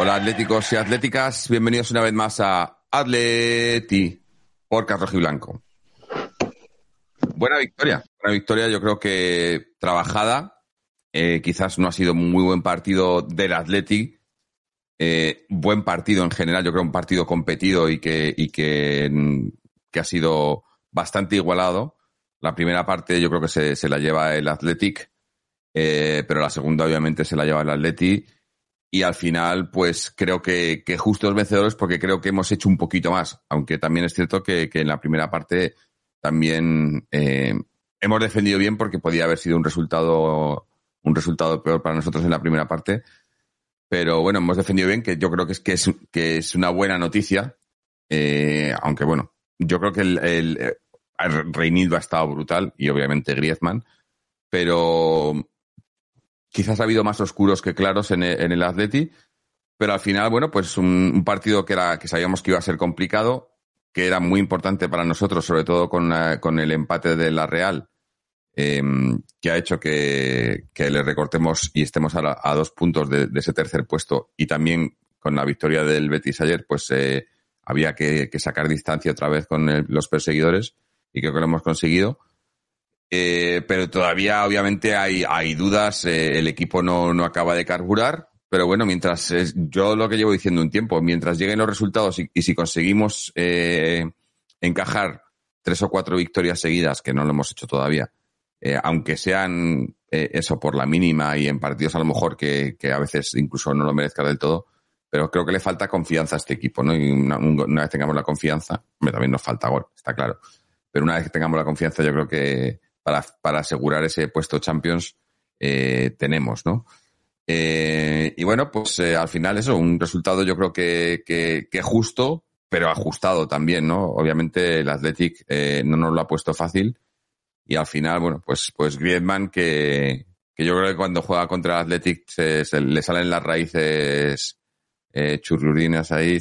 Hola atléticos y atléticas, bienvenidos una vez más a Atleti Podcast Rojiblanco. Buena victoria, yo creo que trabajada, quizás no ha sido un muy buen partido del Atleti, buen partido en general, yo creo un partido competido y que ha sido bastante igualado. La primera parte yo creo que se la lleva el Athletic, pero la segunda obviamente se la lleva el Atleti. Y al final, pues creo que justos vencedores, porque creo que hemos hecho un poquito más. Aunque también es cierto que en la primera parte también hemos defendido bien, porque podía haber sido un resultado peor para nosotros en la primera parte. Pero bueno, hemos defendido bien, que yo creo que es una buena noticia. Aunque bueno, yo creo que el Reinildo ha estado brutal y obviamente Griezmann. Pero quizás ha habido más oscuros que claros en el Atleti, pero al final, bueno, pues un partido que sabíamos que iba a ser complicado, que era muy importante para nosotros, sobre todo con el empate de la Real, que ha hecho que le recortemos y estemos a 2 puntos de ese tercer puesto, y también con la victoria del Betis ayer, pues había que sacar distancia otra vez con los perseguidores, y creo que lo hemos conseguido. Pero todavía obviamente hay dudas, el equipo no acaba de carburar, pero bueno, yo lo que llevo diciendo un tiempo, mientras lleguen los resultados y si conseguimos encajar 3 o 4 victorias seguidas, que no lo hemos hecho todavía, aunque sean eso por la mínima y en partidos a lo mejor que a veces incluso no lo merezca del todo, pero creo que le falta confianza a este equipo, ¿no? Y una vez tengamos la confianza, también nos falta gol, está claro, pero una vez que tengamos la confianza, yo creo que para asegurar ese puesto Champions tenemos, ¿no? Y bueno, pues al final eso, un resultado yo creo que justo, pero ajustado también, ¿no? Obviamente el Athletic no nos lo ha puesto fácil, y al final, bueno, pues Griezmann, que yo creo que cuando juega contra el Athletic se le salen las raíces churrurinas ahí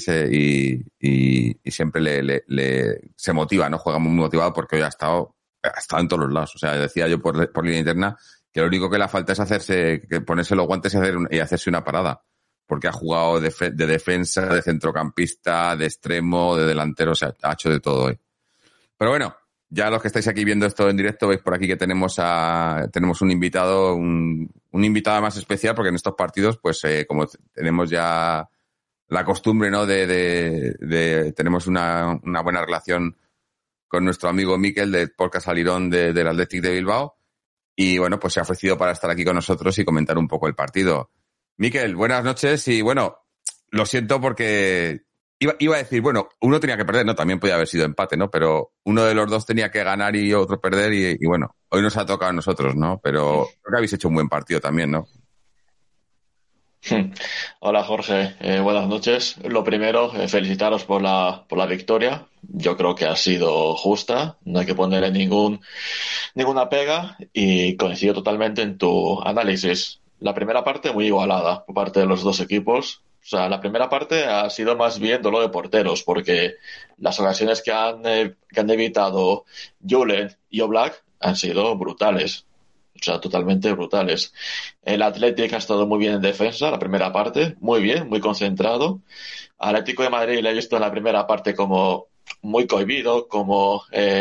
y siempre se motiva, ¿no? Juega muy motivado porque hoy ha estado en todos los lados. O sea, decía yo por línea interna que lo único que le falta es ponerse los guantes y hacerse una parada. Porque ha jugado de defensa, de centrocampista, de extremo, de delantero, o sea, ha hecho de todo hoy. Pero bueno, ya los que estáis aquí viendo esto en directo, veis por aquí que tenemos un invitado, un invitado más especial, porque en estos partidos, pues como tenemos ya la costumbre, ¿no? Tenemos una buena relación con nuestro amigo Mikel de Podcast Alirón del Athletic de Bilbao, y bueno, pues se ha ofrecido para estar aquí con nosotros y comentar un poco el partido. Mikel, buenas noches, y bueno, lo siento porque iba a decir, bueno, uno tenía que perder, ¿no? También podía haber sido empate, ¿no? Pero uno de los dos tenía que ganar y otro perder, y bueno, hoy nos ha tocado a nosotros, ¿no? Pero creo que habéis hecho un buen partido también, ¿no? Hola Jorge, buenas noches. Lo primero, felicitaros por la victoria. Yo creo que ha sido justa, no hay que ponerle ninguna pega, y coincido totalmente en tu análisis. La primera parte muy igualada por parte de los dos equipos. O sea, la primera parte ha sido más bien duelo de porteros, porque las ocasiones que han evitado Julen y Oblak han sido brutales. O sea, totalmente brutales. El Athletic ha estado muy bien en defensa, la primera parte, muy bien, muy concentrado. Al Atlético de Madrid le he visto en la primera parte como muy cohibido, como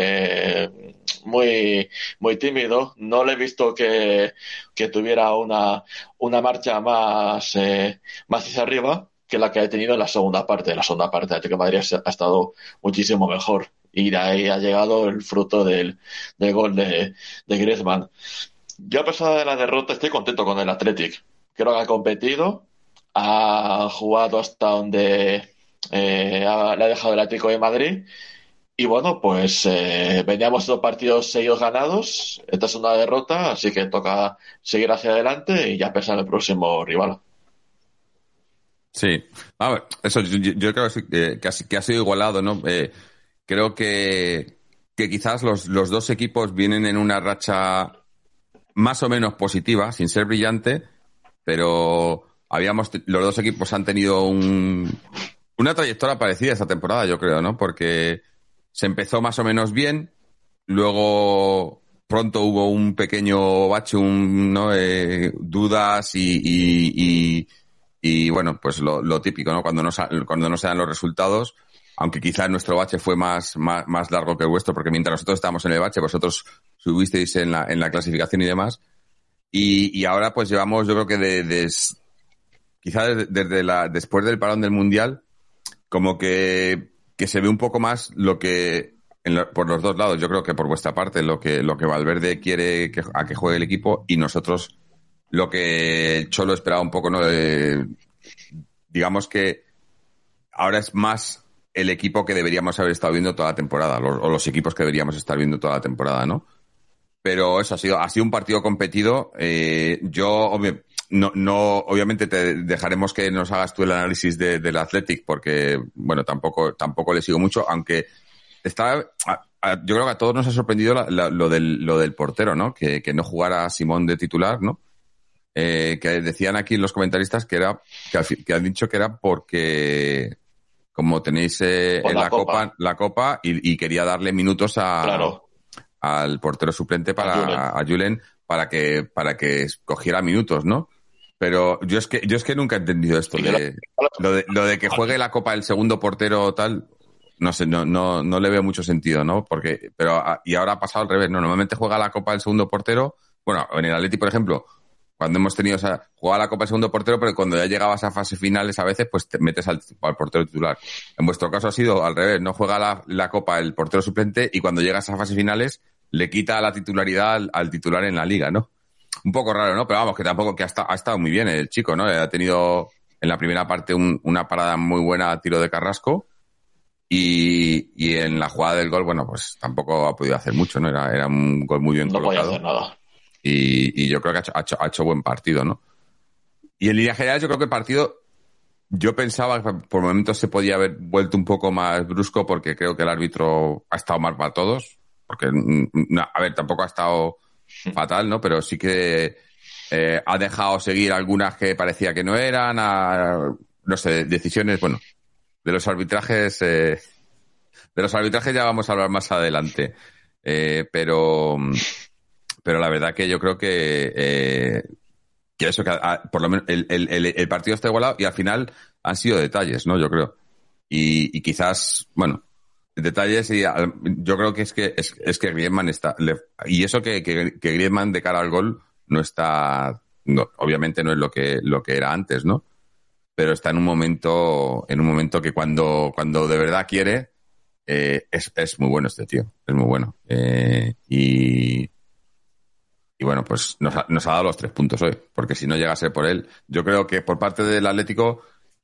muy tímido. No le he visto que tuviera una marcha más hacia arriba que la que ha tenido en la segunda parte. En la segunda parte, el Atlético de Madrid ha estado muchísimo mejor. Y de ahí ha llegado el fruto del gol de Griezmann. Yo, a pesar de la derrota, estoy contento con el Athletic. Creo que ha competido, ha jugado hasta donde le ha dejado el Atlético de Madrid. Y bueno, pues veníamos 2 partidos seguidos ganados. Esta es una derrota, así que toca seguir hacia adelante y ya pensar en el próximo rival. Sí. A ver, eso, yo creo que ha sido igualado, ¿no? Creo que quizás los dos equipos vienen en una racha más o menos positiva, sin ser brillante, pero los dos equipos han tenido una trayectoria parecida esta temporada, yo creo, ¿no? Porque se empezó más o menos bien, luego pronto hubo un pequeño bache, ¿no? Dudas Y bueno, pues lo típico, ¿no? Cuando no se dan los resultados, aunque quizás nuestro bache fue más largo que el vuestro, porque mientras nosotros estábamos en el bache, vosotros subisteis en la clasificación y demás. Y ahora pues llevamos, yo creo que quizás después del parón del Mundial, como que se ve un poco más lo que por los dos lados. Yo creo que por vuestra parte lo que Valverde quiere a que juegue el equipo, y nosotros lo que el Cholo esperaba un poco, ¿no? Digamos que ahora es más el equipo que deberíamos haber estado viendo toda la temporada, o los equipos que deberíamos estar viendo toda la temporada, ¿no? Pero eso ha sido un partido competido. Obviamente te dejaremos que nos hagas tú el análisis del Athletic, porque bueno, tampoco le sigo mucho, aunque yo creo que a todos nos ha sorprendido lo del portero, ¿no? Que no jugara Simón de titular, ¿no? Que decían aquí los comentaristas que han dicho que era porque como tenéis la copa y quería darle minutos al portero suplente a Julen para que cogiera minutos, ¿no? Pero yo es que nunca he entendido esto lo de que juegue la copa el segundo portero tal. No sé, no le veo mucho sentido, ¿no? Y ahora ha pasado al revés, ¿no? Normalmente juega la copa el segundo portero. Bueno, en el Atleti, por ejemplo, cuando hemos tenido jugaba la copa el segundo portero, pero cuando ya llegabas a fase finales a veces, pues te metes al portero titular. En vuestro caso ha sido al revés, no juega la copa el portero suplente, y cuando llegas a fases finales le quita la titularidad al titular en la liga, ¿no? Un poco raro, ¿no? Pero vamos, que tampoco, que ha estado muy bien el chico, ¿no? Ha tenido en la primera parte una parada muy buena a tiro de Carrasco. Y en la jugada del gol, bueno, pues tampoco ha podido hacer mucho, ¿no? Era un gol muy bien colocado. No podía hacer nada. Y yo creo que ha hecho buen partido, ¿no? Y en línea general yo creo que el partido, yo pensaba que por momentos se podía haber vuelto un poco más brusco, porque creo que el árbitro ha estado mal para todos, porque, a ver, tampoco ha estado fatal, ¿no? Pero sí que ha dejado seguir algunas que parecía que no eran, no sé, decisiones, bueno. De los arbitrajes ya vamos a hablar más adelante. Pero la verdad que yo creo que eso, que por lo menos el partido está igualado, y al final han sido detalles, ¿no? Yo creo. Y quizás, bueno, detalles, y yo creo que es que Griezmann está, y eso que Griezmann de cara al gol no está, no, obviamente no es lo que era antes, ¿no? Pero está en un momento que cuando de verdad quiere, es muy bueno este tío, es muy bueno. Y bueno, pues nos ha dado los 3 puntos hoy, porque si no llega a ser por él, yo creo que por parte del Atlético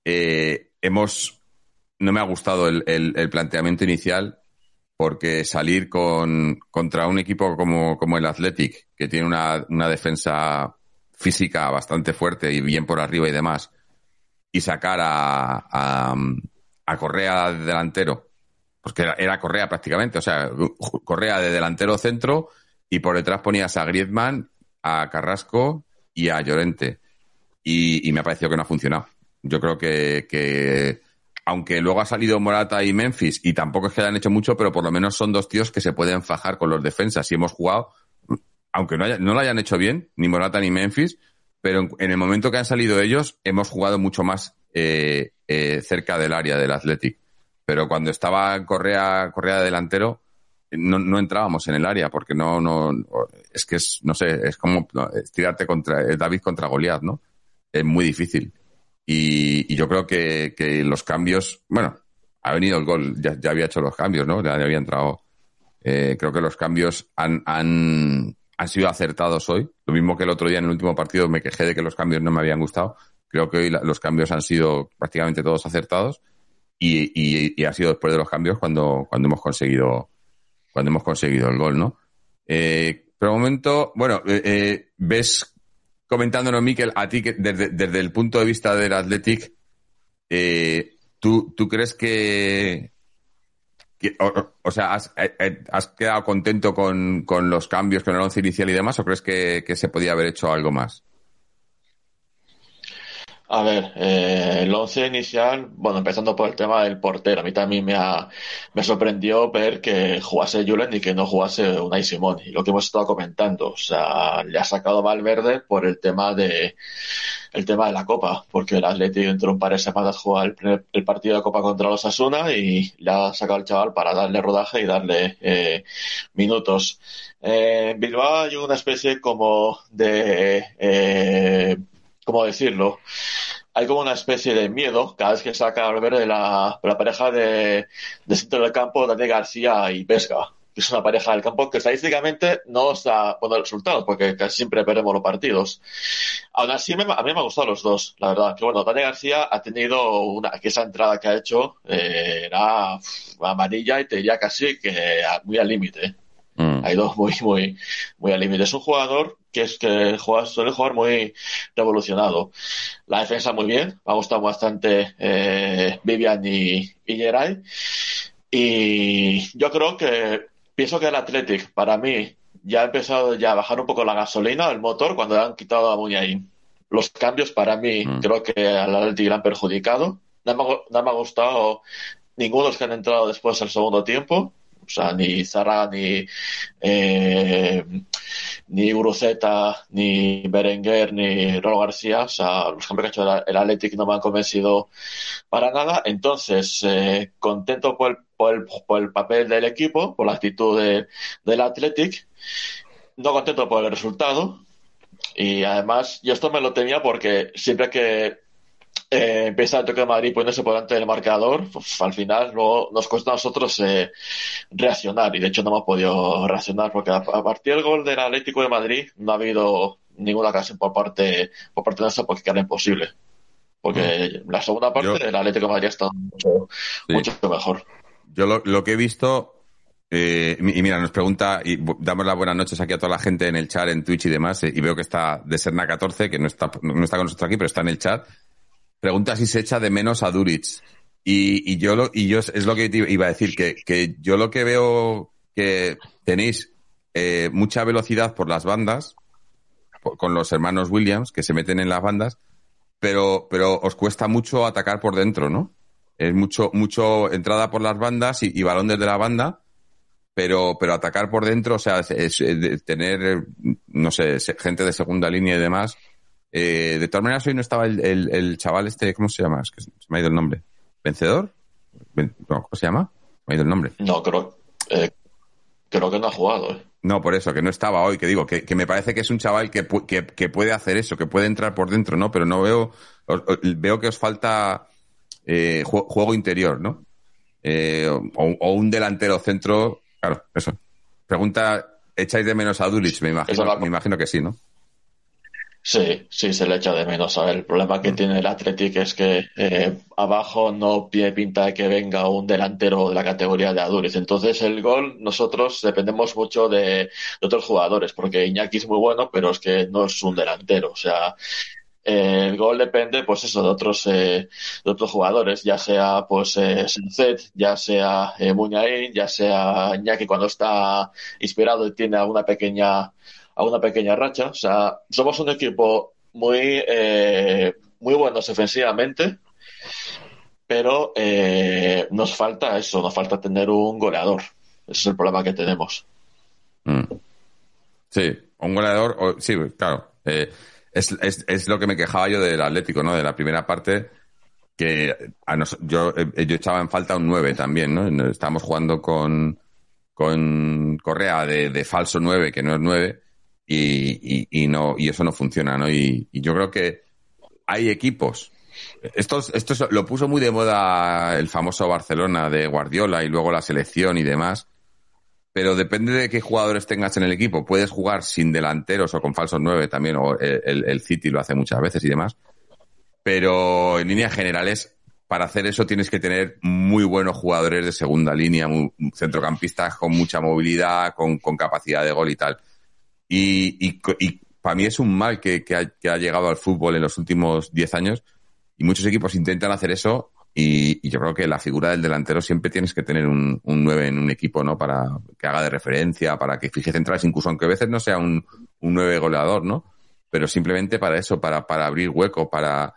no me ha gustado el planteamiento inicial, porque salir contra un equipo como el Athletic, que tiene una defensa física bastante fuerte y bien por arriba y demás, y sacar a Correa de delantero, pues que era Correa prácticamente, o sea, Correa de delantero centro, y por detrás ponías a Griezmann, a Carrasco y a Llorente, y me ha parecido que no ha funcionado. Yo creo que aunque luego ha salido Morata y Memphis, y tampoco es que hayan hecho mucho, pero por lo menos son 2 tíos que se pueden fajar con los defensas, y hemos jugado, aunque no lo hayan hecho bien, ni Morata ni Memphis, pero en el momento que han salido ellos, hemos jugado mucho más cerca del área del Athletic. Pero cuando estaba Correa de delantero, no entrábamos en el área, porque es que no sé, es como tirarte contra David contra Goliat, ¿no? Es muy difícil. Y yo creo que los cambios, bueno, ha venido el gol, ya había hecho los cambios, ¿no? Ya había entrado. Creo que los cambios han sido acertados hoy. Lo mismo que el otro día en el último partido me quejé de que los cambios no me habían gustado. Creo que hoy los cambios han sido prácticamente todos acertados, y ha sido después de los cambios cuando hemos conseguido el gol, ¿no? Por el momento, bueno, ves, comentándonos, Mikel, a ti que desde el punto de vista del Athletic, ¿tú crees o sea, has quedado contento con los cambios, con el 11 inicial y demás, o crees que se podía haber hecho algo más? A ver, el once inicial, bueno, empezando por el tema del portero, a mí también me sorprendió ver que jugase Julen y que no jugase Unai Simón, y lo que hemos estado comentando, o sea, le ha sacado Valverde por el tema de la Copa, porque el Atleti dentro de un par de semanas juega el partido de Copa contra los Asuna y le ha sacado al chaval para darle rodaje y darle minutos. En Bilbao hay una especie como de, ¿cómo decirlo? Hay como una especie de miedo cada vez que saca a ver de la pareja de centro del campo, Dani García y Vesga, que es una pareja del campo que estadísticamente no está buenos resultados, porque casi siempre perdemos los partidos. Aún así, a mí me han gustado los dos, la verdad. Que bueno, Dani García ha tenido que esa entrada que ha hecho era amarilla y te diría casi que muy al límite. Ha ido muy al límite. Es un jugador suele jugar muy revolucionado. La defensa muy bien, me ha gustado bastante Vivian y Geray. Y yo creo que pienso que el Athletic, para mí, ya ha empezado ya a bajar un poco la gasolina, el motor, cuando le han quitado a Muñain. Los cambios para mí creo que al Athletic le han perjudicado. No me ha gustado ninguno de los que han entrado después del segundo tiempo. O sea, ni Zarra, ni Guruceta, ni Berenguer, ni Rolo García. O sea, los cambios que ha hecho el Athletic no me han convencido para nada. Entonces, contento por el papel del equipo, por la actitud del Athletic. No contento por el resultado. Y además, yo esto me lo temía porque siempre que empieza el toque de Madrid poniéndose por delante del marcador, pues, al final luego nos cuesta a nosotros reaccionar, y de hecho no hemos podido reaccionar porque a partir del gol del Atlético de Madrid no ha habido ninguna ocasión por parte nuestra porque era imposible, porque la segunda parte el Atlético de Madrid está mucho mejor. Yo lo que he visto, y mira, nos pregunta, y damos las buenas noches aquí a toda la gente en el chat, en Twitch y demás, y veo que está de Serna14, que no está con nosotros aquí, pero está en el chat. Pregunta si se echa de menos a Duric. Y yo es lo que iba a decir, que yo lo que veo que tenéis mucha velocidad por las bandas, con los hermanos Williams, que se meten en las bandas, pero os cuesta mucho atacar por dentro, ¿no? Es mucho entrada por las bandas y balón desde la banda, pero atacar por dentro, o sea, es tener, no sé, gente de segunda línea y demás. De todas maneras, hoy no estaba el chaval este, ¿cómo se llama? Es que se me ha ido el nombre. ¿Vencedor? No, ¿cómo se llama? Me ha ido el nombre. No, creo que no ha jugado. No, por eso, que no estaba hoy, que digo, que me parece que es un chaval que puede hacer eso, que puede entrar por dentro, ¿no? Pero no veo que os falta juego interior, ¿no? O un delantero centro, claro, eso. Pregunta, ¿echáis de menos a Duric? Me imagino que sí, ¿no? Sí, se le echa de menos. A ver, el problema que tiene el Athletic es que abajo no tiene pinta de que venga un delantero de la categoría de Aduriz. Entonces el gol, nosotros dependemos mucho de otros jugadores, porque Iñaki es muy bueno, pero es que no es un delantero. O sea, el gol depende, pues eso, de otros jugadores, ya sea pues Senset, ya sea Muñain, ya sea Iñaki cuando está inspirado y tiene alguna pequeña racha. O sea, somos un equipo muy buenos ofensivamente, pero nos falta eso, nos falta tener un goleador. Ese es el problema que tenemos. Sí, un goleador, sí, claro. Es lo que me quejaba yo del Atlético, ¿no? De la primera parte, que yo echaba en falta un 9 también, ¿no? Estábamos jugando con Correa de falso 9, que no es 9, y eso no funciona, ¿no? Y yo creo que hay equipos. Esto lo puso muy de moda el famoso Barcelona de Guardiola y luego la selección y demás. Pero depende de qué jugadores tengas en el equipo. Puedes jugar sin delanteros o con falsos 9 también, o el City lo hace muchas veces y demás. Pero en líneas generales, para hacer eso tienes que tener muy buenos jugadores de segunda línea, centrocampistas con mucha movilidad, con capacidad de gol y tal. Y para mí es un mal que ha llegado al fútbol en los últimos 10 años, y muchos equipos intentan hacer eso. Y yo creo que la figura del delantero siempre tienes que tener un 9 en un equipo, ¿no? Para que haga de referencia, para que fije centrales, incluso aunque a veces no sea un 9 goleador, ¿no? Pero simplemente para eso, para abrir hueco,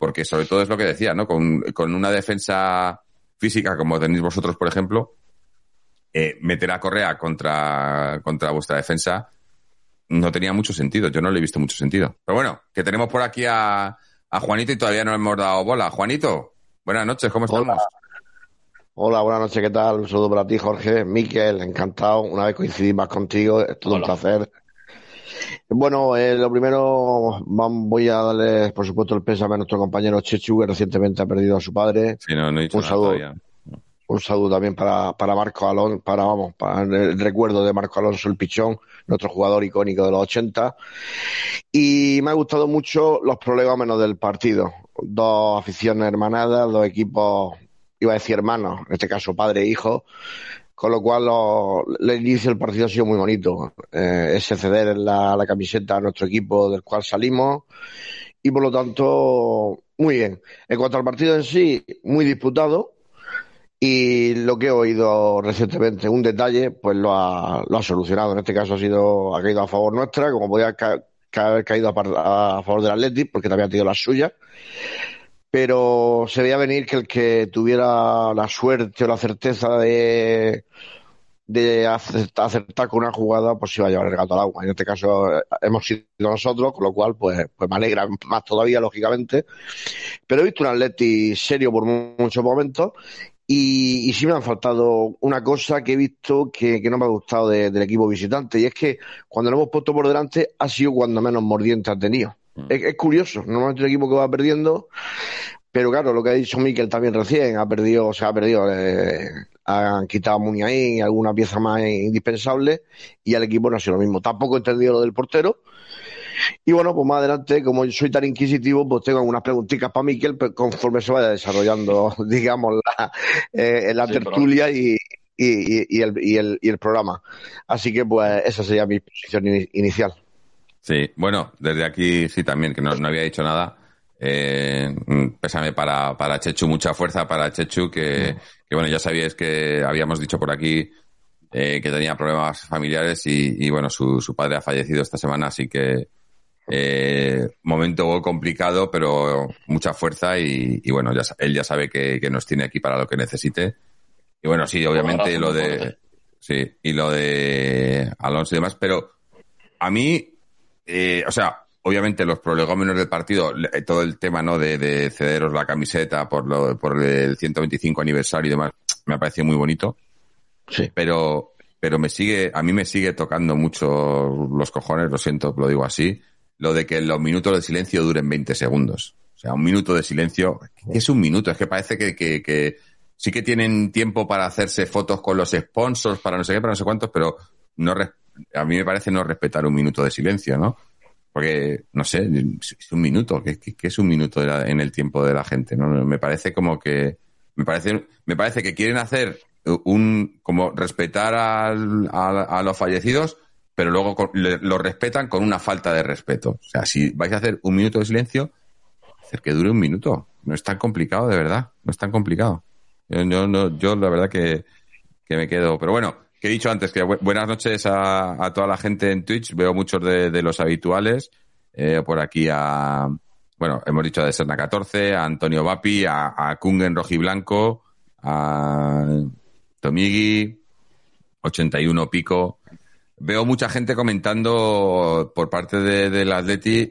porque sobre todo es lo que decía, ¿no? Con una defensa física como tenéis vosotros, por ejemplo, meter a Correa contra vuestra defensa no tenía mucho sentido. Yo no le he visto mucho sentido. Pero bueno, que tenemos por aquí a Juanito y todavía no le hemos dado bola. Juanito, buenas noches, ¿cómo estamos? Hola, buenas noches, ¿qué tal? Un saludo para ti, Jorge. Miquel, encantado. Una vez coincidí más contigo, es todo un placer. Bueno, lo primero, voy a darle, por supuesto, el pésame a nuestro compañero Chechu, que recientemente ha perdido a su padre. Sí, no he dicho un nada saludo. Todavía. Un saludo también para Marco Alonso, para el recuerdo de Marco Alonso, el Pichón, nuestro jugador icónico de los 80. Y me ha gustado mucho los prolegómenos del partido. Dos aficiones hermanadas, dos equipos, iba a decir hermanos, en este caso padre e hijo, con lo cual el inicio del partido ha sido muy bonito. Ese ceder la camiseta a nuestro equipo del cual salimos y por lo tanto, muy bien. En cuanto al partido en sí, muy disputado. Y lo que he oído recientemente, un detalle, pues lo ha solucionado. En este caso ha caído a favor nuestra, como podía haber caído a favor del Athletic, porque también ha tenido las suyas. Pero se veía venir que el que tuviera la suerte o la certeza de acertar con una jugada, pues se iba a llevar el gato al agua. En este caso hemos sido nosotros, con lo cual pues me alegra más todavía, lógicamente. Pero he visto un Athletic serio por muchos momentos. Y sí me han faltado una cosa que he visto que no me ha gustado del equipo visitante, y es que cuando lo hemos puesto por delante ha sido cuando menos mordiente ha tenido. Es curioso, normalmente un equipo que va perdiendo, pero claro, lo que ha dicho Miquel también recién, han quitado a Muniain y alguna pieza más indispensable, y al equipo no ha sido lo mismo. Tampoco he entendido lo del portero. Y bueno, pues más adelante, como yo soy tan inquisitivo, pues tengo algunas preguntitas para Miquel conforme se vaya desarrollando, digamos, la tertulia y el programa. Así que pues esa sería mi posición inicial. Sí, bueno, desde aquí sí también, que no había dicho nada. Pésame para Chechu, mucha fuerza para Chechu, que bueno, ya sabíais que habíamos dicho por aquí que tenía problemas familiares y bueno, su padre ha fallecido esta semana, así que momento complicado, pero mucha fuerza y bueno, él ya sabe que nos tiene aquí para lo que necesite. Y bueno, sí, obviamente lo de Alonso y demás, pero a mí, o sea, obviamente los prolegómenos del partido, todo el tema, ¿no? de cederos la camiseta por el 125 aniversario y demás, me ha parecido muy bonito. Sí. Pero a mí me sigue tocando mucho los cojones, lo siento, lo digo así, lo de que los minutos de silencio duren 20 segundos. O sea, un minuto de silencio, ¿qué es un minuto? Es que parece que sí que tienen tiempo para hacerse fotos con los sponsors, para no sé qué, para no sé cuántos, pero a mí me parece no respetar un minuto de silencio, ¿no? Porque, no sé, es un minuto. ¿Qué es un minuto en el tiempo de la gente? ¿No? Me parece como que... Me parece que quieren hacer como respetar a los fallecidos, pero luego lo respetan con una falta de respeto. O sea, si vais a hacer un minuto de silencio, hacer que dure un minuto. No es tan complicado, de verdad. No es tan complicado. Yo la verdad que me quedo... Pero bueno, que he dicho antes, que buenas noches a toda la gente en Twitch. Veo muchos de los habituales. Por aquí bueno, hemos dicho a Serna 14, a Antonio Vapi, a Kungen Rojiblanco, a Tomigi, 81 Pico. Veo mucha gente comentando por parte del Atleti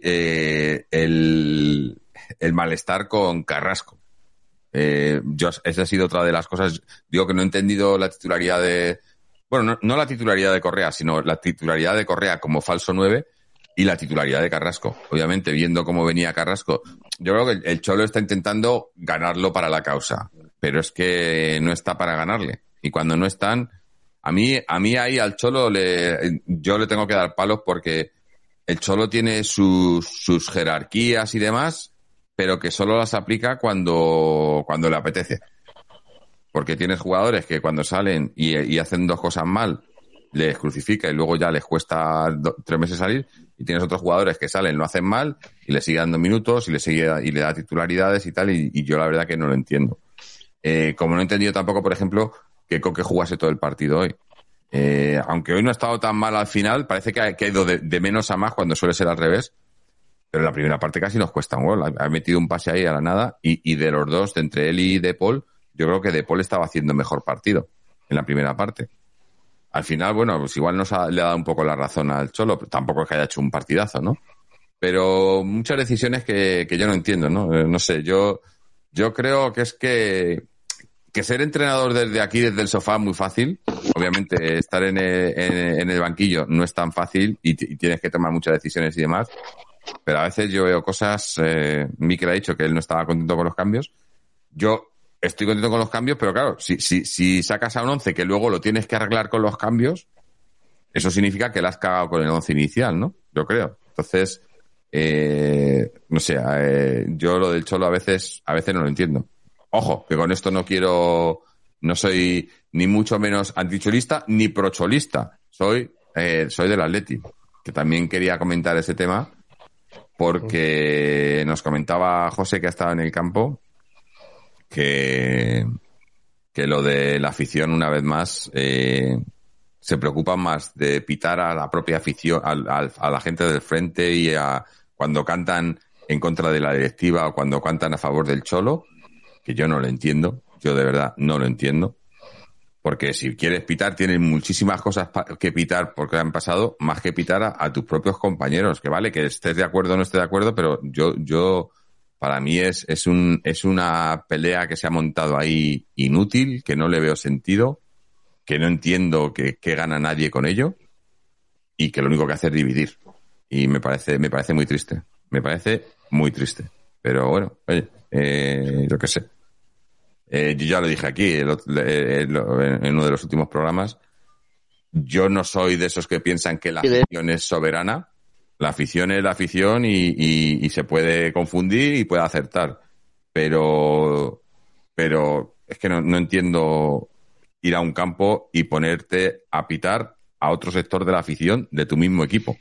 el malestar con Carrasco. Esa ha sido otra de las cosas. Digo que no he entendido la titularidad de... Bueno, no la titularidad de Correa, sino la titularidad de Correa como falso 9 y la titularidad de Carrasco. Obviamente, viendo cómo venía Carrasco, yo creo que el Cholo está intentando ganarlo para la causa, pero es que no está para ganarle. Y cuando no están, a mí ahí al Cholo yo le tengo que dar palos, porque el Cholo tiene sus jerarquías y demás, pero que solo las aplica cuando le apetece. Porque tienes jugadores que cuando salen y hacen dos cosas mal, les crucifica y luego ya les cuesta 3 meses salir, y tienes otros jugadores que salen, lo hacen mal y le sigue dando minutos y le da titularidades y tal, y yo la verdad que no lo entiendo. Como no he entendido tampoco, por ejemplo, que Coque jugase todo el partido hoy. Aunque hoy no ha estado tan mal al final, parece que ha ido de menos a más cuando suele ser al revés. Pero en la primera parte casi nos cuesta un gol. Ha metido un pase ahí a la nada y de los dos, de entre él y De Paul, yo creo que De Paul estaba haciendo mejor partido en la primera parte. Al final, bueno, pues igual le ha dado un poco la razón al Cholo, pero tampoco es que haya hecho un partidazo, ¿no? Pero muchas decisiones que yo no entiendo, ¿no? No sé, yo creo que es que ser entrenador desde aquí, desde el sofá, es muy fácil. Obviamente, estar en el banquillo no es tan fácil y tienes que tomar muchas decisiones y demás. Pero a veces yo veo cosas, Mikel ha dicho que él no estaba contento con los cambios. Yo estoy contento con los cambios, pero claro, si sacas a un 11 que luego lo tienes que arreglar con los cambios, eso significa que la has cagado con el 11 inicial, ¿no? Yo creo. Entonces, no sé, yo lo del Cholo a veces no lo entiendo. Ojo, que con esto no soy ni mucho menos anticholista ni procholista. Soy del Atleti, que también quería comentar ese tema porque nos comentaba José, que ha estado en el campo, que lo de la afición, una vez más, se preocupan más de pitar a la propia afición, a la gente del frente y cuando cantan en contra de la directiva o cuando cantan a favor del Cholo, que yo no lo entiendo, yo de verdad no lo entiendo, porque si quieres pitar tienes muchísimas cosas que pitar porque han pasado, más que pitar a tus propios compañeros, que vale, que estés de acuerdo o no estés de acuerdo, pero yo para mí es una pelea que se ha montado ahí inútil, que no le veo sentido, que no entiendo que gana nadie con ello y que lo único que hace es dividir. Y me parece muy triste. Me parece muy triste. Pero bueno, oye, yo qué sé. Yo ya lo dije aquí en uno de los últimos programas. Yo no soy de esos que piensan que la afición es soberana. La afición es la afición y se puede confundir y puede acertar. Pero es que no entiendo ir a un campo y ponerte a pitar a otro sector de la afición de tu mismo equipo.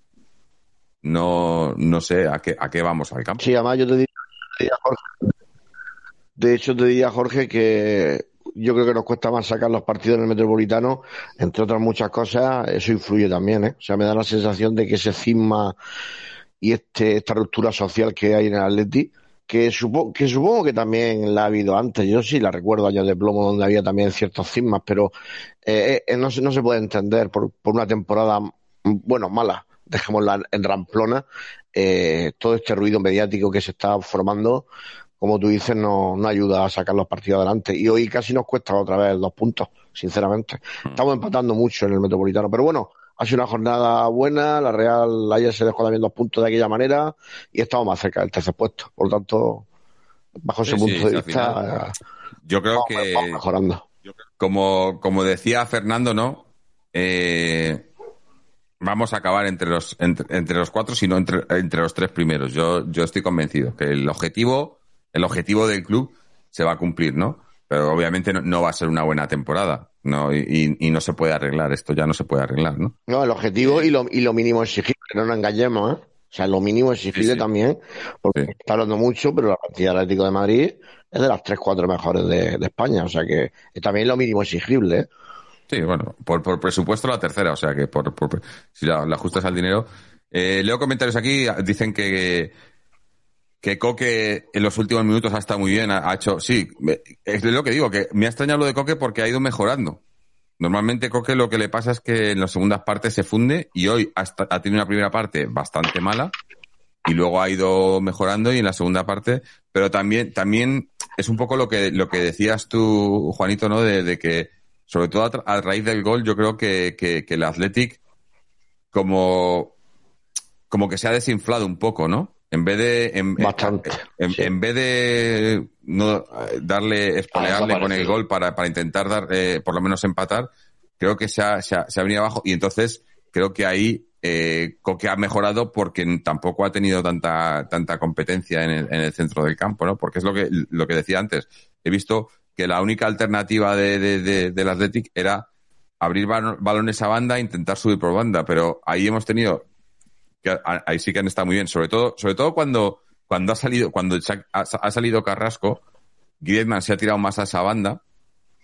No sé a qué vamos al campo. Sí, además yo te diría, Jorge. De hecho, te diría, Jorge, que yo creo que nos cuesta más sacar los partidos en el Metropolitano, entre otras muchas cosas, eso influye también, ¿eh? O sea, me da la sensación de que ese cisma y esta ruptura social que hay en el Atleti, que supongo que también la ha habido antes. Yo sí la recuerdo, años de plomo donde había también ciertos cismas, pero no se puede entender por una temporada, bueno, mala, dejémosla en ramplona, todo este ruido mediático que se está formando, como tú dices, no ayuda a sacar los partidos adelante. Y hoy casi nos cuesta otra vez 2 puntos, sinceramente. Estamos empatando mucho en el Metropolitano, pero bueno, ha sido una jornada buena. La Real ayer se dejó también 2 puntos de aquella manera y estamos más cerca del tercer puesto. Por lo tanto, bajo ese punto de vista, final, yo creo que vamos mejorando. Como decía Fernando, ¿no? Vamos a acabar entre los 4, sino entre los 3 primeros. Yo estoy convencido que el objetivo del club se va a cumplir, ¿no? Pero obviamente no va a ser una buena temporada, ¿no? Y no se puede arreglar, esto ya no se puede arreglar, ¿no? No, el objetivo y lo mínimo exigible, no nos engañemos, ¿eh? O sea, lo mínimo exigible también, porque está hablando mucho, pero la plantilla del Atlético de Madrid es de las 3-4 mejores de España, o sea que también lo mínimo exigible, ¿eh? Sí, bueno, por presupuesto la tercera, o sea que si la ajustas al dinero. Leo comentarios aquí, dicen que Coque en los últimos minutos ha estado muy bien, ha hecho, sí, es lo que digo, que me ha extrañado lo de Coque porque ha ido mejorando. Normalmente Coque lo que le pasa es que en las segundas partes se funde y hoy ha tenido una primera parte bastante mala y luego ha ido mejorando y en la segunda parte, pero también es un poco lo que decías tú, Juanito, ¿no? De que, sobre todo a raíz del gol, yo creo que el Athletic como que se ha desinflado un poco, ¿no? En vez de en vez de no espolearle con el gol para intentar dar por lo menos empatar, creo que se ha venido abajo y entonces creo que ahí Coque ha mejorado porque tampoco ha tenido tanta competencia en el centro del campo, ¿no? Porque es lo que decía antes. He visto que la única alternativa del Athletic era abrir balones a banda e intentar subir por banda, pero ahí hemos tenido ahí sí que han estado muy bien, sobre todo cuando ha salido Carrasco, Griezmann se ha tirado más a esa banda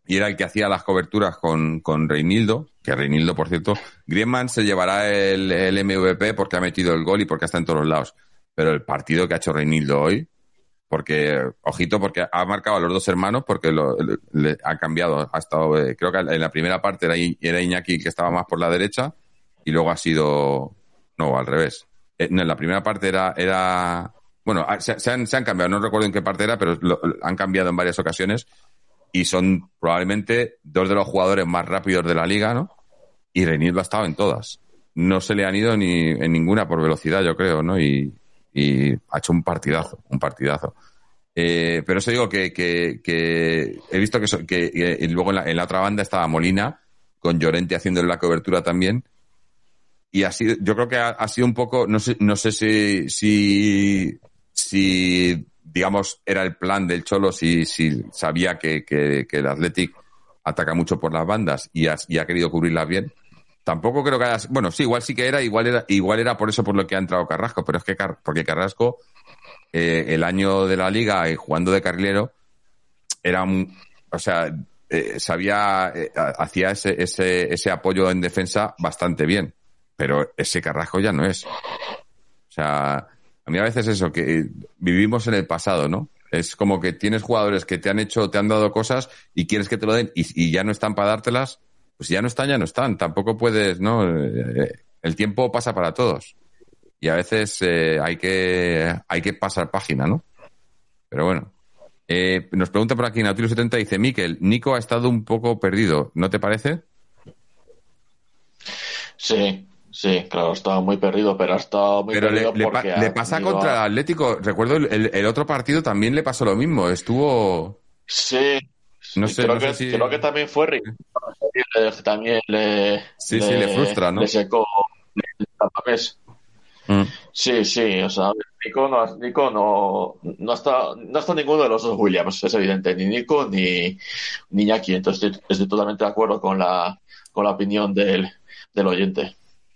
y era el que hacía las coberturas con Reinildo, que Reinildo, por cierto, Griezmann se llevará el MVP porque ha metido el gol y porque está en todos los lados. Pero el partido que ha hecho Reinildo hoy, porque, ojito, porque ha marcado a los dos hermanos, porque le ha cambiado, ha estado, creo que en la primera parte era Iñaki que estaba más por la derecha, y luego ha sido, no, al revés. No, en la primera parte era bueno, se han cambiado, no recuerdo en qué parte era, pero han cambiado en varias ocasiones, y son probablemente dos de los jugadores más rápidos de la liga, ¿no? Y Reinildo ha estado en todas. No se le han ido ni en ninguna por velocidad, yo creo, ¿no? Y ha hecho un partidazo. Pero eso digo que he visto que luego en la otra banda estaba Molina, con Llorente haciendo la cobertura también. Y así, yo creo que ha sido un poco, no sé si digamos, era el plan del Cholo, si sabía que el Athletic ataca mucho por las bandas y ha querido cubrirlas bien. Tampoco creo que haya... Bueno, sí, igual sí que era, igual era por eso por lo que ha entrado Carrasco, pero es que porque Carrasco, el año de la Liga, jugando de carrilero, era hacía ese apoyo en defensa bastante bien, pero ese Carrasco ya no es. O sea, a mí a veces eso, que vivimos en el pasado, ¿no? Es como que tienes jugadores que te han dado cosas y quieres que te lo den y ya no están para dártelas. Pues ya no están. Tampoco puedes, ¿no? El tiempo pasa para todos. Y a veces hay que pasar página, ¿no? Pero bueno. Nos pregunta por aquí Nautilus70, dice Mikel, Nico ha estado un poco perdido, ¿no te parece? Sí, claro, estaba muy perdido, pero ha estado muy perdido porque... le pasa contra el Atlético. Recuerdo el otro partido también le pasó lo mismo. Estuvo... Sí. Creo que también fue Rick. También le frustra, ¿no? Le secó el tapapés. Sí, o sea, Nico no está ninguno de los dos Williams, es evidente, ni Nico ni Iñaki, entonces estoy totalmente de acuerdo con la opinión del oyente.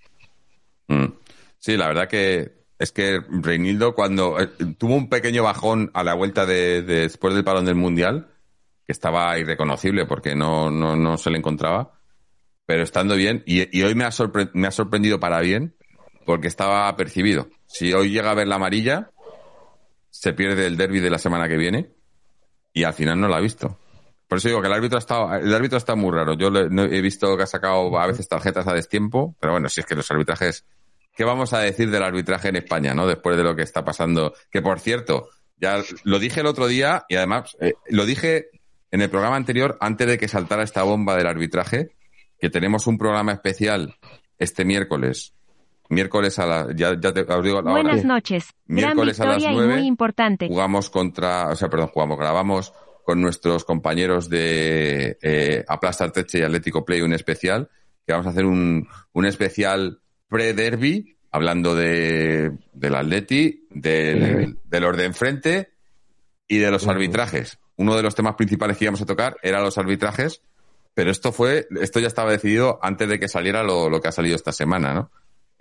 Sí, la verdad que es que Reinildo cuando tuvo un pequeño bajón a la vuelta después del parón del Mundial, que estaba irreconocible porque no se le encontraba, pero estando bien, y hoy me ha sorprendido para bien, porque estaba apercibido. Si hoy llega a ver la amarilla, se pierde el derbi de la semana que viene, y al final no la ha visto. Por eso digo que el árbitro está muy raro. Yo he visto que ha sacado a veces tarjetas a destiempo, pero bueno, si es que los arbitrajes... ¿Qué vamos a decir del arbitraje en España, no? Después de lo que está pasando. Que, por cierto, ya lo dije el otro día, y además lo dije en el programa anterior, antes de que saltara esta bomba del arbitraje, que tenemos un programa especial este miércoles a las... os digo la hora. Buenas noches. Miércoles gran victoria a las 9, y muy importante. Grabamos con nuestros compañeros de Aplasta Arteche y Atlético Play un especial, que vamos a hacer un especial pre-derby, hablando del Atleti, de los de enfrente y de los arbitrajes. Uno de los temas principales que íbamos a tocar era los arbitrajes, pero esto ya estaba decidido antes de que saliera lo que ha salido esta semana, ¿no?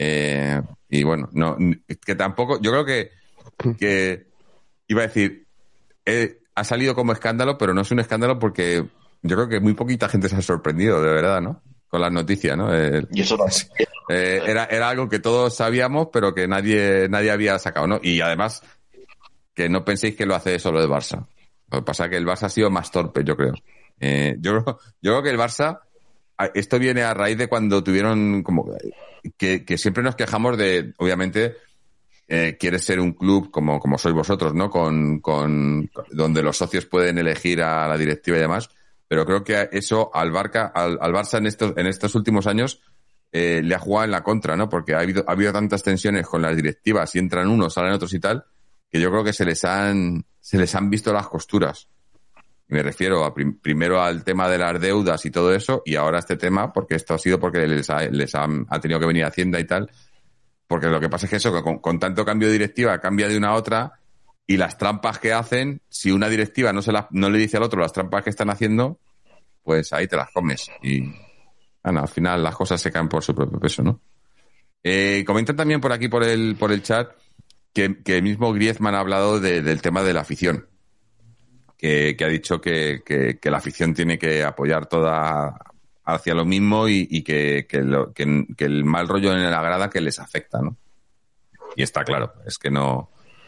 Y bueno, que tampoco, yo creo que iba a decir, ha salido como escándalo, pero no es un escándalo porque yo creo que muy poquita gente se ha sorprendido, de verdad, ¿no? Con las noticias, ¿no? Y eso era algo que todos sabíamos, pero que nadie había sacado, ¿no? Y además, que no penséis que lo hace solo el Barça. Lo que pasa es que el Barça ha sido más torpe, yo creo. Yo creo que el Barça, esto viene a raíz de cuando tuvieron como que siempre nos quejamos de, obviamente, quieres ser un club como sois vosotros, ¿no? Con donde los socios pueden elegir a la directiva y demás, pero creo que eso al Barça en estos últimos años le ha jugado en la contra, ¿no? Porque ha habido tantas tensiones con las directivas y entran unos, salen otros y tal, que yo creo que se les han visto las costuras. Me refiero primero al tema de las deudas y todo eso, y ahora este tema, porque esto ha sido porque ha tenido que venir Hacienda y tal, porque lo que pasa es que eso, que con tanto cambio de directiva, cambia de una a otra, y las trampas que hacen, si una directiva no le dice al otro las trampas que están haciendo, pues ahí te las comes. Y al final las cosas se caen por su propio peso, ¿no? Comentan también por aquí, por el chat, que el mismo Griezmann ha hablado del tema de la afición. que ha dicho que la afición tiene que apoyar toda hacia lo mismo y que el mal rollo en la grada que les afecta, ¿no? Y está claro, es que no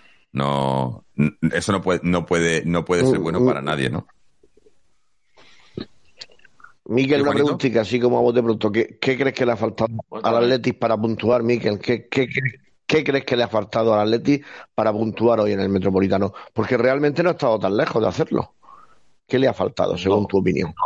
eso no puede ser bueno para nadie, ¿no? Miquel, una Juanito? preguntita, así como a vos de pronto. ¿Qué crees que le ha faltado al Athletic para puntuar, Miquel? ¿Qué crees que le ha faltado al Athletic para puntuar hoy en el Metropolitano? Porque realmente no ha estado tan lejos de hacerlo. ¿Qué le ha faltado, según tu opinión?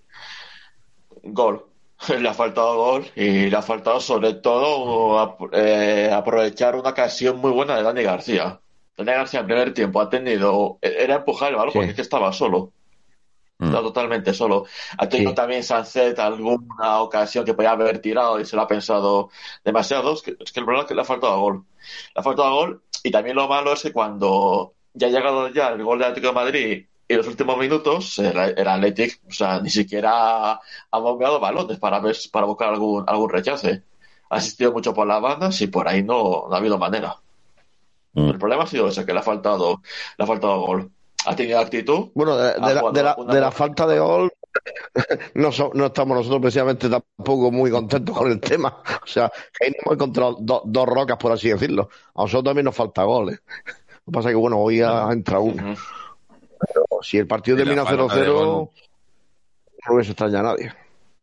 Gol. Le ha faltado gol y le ha faltado sobre todo aprovechar una ocasión muy buena de Dani García. Dani García en primer tiempo era empujar el balón Sí. porque es que estaba solo. Estaba totalmente solo. Ha tenido también Sancet alguna ocasión que podía haber tirado y se lo ha pensado demasiado. Es que el problema es que le ha faltado gol. Le ha faltado gol y también lo malo es que cuando ya ha llegado ya el gol de Atlético de Madrid y los últimos minutos, el Athletic, o sea, ni siquiera ha bombeado balones para buscar algún rechace. Ha asistido mucho por las bandas y por ahí no ha habido manera. El problema ha sido ese, que le ha faltado gol. Ha tenido actitud. Bueno, de la falta de gol no estamos nosotros precisamente tampoco muy contentos con el tema. O sea, ahí no hemos encontrado dos rocas, por así decirlo. A nosotros también nos falta goles. Lo que pasa es que, bueno, hoy ha entrado una. Pero si el partido termina 0-0, no hubiese extraña a nadie.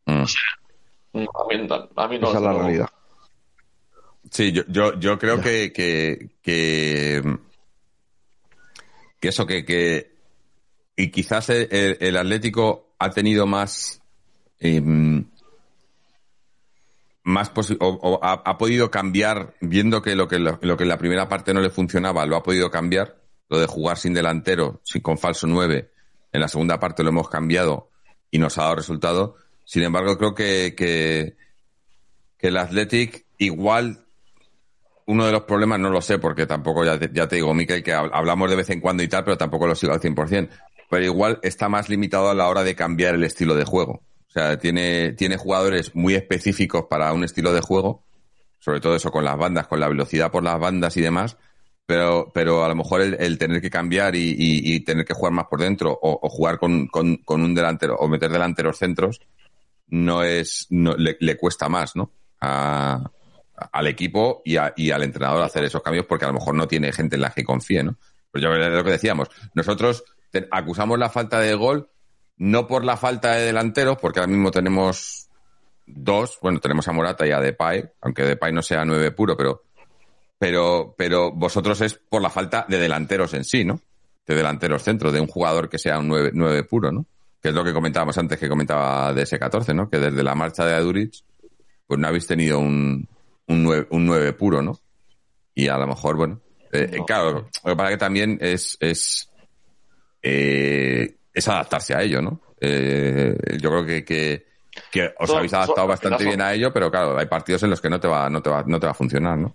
A mí no. Esa es la realidad. Sí, yo creo que eso y quizás el Atlético ha tenido más ha podido cambiar, viendo que lo que en la primera parte no le funcionaba, lo ha podido cambiar, lo de jugar sin delantero, con falso 9, en la segunda parte lo hemos cambiado y nos ha dado resultado. Sin embargo, creo que el Athletic igual, uno de los problemas, no lo sé, porque tampoco, ya te digo, Miquel, que hablamos de vez en cuando y tal, pero tampoco lo sigo al 100%, pero igual está más limitado a la hora de cambiar el estilo de juego. O sea, tiene jugadores muy específicos para un estilo de juego, sobre todo eso con las bandas, con la velocidad por las bandas y demás, pero a lo mejor el tener que cambiar y tener que jugar más por dentro o jugar con un delantero o meter delanteros centros le cuesta más, ¿no? Al equipo y al entrenador hacer esos cambios, porque a lo mejor no tiene gente en la que confíe, ¿no? Pues ya lo que decíamos, nosotros acusamos la falta de gol no por la falta de delanteros, porque ahora mismo tenemos dos, bueno, tenemos a Morata y a Depay, aunque Depay no sea 9 puro, pero vosotros es por la falta de delanteros en sí, ¿no? De delanteros centros, de un jugador que sea un 9 puro, ¿no? Que es lo que comentábamos antes, que comentaba de S14, ¿no? Que desde la marcha de Aduric, pues no habéis tenido un 9 puro, ¿no? Y a lo mejor, bueno, claro, lo que pasa es que también es adaptarse a ello, ¿no? Yo creo que os habéis adaptado bastante bien a ello, pero claro, hay partidos en los que no te va a funcionar, ¿no?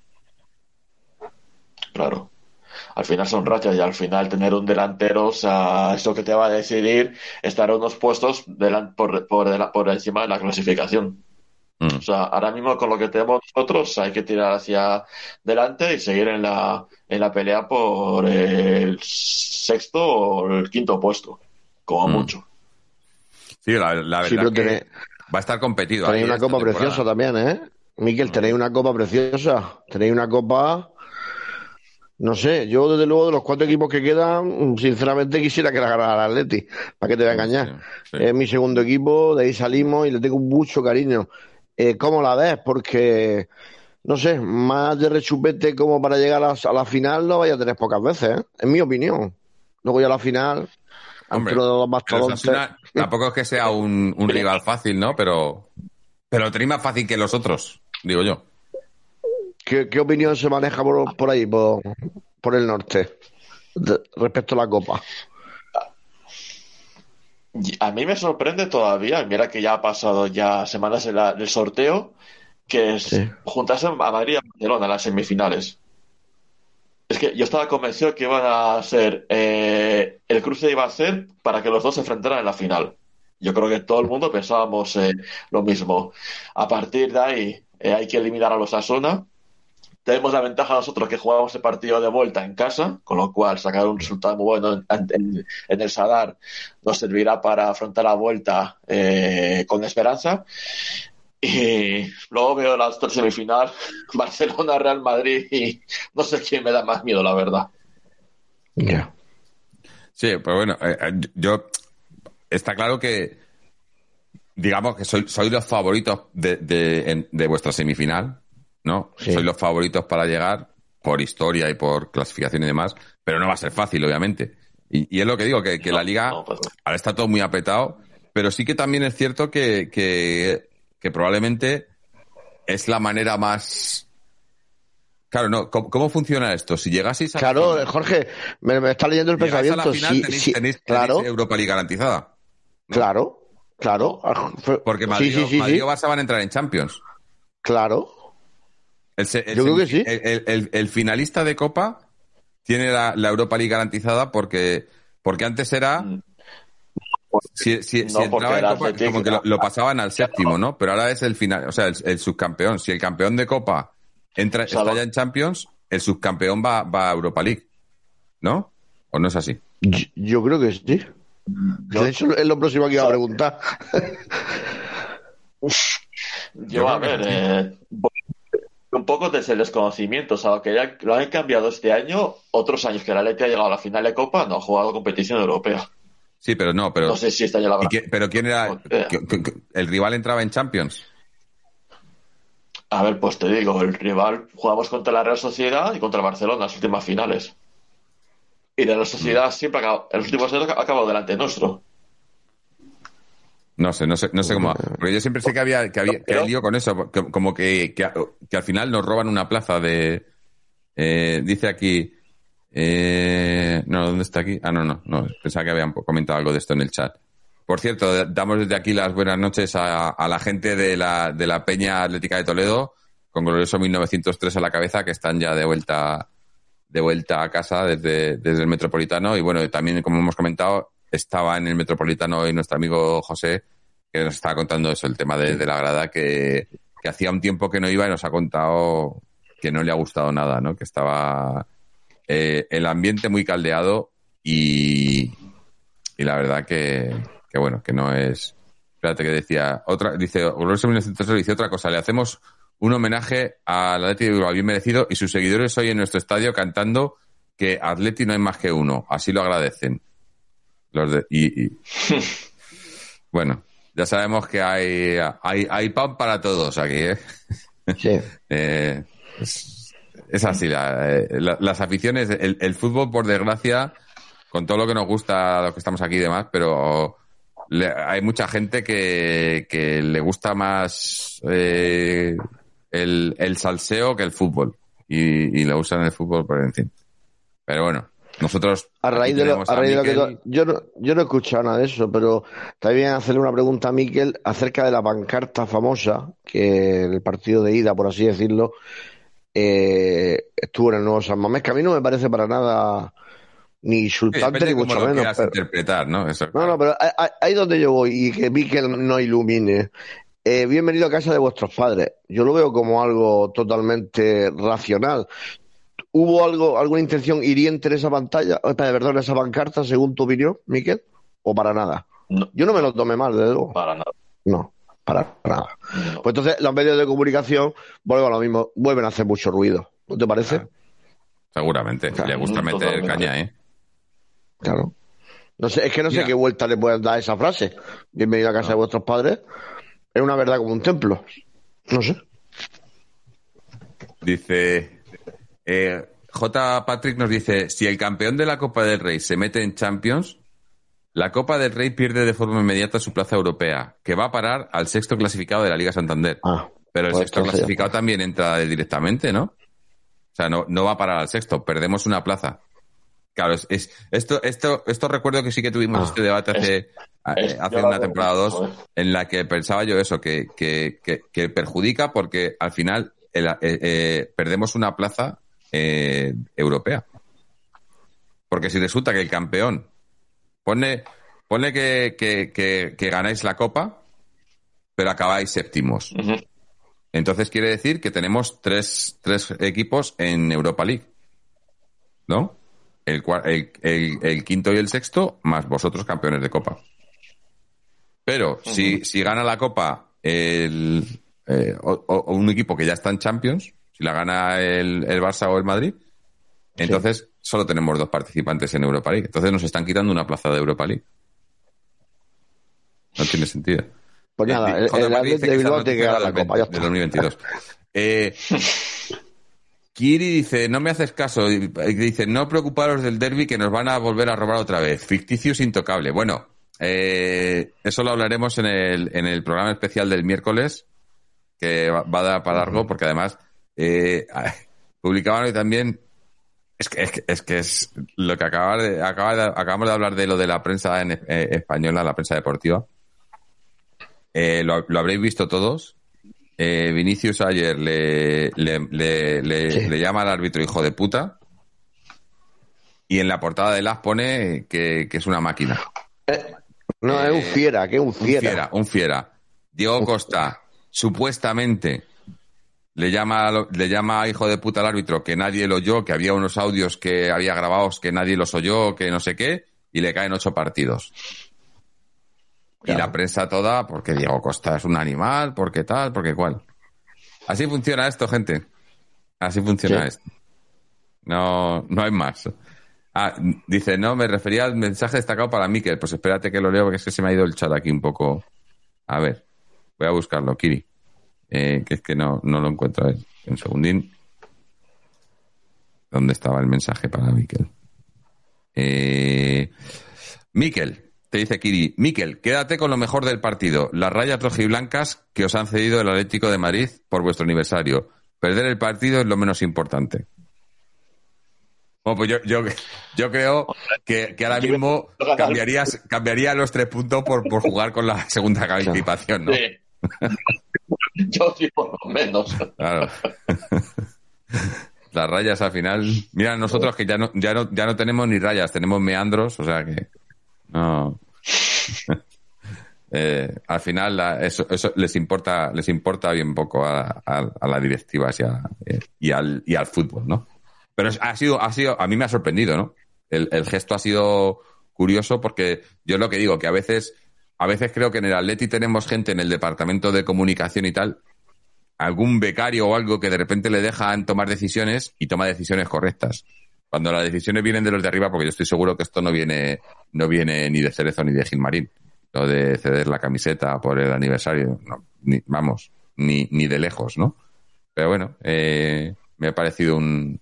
Claro. Al final son rachas y al final tener un delantero, o sea, es lo que te va a decidir estar a unos puestos por encima de la clasificación. O sea, ahora mismo con lo que tenemos nosotros hay que tirar hacia delante y seguir en la pelea por el sexto o el quinto puesto, como mucho. Sí, la verdad que va a estar competido. Tenéis una copa preciosa también, ¿eh? Miquel, tenéis una copa preciosa. Tenéis una copa... No sé, yo desde luego de los 4 equipos que quedan, sinceramente quisiera que la ganara el Atleti. ¿Para qué te voy a engañar? Sí. Es mi segundo equipo, de ahí salimos y le tengo mucho cariño. ¿Cómo la ves? Porque, no sé, más de rechupete como para llegar a la final no vaya a tener pocas veces, ¿eh? En mi opinión. Luego ya a la final... Hombre, tampoco es que sea un rival fácil, ¿no? Pero lo tenéis más fácil que los otros, digo yo. ¿Qué opinión se maneja por ahí, por el norte, respecto a la Copa? A mí me sorprende todavía, mira que ya ha pasado ya semanas del sorteo, que juntarse a Madrid y a Barcelona en las semifinales. Es que yo estaba convencido que iban a ser el cruce iba a ser para que los dos se enfrentaran en la final. Yo creo que todo el mundo pensábamos lo mismo. A partir de ahí hay que eliminar a los Osasuna tenemos la ventaja nosotros que jugamos el partido de vuelta en casa, con lo cual sacar un resultado muy bueno en el Sadar nos servirá para afrontar la vuelta con esperanza. Y luego veo la otra semifinal, Barcelona-Real Madrid, y no sé quién me da más miedo, la verdad. Ya. Sí, pues bueno, yo está claro que digamos que soy los favoritos de vuestra semifinal, ¿no? Sí. Soy los favoritos para llegar por historia y por clasificación y demás, pero no va a ser fácil, obviamente. Y es lo que digo, que la Liga ahora está todo muy apretado, pero sí que también es cierto que probablemente es la manera más... Claro, no. ¿Cómo funciona esto? Si llegaseis a Claro, la final, Jorge, me está leyendo el llegáis a pensamiento. la final, Sí, tenéis claro, Europa League garantizada, ¿no? claro. Porque Madrid, Sí. Madrid o Barça van a entrar en Champions. Claro. Yo creo que sí. El finalista de Copa tiene la Europa League garantizada porque antes era... Si entraba en Copa, como que lo pasaban al séptimo, ¿no? Pero ahora es el final, o sea, el subcampeón. Si el campeón de Copa está ya en Champions, el subcampeón va a Europa League, ¿no? ¿O no es así? Yo creo que sí. De hecho, es lo próximo que iba a preguntar. Yo, a ver, un poco desde el desconocimiento, o sea, que ya lo han cambiado este año, otros años que el Atleti ha llegado a la final de Copa, no ha jugado competición europea. Sí, pero no sé si esta ya la habrá. ¿Pero quién era? ¿El rival entraba en Champions? A ver, pues te digo, el rival jugamos contra la Real Sociedad y contra el Barcelona en las últimas finales. Y de la Sociedad siempre en los últimos años ha acabado delante nuestro. No sé cómo. Porque yo siempre sé que hay lío con eso, como que al final nos roban una plaza de. Dice aquí. No, ¿dónde está aquí? No. Pensaba que habían comentado algo de esto en el chat. Por cierto, damos desde aquí las buenas noches a la gente de la Peña Atlética de Toledo, con glorioso 1903 a la cabeza, que están ya de vuelta a casa desde el Metropolitano. Y bueno, también, como hemos comentado, estaba en el Metropolitano hoy nuestro amigo José, que nos estaba contando eso, el tema de la grada, que hacía un tiempo que no iba y nos ha contado que no le ha gustado nada, ¿no? Que estaba el ambiente muy caldeado y la verdad que bueno, que no es... Espérate, que dice Glorioso 1903 dice otra cosa, le hacemos un homenaje al Atleti de Bilbao bien merecido y sus seguidores hoy en nuestro estadio cantando que Atleti no hay más que uno. Así lo agradecen. Bueno, ya sabemos que hay pan para todos aquí, ¿eh? Sí. Es así. Las aficiones, el fútbol, por desgracia, con todo lo que nos gusta a los que estamos aquí y demás, pero hay mucha gente que le gusta más el salseo que el fútbol y le usan el fútbol por encima. Pero bueno, nosotros a raíz de lo que yo no he escuchado nada de eso, pero también hacerle una pregunta a Miquel acerca de la pancarta famosa que el partido de ida, por así decirlo, estuvo en el nuevo San Mamés, que a mí no me parece para nada ni insultante ni mucho menos. Quieras interpretar, ¿no? Eso, claro. No, pero ahí donde yo voy y que Miquel no ilumine. Bienvenido a casa de vuestros padres. Yo lo veo como algo totalmente racional. ¿Hubo alguna intención hiriente en esa en esa pancarta, según tu opinión, Miquel? ¿O para nada? No. Yo no me lo tomé mal, desde luego. Para nada. No, para nada. No. Pues entonces los medios de comunicación vuelven a lo mismo, vuelven a hacer mucho ruido. ¿No te parece? Claro. Seguramente. Claro. Le gusta meter Totalmente. caña, ¿eh? Claro. No sé, es que no sé qué vuelta le pueden dar a esa frase. Bienvenido a casa de vuestros padres. Es una verdad como un templo. No sé. Dice... J. Patrick nos dice, si el campeón de la Copa del Rey se mete en Champions, la Copa del Rey pierde de forma inmediata su plaza europea, que va a parar al sexto clasificado de la Liga Santander. Pero el pues sexto clasificado también entra directamente, ¿no? O sea, no va a parar al sexto, perdemos una plaza. Claro, esto recuerdo que sí que tuvimos este debate hace una temporada o dos, en la que pensaba yo eso, que perjudica porque al final perdemos una plaza europea. Porque si resulta que el campeón ponle que ganáis la Copa, pero acabáis séptimos. Uh-huh. Entonces quiere decir que tenemos tres equipos en Europa League, ¿no? El quinto y el sexto, más vosotros campeones de Copa. Pero si gana la Copa o un equipo que ya está en Champions, si la gana el Barça o el Madrid, entonces solo tenemos 2 participantes en Europa League. Entonces nos están quitando una plaza de Europa League. No tiene sentido. Pues nada, el Athletic de Bilbao tiene que ganar la Copa, ya está. De 2022. Kiri dice, no me haces caso. Dice, no preocuparos del derbi que nos van a volver a robar otra vez. Ficticius intocable. Bueno, eso lo hablaremos en el programa especial del miércoles, que va a dar para largo, porque además publicaban hoy también. Es que es lo que acabamos de hablar de lo de la prensa española, la prensa deportiva. Lo habréis visto todos. Vinicius ayer le llama al árbitro hijo de puta, y en la portada de las pone que es una máquina. No, es un fiera, que es un fiera. Un fiera. Diego Costa supuestamente le llama hijo de puta al árbitro, que nadie lo oyó, que había unos audios que había grabados que nadie los oyó, que no sé qué, y le caen 8 partidos. Claro. Y la prensa toda, porque Diego Costa es un animal, porque tal, porque cual. Así funciona esto, gente. Así funciona esto. No hay más. Dice, no, me refería al mensaje destacado para Mikel. Pues espérate que lo leo, porque es que se me ha ido el chat aquí un poco. A ver, voy a buscarlo, Kiri. Que es que no lo encuentro. A ver, un segundín. ¿Dónde estaba el mensaje para Mikel? Mikel. Te dice Kiri, Mikel, quédate con lo mejor del partido, las rayas rojiblancas que os han cedido el Atlético de Madrid por vuestro aniversario. Perder el partido es lo menos importante. Bueno, pues yo creo que ahora mismo cambiaría los 3 puntos por jugar con la segunda calificación, ¿no? Sí. Yo sí, por lo menos. Claro. Las rayas al final... Mira, nosotros que ya no tenemos ni rayas, tenemos meandros, o sea que... No. Al final eso les importa bien poco a las directivas y al fútbol, ¿no? Pero ha sido a mí me ha sorprendido, ¿no? El gesto ha sido curioso, porque yo lo que digo, que a veces creo que en el Atleti tenemos gente en el departamento de comunicación y tal, algún becario o algo que de repente le dejan tomar decisiones y toma decisiones correctas. Cuando las decisiones vienen de los de arriba, porque yo estoy seguro que esto no viene ni de Cerezo ni de Gilmarín, lo de ceder la camiseta por el aniversario, no, ni de lejos, ¿no? Pero bueno, me ha parecido un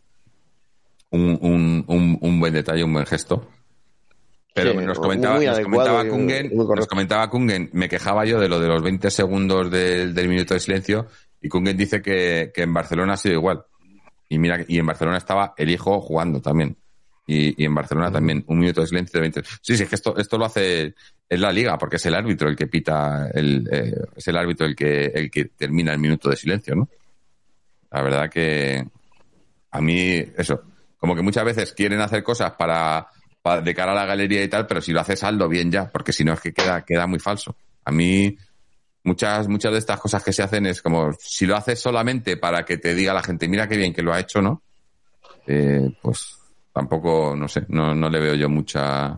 buen detalle, un buen gesto. Pero nos comentaba Kungen, me quejaba yo de lo de los 20 segundos del minuto de silencio, y Kungen dice que en Barcelona ha sido igual. Y mira, y en Barcelona estaba el hijo jugando también. Y en Barcelona también, un minuto de silencio de 20. Sí, es que esto lo hace en la liga, porque es el árbitro el que pita, es el árbitro el que termina el minuto de silencio, ¿no? La verdad que a mí, eso, como que muchas veces quieren hacer cosas para de cara a la galería y tal, pero si lo haces, hazlo bien ya, porque si no es que queda muy falso. A mí, muchas de estas cosas que se hacen es como, si lo haces solamente para que te diga la gente, mira qué bien que lo ha hecho, ¿no? Pues tampoco, no sé, no le veo yo mucha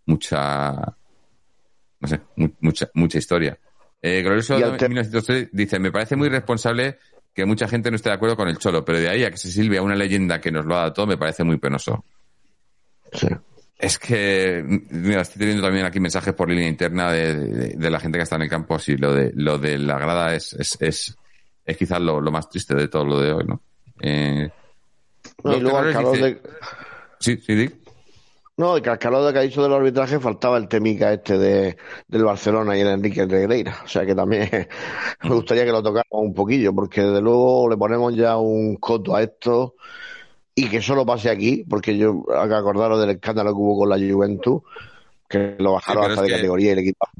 historia. Glorioso 1903 dice, me parece muy responsable que mucha gente no esté de acuerdo con el Cholo, pero de ahí a que se silbe a una leyenda que nos lo ha dado todo, me parece muy penoso. Sí. Es que, mira, estoy teniendo también aquí mensajes por línea interna de la gente que está en el campo, así, lo de la grada es quizás lo más triste de todo lo de hoy, ¿no? Y luego al calor de... Sí, Dick. No, y que al calor de que ha dicho del arbitraje faltaba el temica del Barcelona y el Enrique Negreira. O sea que también me gustaría que lo tocáramos un poquillo, porque desde luego le ponemos ya un coto a esto. Y que solo pase aquí, porque yo acordaros del escándalo que hubo con la Juventus, que lo bajaron hasta de categoría y el equipo.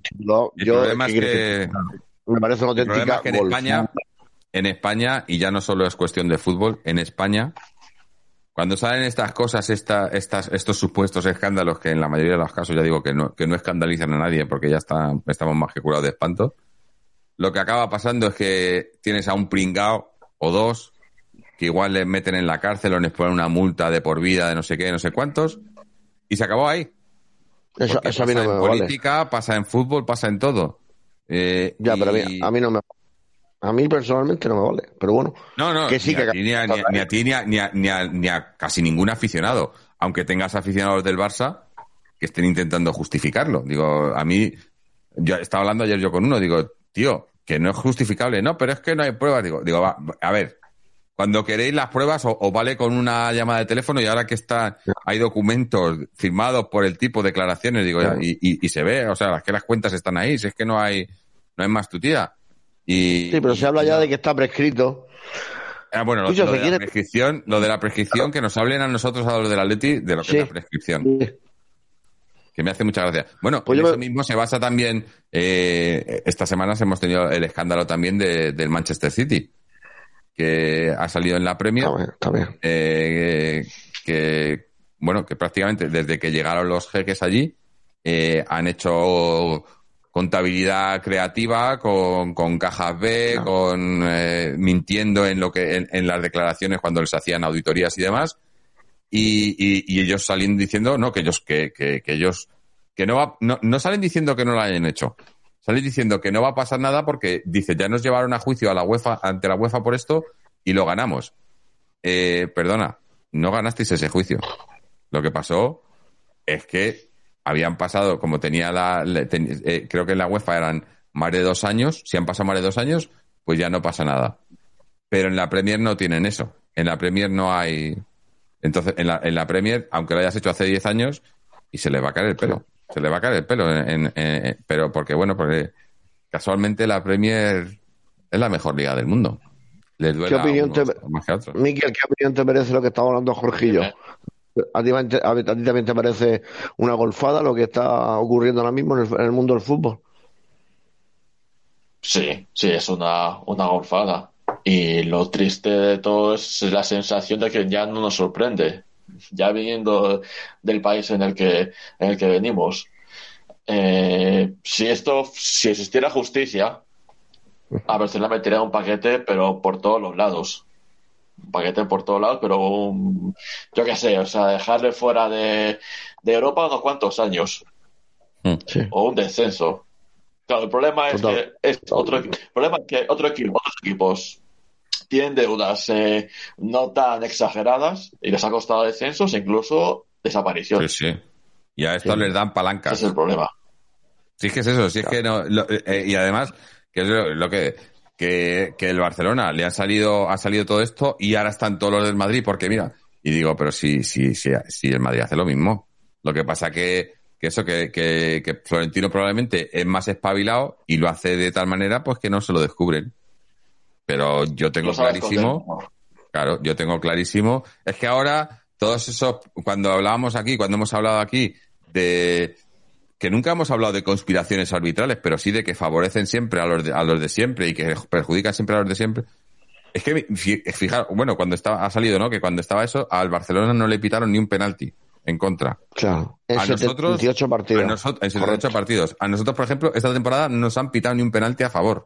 Me parece una auténtica que en España, y ya no solo es cuestión de fútbol, en España, cuando salen estas cosas, estos supuestos escándalos, que en la mayoría de los casos ya digo que no escandalizan a nadie, porque ya estamos más que curados de espanto, lo que acaba pasando es que tienes a un pringao o dos que igual les meten en la cárcel o les ponen una multa de por vida de no sé qué, no sé cuántos, y se acabó ahí. Eso a mí no me en vale. política, pasa en fútbol, pasa en todo. Ya, pero a mí no me... A mí personalmente no me vale, pero bueno. No, que sí, ni a ti, ni a casi ningún aficionado. Aunque tengas aficionados del Barça que estén intentando justificarlo. Digo, a mí, yo estaba hablando ayer yo con uno, digo, tío, que no es justificable. No, pero es que no hay pruebas. Digo, a ver, cuando queréis las pruebas, os vale con una llamada de teléfono y ahora que hay documentos firmados por el tipo, declaraciones, digo, ya, y se ve, o sea, es que las cuentas están ahí, si es que no hay más tutía. Sí, pero se habla ya de que está prescrito. Bueno, lo de la prescripción, que nos hablen a nosotros, a los del Atleti, de lo que es la prescripción. Sí. Que me hace mucha gracia. Bueno, pues eso mismo se basa también, estas semanas hemos tenido el escándalo también del Manchester City, que ha salido en la Premier. Está bien. Que prácticamente desde que llegaron los jeques allí, han hecho contabilidad creativa con cajas B, con mintiendo en las declaraciones cuando les hacían auditorías y demás, y ellos salen diciendo que ellos no salen diciendo que no lo hayan hecho, salen diciendo que no va a pasar nada porque dice, ya nos llevaron a juicio ante la UEFA por esto y lo ganamos. Perdona, no ganasteis ese juicio. Lo que pasó es que habían pasado, como tenía creo que en la UEFA eran más de 2 años, si han pasado más de 2 años, pues ya no pasa nada. Pero en la Premier no tienen eso. En la Premier no hay... Entonces, en la Premier, aunque lo hayas hecho hace 10 años, y se le va a caer el pelo. Se le va a caer el pelo. Pero porque casualmente la Premier es la mejor liga del mundo. Les duele más que a otros. Miquel, ¿qué opinión te merece lo que estaba hablando Jorgillo? ¿A ti también te parece una golfada lo que está ocurriendo ahora mismo en el mundo del fútbol? Sí, es una golfada. Y lo triste de todo es la sensación de que ya no nos sorprende. Ya viniendo del país en el que venimos. Si existiera justicia, a ver si la metería un paquete, pero por todos los lados. Un paquete por todos lados, pero yo qué sé, o sea, dejarle fuera de Europa unos cuantos años. Sí. O un descenso. Claro, el problema es que otros equipos tienen deudas no tan exageradas y les ha costado descensos e incluso desaparición. Sí. Y a esto les dan palancas. Ese es el problema. Sí, es que es eso, sí, es que no. Y además, que es lo que el Barcelona ha salido todo esto y ahora están todos los del Madrid, porque mira, y digo, pero si el Madrid hace lo mismo. Lo que pasa que Florentino probablemente es más espabilado y lo hace de tal manera pues que no se lo descubren. Pero yo tengo clarísimo, es que ahora todos esos, cuando hemos hablado aquí de que nunca hemos hablado de conspiraciones arbitrales, pero sí de que favorecen siempre a los de siempre y que perjudican siempre a los de siempre. Es que, fijaros, cuando ha salido, ¿no? Que cuando estaba eso, al Barcelona no le pitaron ni un penalti en contra. Claro. En 78 partidos. En 78 partidos. A nosotros, por ejemplo, esta temporada no nos han pitado ni un penalti a favor.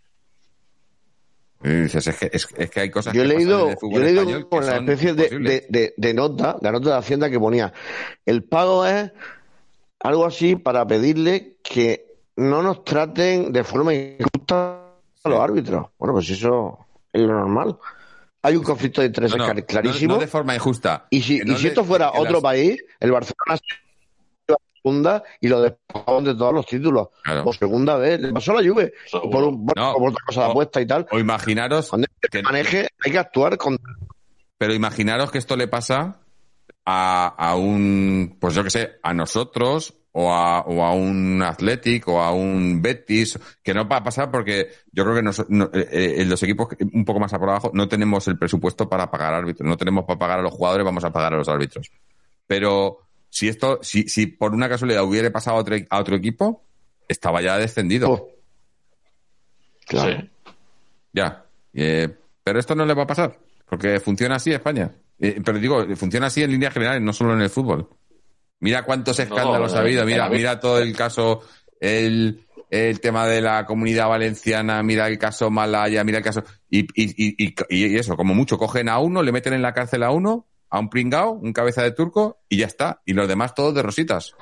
Y dices, es que hay cosas yo he leído español con la especie de nota, la nota de Hacienda que ponía, el pago es algo así para pedirle que no nos traten de forma injusta a los árbitros. Bueno, pues eso es lo normal. Hay un conflicto de intereses clarísimo. No de forma injusta. Y si esto fuera otro país, el Barcelona se segunda y lo despojaban de todos los títulos. Claro. Por segunda vez. Le pasó a la Juve. Por otra cosa de apuesta y tal. O imaginaros cuando que maneje, hay que actuar con... Pero imaginaros que esto le pasa a un, pues yo que sé, a nosotros o a un Athletic o a un Betis, que no va a pasar porque yo creo que los equipos un poco más por abajo no tenemos el presupuesto para pagar árbitros, no tenemos para pagar a los jugadores, vamos a pagar a los árbitros. Pero si por una casualidad hubiera pasado a otro equipo, estaba ya descendido. Claro. Sí. Ya. Pero esto no le va a pasar, porque funciona así España. Pero digo, funciona así en líneas generales, no solo en el fútbol. Mira cuántos escándalos ha habido, mira todo el caso el tema de la Comunidad Valenciana, mira el caso Malaya, mira el caso... Y eso, como mucho, cogen a uno, le meten en la cárcel a uno, a un pringao, un cabeza de turco, y ya está. Y los demás todos de rositas.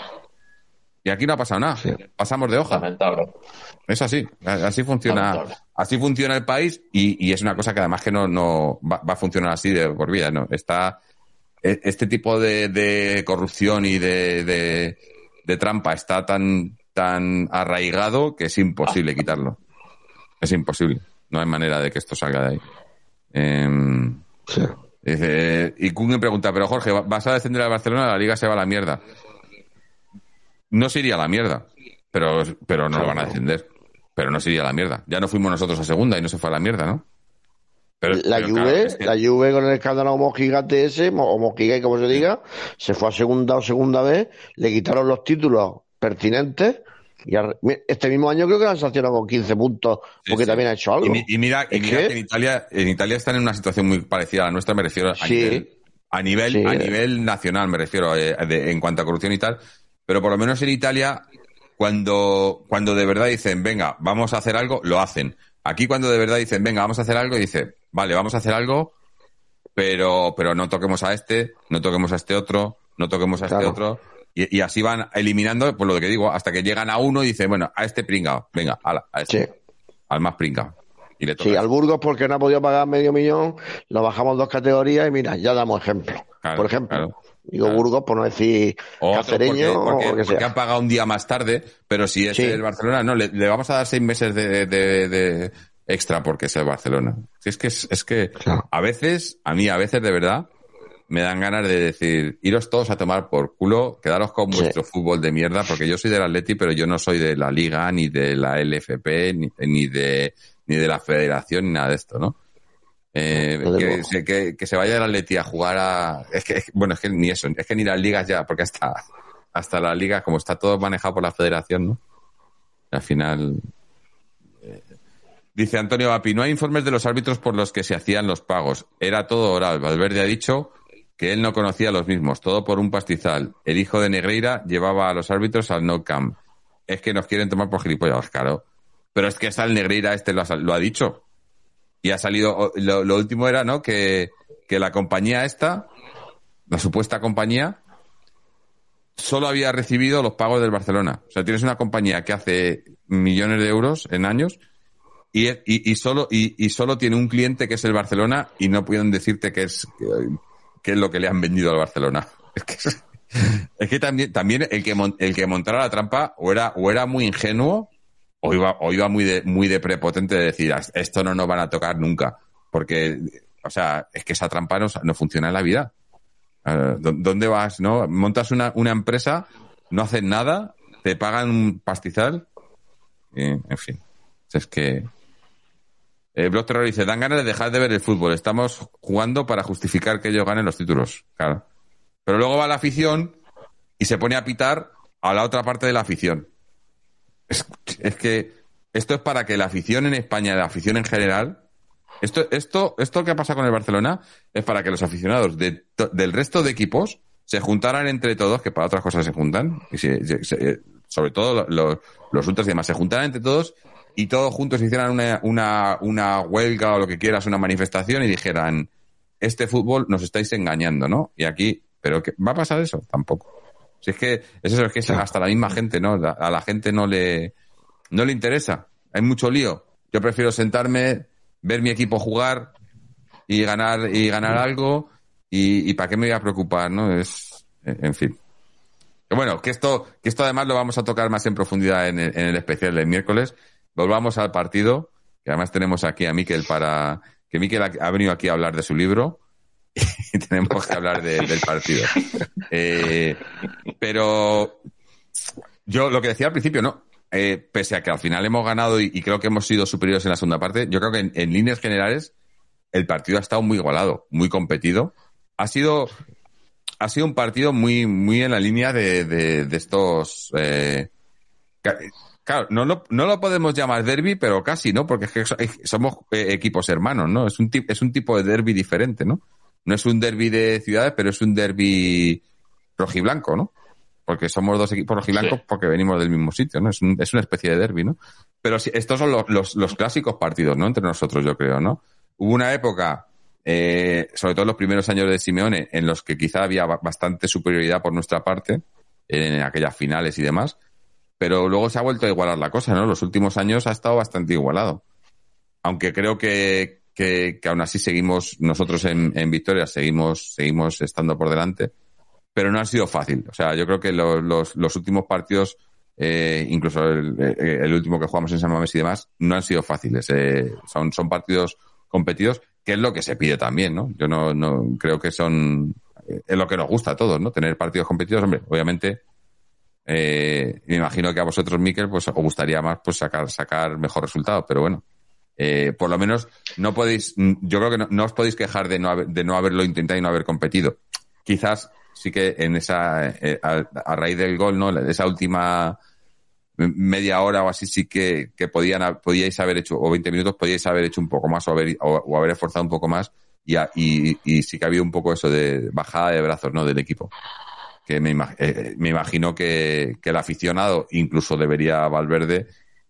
Y aquí no ha pasado nada. Sí. Pasamos de hoja. Lamentable. Es así. Así funciona. Lamentable. Así funciona el país y es una cosa que además que no va a funcionar así de por vida, ¿no? Este tipo de corrupción y de trampa está tan arraigado que es imposible quitarlo. Es imposible. No hay manera de que esto salga de ahí. Sí. Y Kun me pregunta, pero Jorge, ¿vas a descender al Barcelona? La liga se va a la mierda. No se iría a la mierda, pero no lo van a descender. Pero no se iría a la mierda. Ya no fuimos nosotros a segunda y no se fue a la mierda, ¿no? La Juve con el escándalo Mojigate ese, o Mojigai, como se diga, se fue a segunda vez, le quitaron los títulos pertinentes y este mismo año creo que la han sancionado con 15 puntos porque también ha hecho algo. Y mira que en Italia están en una situación muy parecida a la nuestra, me refiero a nivel nacional, me refiero en cuanto a corrupción y tal, pero por lo menos en Italia cuando de verdad dicen, venga, vamos a hacer algo, lo hacen. Aquí cuando de verdad dicen, venga, vamos a hacer algo, dice, vale, vamos a hacer algo, pero no toquemos a este, no toquemos a este otro, no toquemos a este otro. Y así van eliminando, por lo que digo, hasta que llegan a uno y dicen, bueno, a este pringao, venga, a este, al más pringao. Y le toca al Burgos, porque no ha podido pagar $500,000, lo bajamos 2 categorías y mira, ya damos ejemplo. Claro, por ejemplo. Digo Burgos, por no decir Cacereño porque han pagado un día más tarde, pero si es el Barcelona, no, le vamos a dar 6 meses de extra porque es el Barcelona. Es que claro. A veces de verdad me dan ganas de decir, iros todos a tomar por culo, quedaros con vuestro fútbol de mierda, porque yo soy del Atleti, pero yo no soy de la Liga, ni de la LFP, ni de la Federación, ni nada de esto, ¿no? Que se vaya el Atleti a jugar es que ni eso, es que ni las ligas ya, porque hasta las ligas, como está todo manejado por la Federación, ¿no? Al final... Dice Antonio Vapi, no hay informes de los árbitros por los que se hacían los pagos. Era todo oral. Valverde ha dicho que él no conocía a los mismos. Todo por un pastizal. El hijo de Negreira llevaba a los árbitros al No Camp. Es que nos quieren tomar por gilipollas, claro. Pero es que hasta el Negreira lo ha dicho. Y ha salido... Lo último era, ¿no? Que la compañía esta, la supuesta compañía, solo había recibido los pagos del Barcelona. O sea, tienes una compañía que hace millones de euros en años... Y solo tiene un cliente que es el Barcelona y no pueden decirte qué es lo que le han vendido al Barcelona. Es que también el que montara la trampa o era muy ingenuo o iba muy de prepotente de decir, esto no nos van a tocar nunca. Porque, o sea, es que esa trampa no funciona en la vida. ¿Dónde vas, no? Montas una empresa, no hacen nada, te pagan un pastizal, en fin. Es que... Block Terror dice, dan ganas de dejar de ver el fútbol. Estamos jugando para justificar que ellos ganen los títulos. Claro. Pero luego va la afición y se pone a pitar a la otra parte de la afición. Es que esto es para que la afición en España, la afición en general, esto que pasa con el Barcelona es para que los aficionados del resto de equipos se juntaran entre todos, que para otras cosas se juntan, y sobre todo los ultras y demás, se juntaran entre todos y todos juntos hicieran una huelga o lo que quieras, una manifestación y dijeran, este fútbol nos estáis engañando, ¿no? Y aquí, ¿pero qué? ¿Va a pasar eso? Tampoco. Si es que es que hasta la misma gente, ¿no? A la gente no le interesa. Hay mucho lío. Yo prefiero sentarme, ver mi equipo jugar y ganar algo y ¿para qué me voy a preocupar, no? En fin. Bueno, que esto además lo vamos a tocar más en profundidad en el especial del miércoles. Volvamos al partido, que además tenemos aquí a Miquel que Miquel ha venido aquí a hablar de su libro y tenemos que hablar del partido. Pero yo lo que decía al principio, ¿no? Pese a que al final hemos ganado y creo que hemos sido superiores en la segunda parte, yo creo que en líneas generales el partido ha estado muy igualado, muy competido. Ha sido un partido muy, muy en la línea de estos... Claro, no lo podemos llamar derbi, pero casi, ¿no? Porque es que somos equipos hermanos, ¿no? Es un tipo de derbi diferente, ¿no? No es un derbi de ciudades, pero es un derbi rojiblanco, ¿no? porque somos dos equipos rojiblancos porque venimos del mismo sitio, ¿no? Es una especie de derbi, ¿no? Pero sí, estos son los clásicos partidos, ¿no? Entre nosotros, yo creo, ¿no? Hubo una época, sobre todo en los primeros años de Simeone, en los que quizá había bastante superioridad por nuestra parte, en aquellas finales y demás, pero luego se ha vuelto a igualar la cosa, ¿no? Los últimos años ha estado bastante igualado. Aunque creo que aún así seguimos, nosotros en victorias seguimos estando por delante, pero no ha sido fácil. O sea, yo creo que los últimos partidos, incluso el último que jugamos en San Mamés y demás, no han sido fáciles. Son partidos competidos, que es lo que se pide también, ¿no? Yo no creo que es lo que nos gusta a todos, ¿no? Tener partidos competidos, hombre, obviamente. Me imagino que a vosotros, Mikel, pues os gustaría más pues sacar mejor resultado, pero bueno. Por lo menos no podéis, yo creo que no os podéis quejar de no haberlo intentado y no haber competido. Quizás sí que en a raíz del gol, ¿no? Esa última media hora o así sí que podíais haber hecho, o 20 minutos podíais haber hecho un poco más o haber esforzado un poco más y sí que ha habido un poco eso de bajada de brazos, ¿no? Del equipo. Que me imagino que el aficionado, incluso debería Valverde,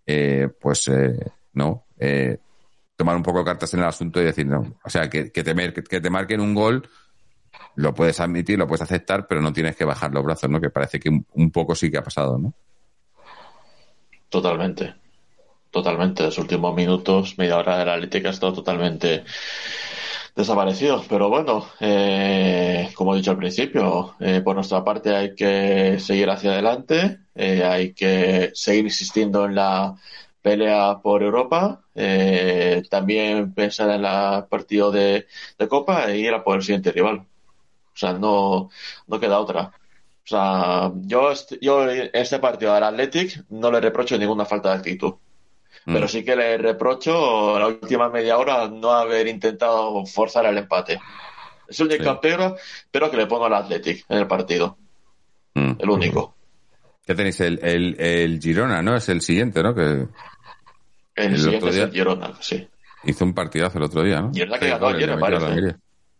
¿no? Tomar un poco de cartas en el asunto y decir, no, o sea, que te marquen un gol, lo puedes admitir, lo puedes aceptar, pero no tienes que bajar los brazos, ¿no? Que parece que un poco sí que ha pasado, ¿no? Totalmente. Los últimos minutos, media hora de la Atlético ha estado totalmente desaparecido. Pero bueno, como he dicho al principio, por nuestra parte hay que seguir hacia adelante, hay que seguir insistiendo en la pelea por Europa, también pensar en el partido de Copa e ir a por el siguiente rival. O sea, no queda otra. O sea, yo en este partido al Athletic no le reprocho ninguna falta de actitud. Pero sí que le reprocho la última media hora no haber intentado forzar el empate. Es el único pero que le pongo al Athletic en el partido. El único. ¿Qué tenéis? El Girona, ¿no? Es el siguiente, ¿no? El siguiente es el Girona, sí. Hizo un partidazo el otro día, ¿no? Girona que ganó ayer, me parece.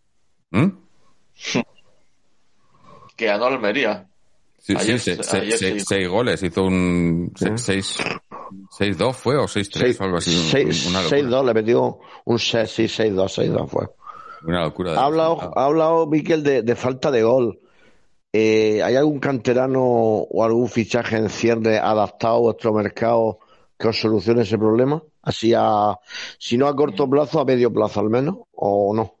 Que ganó Almería. Sí, ayer, seis goles. Hizo un 6-2 fue o 6-3 o algo así. 6-2 le metió un 6-2 fue. Una locura. Ha hablado Mikel de falta de gol. ¿Hay algún canterano o algún fichaje en cierre adaptado a vuestro mercado que os solucione ese problema? Así si no a corto plazo, a medio plazo al menos, ¿o no?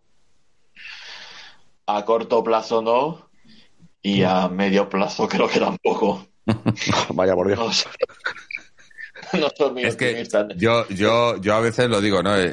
A corto plazo no, y a medio plazo creo que tampoco. Vaya por Dios. No son muy optimistas. Yo a veces lo digo, ¿no?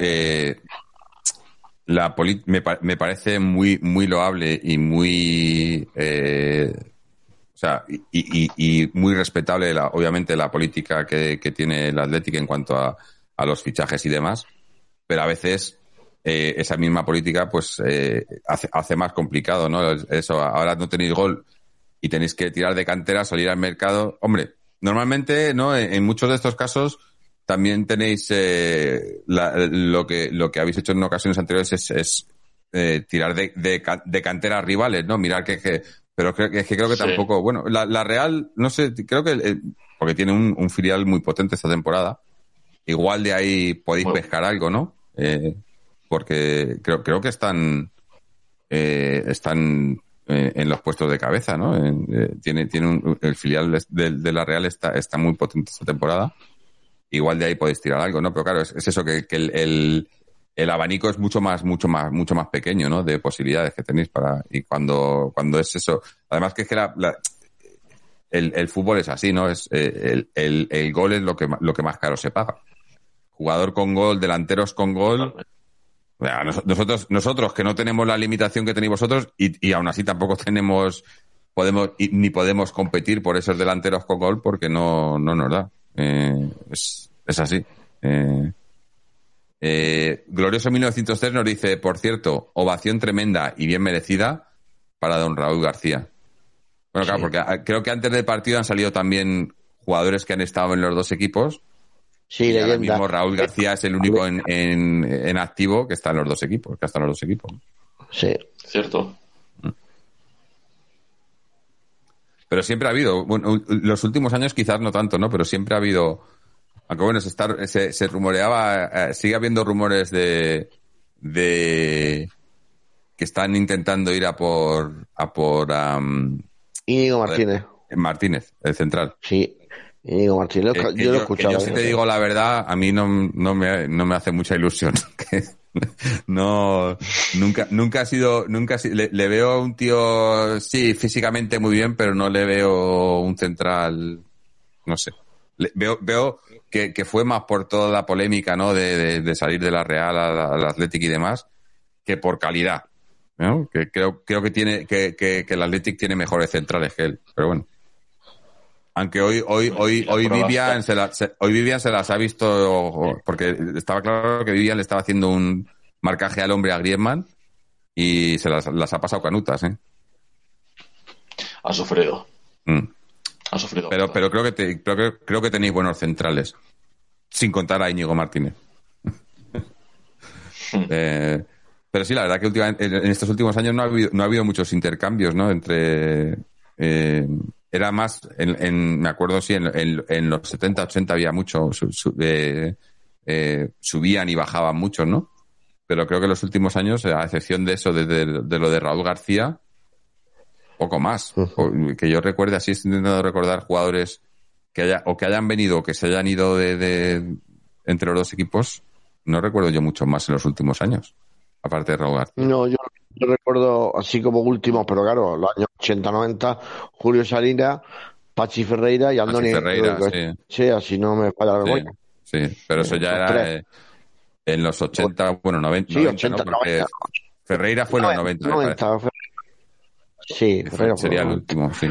Me parece muy, muy loable y muy, o sea, y muy respetable, obviamente, la política que tiene el Athletic en cuanto a los fichajes y demás, pero a veces esa misma política, pues, hace más complicado, ¿no? Eso, ahora no tenéis gol y tenéis que tirar de cantera, salir al mercado. Hombre, normalmente, ¿no? En muchos de estos casos también tenéis lo que habéis hecho en ocasiones anteriores es tirar de cantera a rivales, ¿no? Mirar pero creo que tampoco, bueno, la Real, no sé, creo que porque tiene un filial muy potente esta temporada. Igual de ahí podéis pescar algo, ¿no? Porque creo que están en los puestos de cabeza, ¿no? El filial de la Real está muy potente esta temporada. Igual de ahí podéis tirar algo, ¿no? Pero claro, es eso que el abanico es mucho más pequeño, ¿no? De posibilidades que tenéis y cuando es eso. Además que es que el fútbol es así, ¿no? Es el gol es lo que más caro se paga. Jugador con gol, delanteros con gol. Nosotros que no tenemos la limitación que tenéis vosotros y aún así tampoco podemos competir por esos delanteros con gol porque no nos da. Es así. Glorioso 1903 nos dice, por cierto, ovación tremenda y bien merecida para don Raúl García. Bueno, claro, porque creo que antes del partido han salido también jugadores que han estado en los dos equipos. Sí, y ahora mismo Raúl García es el único en activo que está en los dos equipos, Sí. Cierto. Pero siempre ha habido, bueno, los últimos años quizás no tanto, ¿no? Pero siempre ha habido, aunque bueno, se rumoreaba, sigue habiendo rumores de que están intentando ir a por Íñigo Martínez. Martínez, el central. Sí, Íñigo Martínez. Yo lo he escuchado. Que yo, si te digo la verdad, a mí no me hace mucha ilusión. No, nunca ha sido, le veo a un tío, sí, físicamente muy bien, pero no le veo un central, no sé. Veo que fue más por toda la polémica, ¿no? De salir de la Real al Athletic y demás, que por calidad, ¿no? Que creo que tiene, que el Athletic tiene mejores centrales que él, pero bueno. Aunque hoy Vivian se las ha visto, porque estaba claro que Vivian le estaba haciendo un marcaje al hombre a Griezmann y se las ha pasado canutas, ¿eh? Ha sufrido. Ha sufrido. Pero creo que tenéis buenos centrales, sin contar a Íñigo Martínez. Pero sí, la verdad que últimamente, en estos últimos años no ha habido muchos intercambios, ¿no? Entre era más, me acuerdo, sí, en los 70, 80 había mucho, subían y bajaban mucho, ¿no? Pero creo que en los últimos años, a excepción de eso, de lo de Raúl García, poco más. Que yo recuerde, así estoy intentando recordar jugadores que hayan venido o que se hayan ido entre los dos equipos, no recuerdo yo mucho más en los últimos años, aparte de Raúl García. No, yo recuerdo así como últimos, pero claro, los años 80-90, Julio Salinas, Pachi Ferreira y Andoni Ferreira, sí, así no me falla la memoria. Sí, pero eso ya era en los 80, bueno, 90. Sí, 80, ¿no? Porque 90. Ferreira fue en los 90. 90 sí, Ferreira sería el último, sí.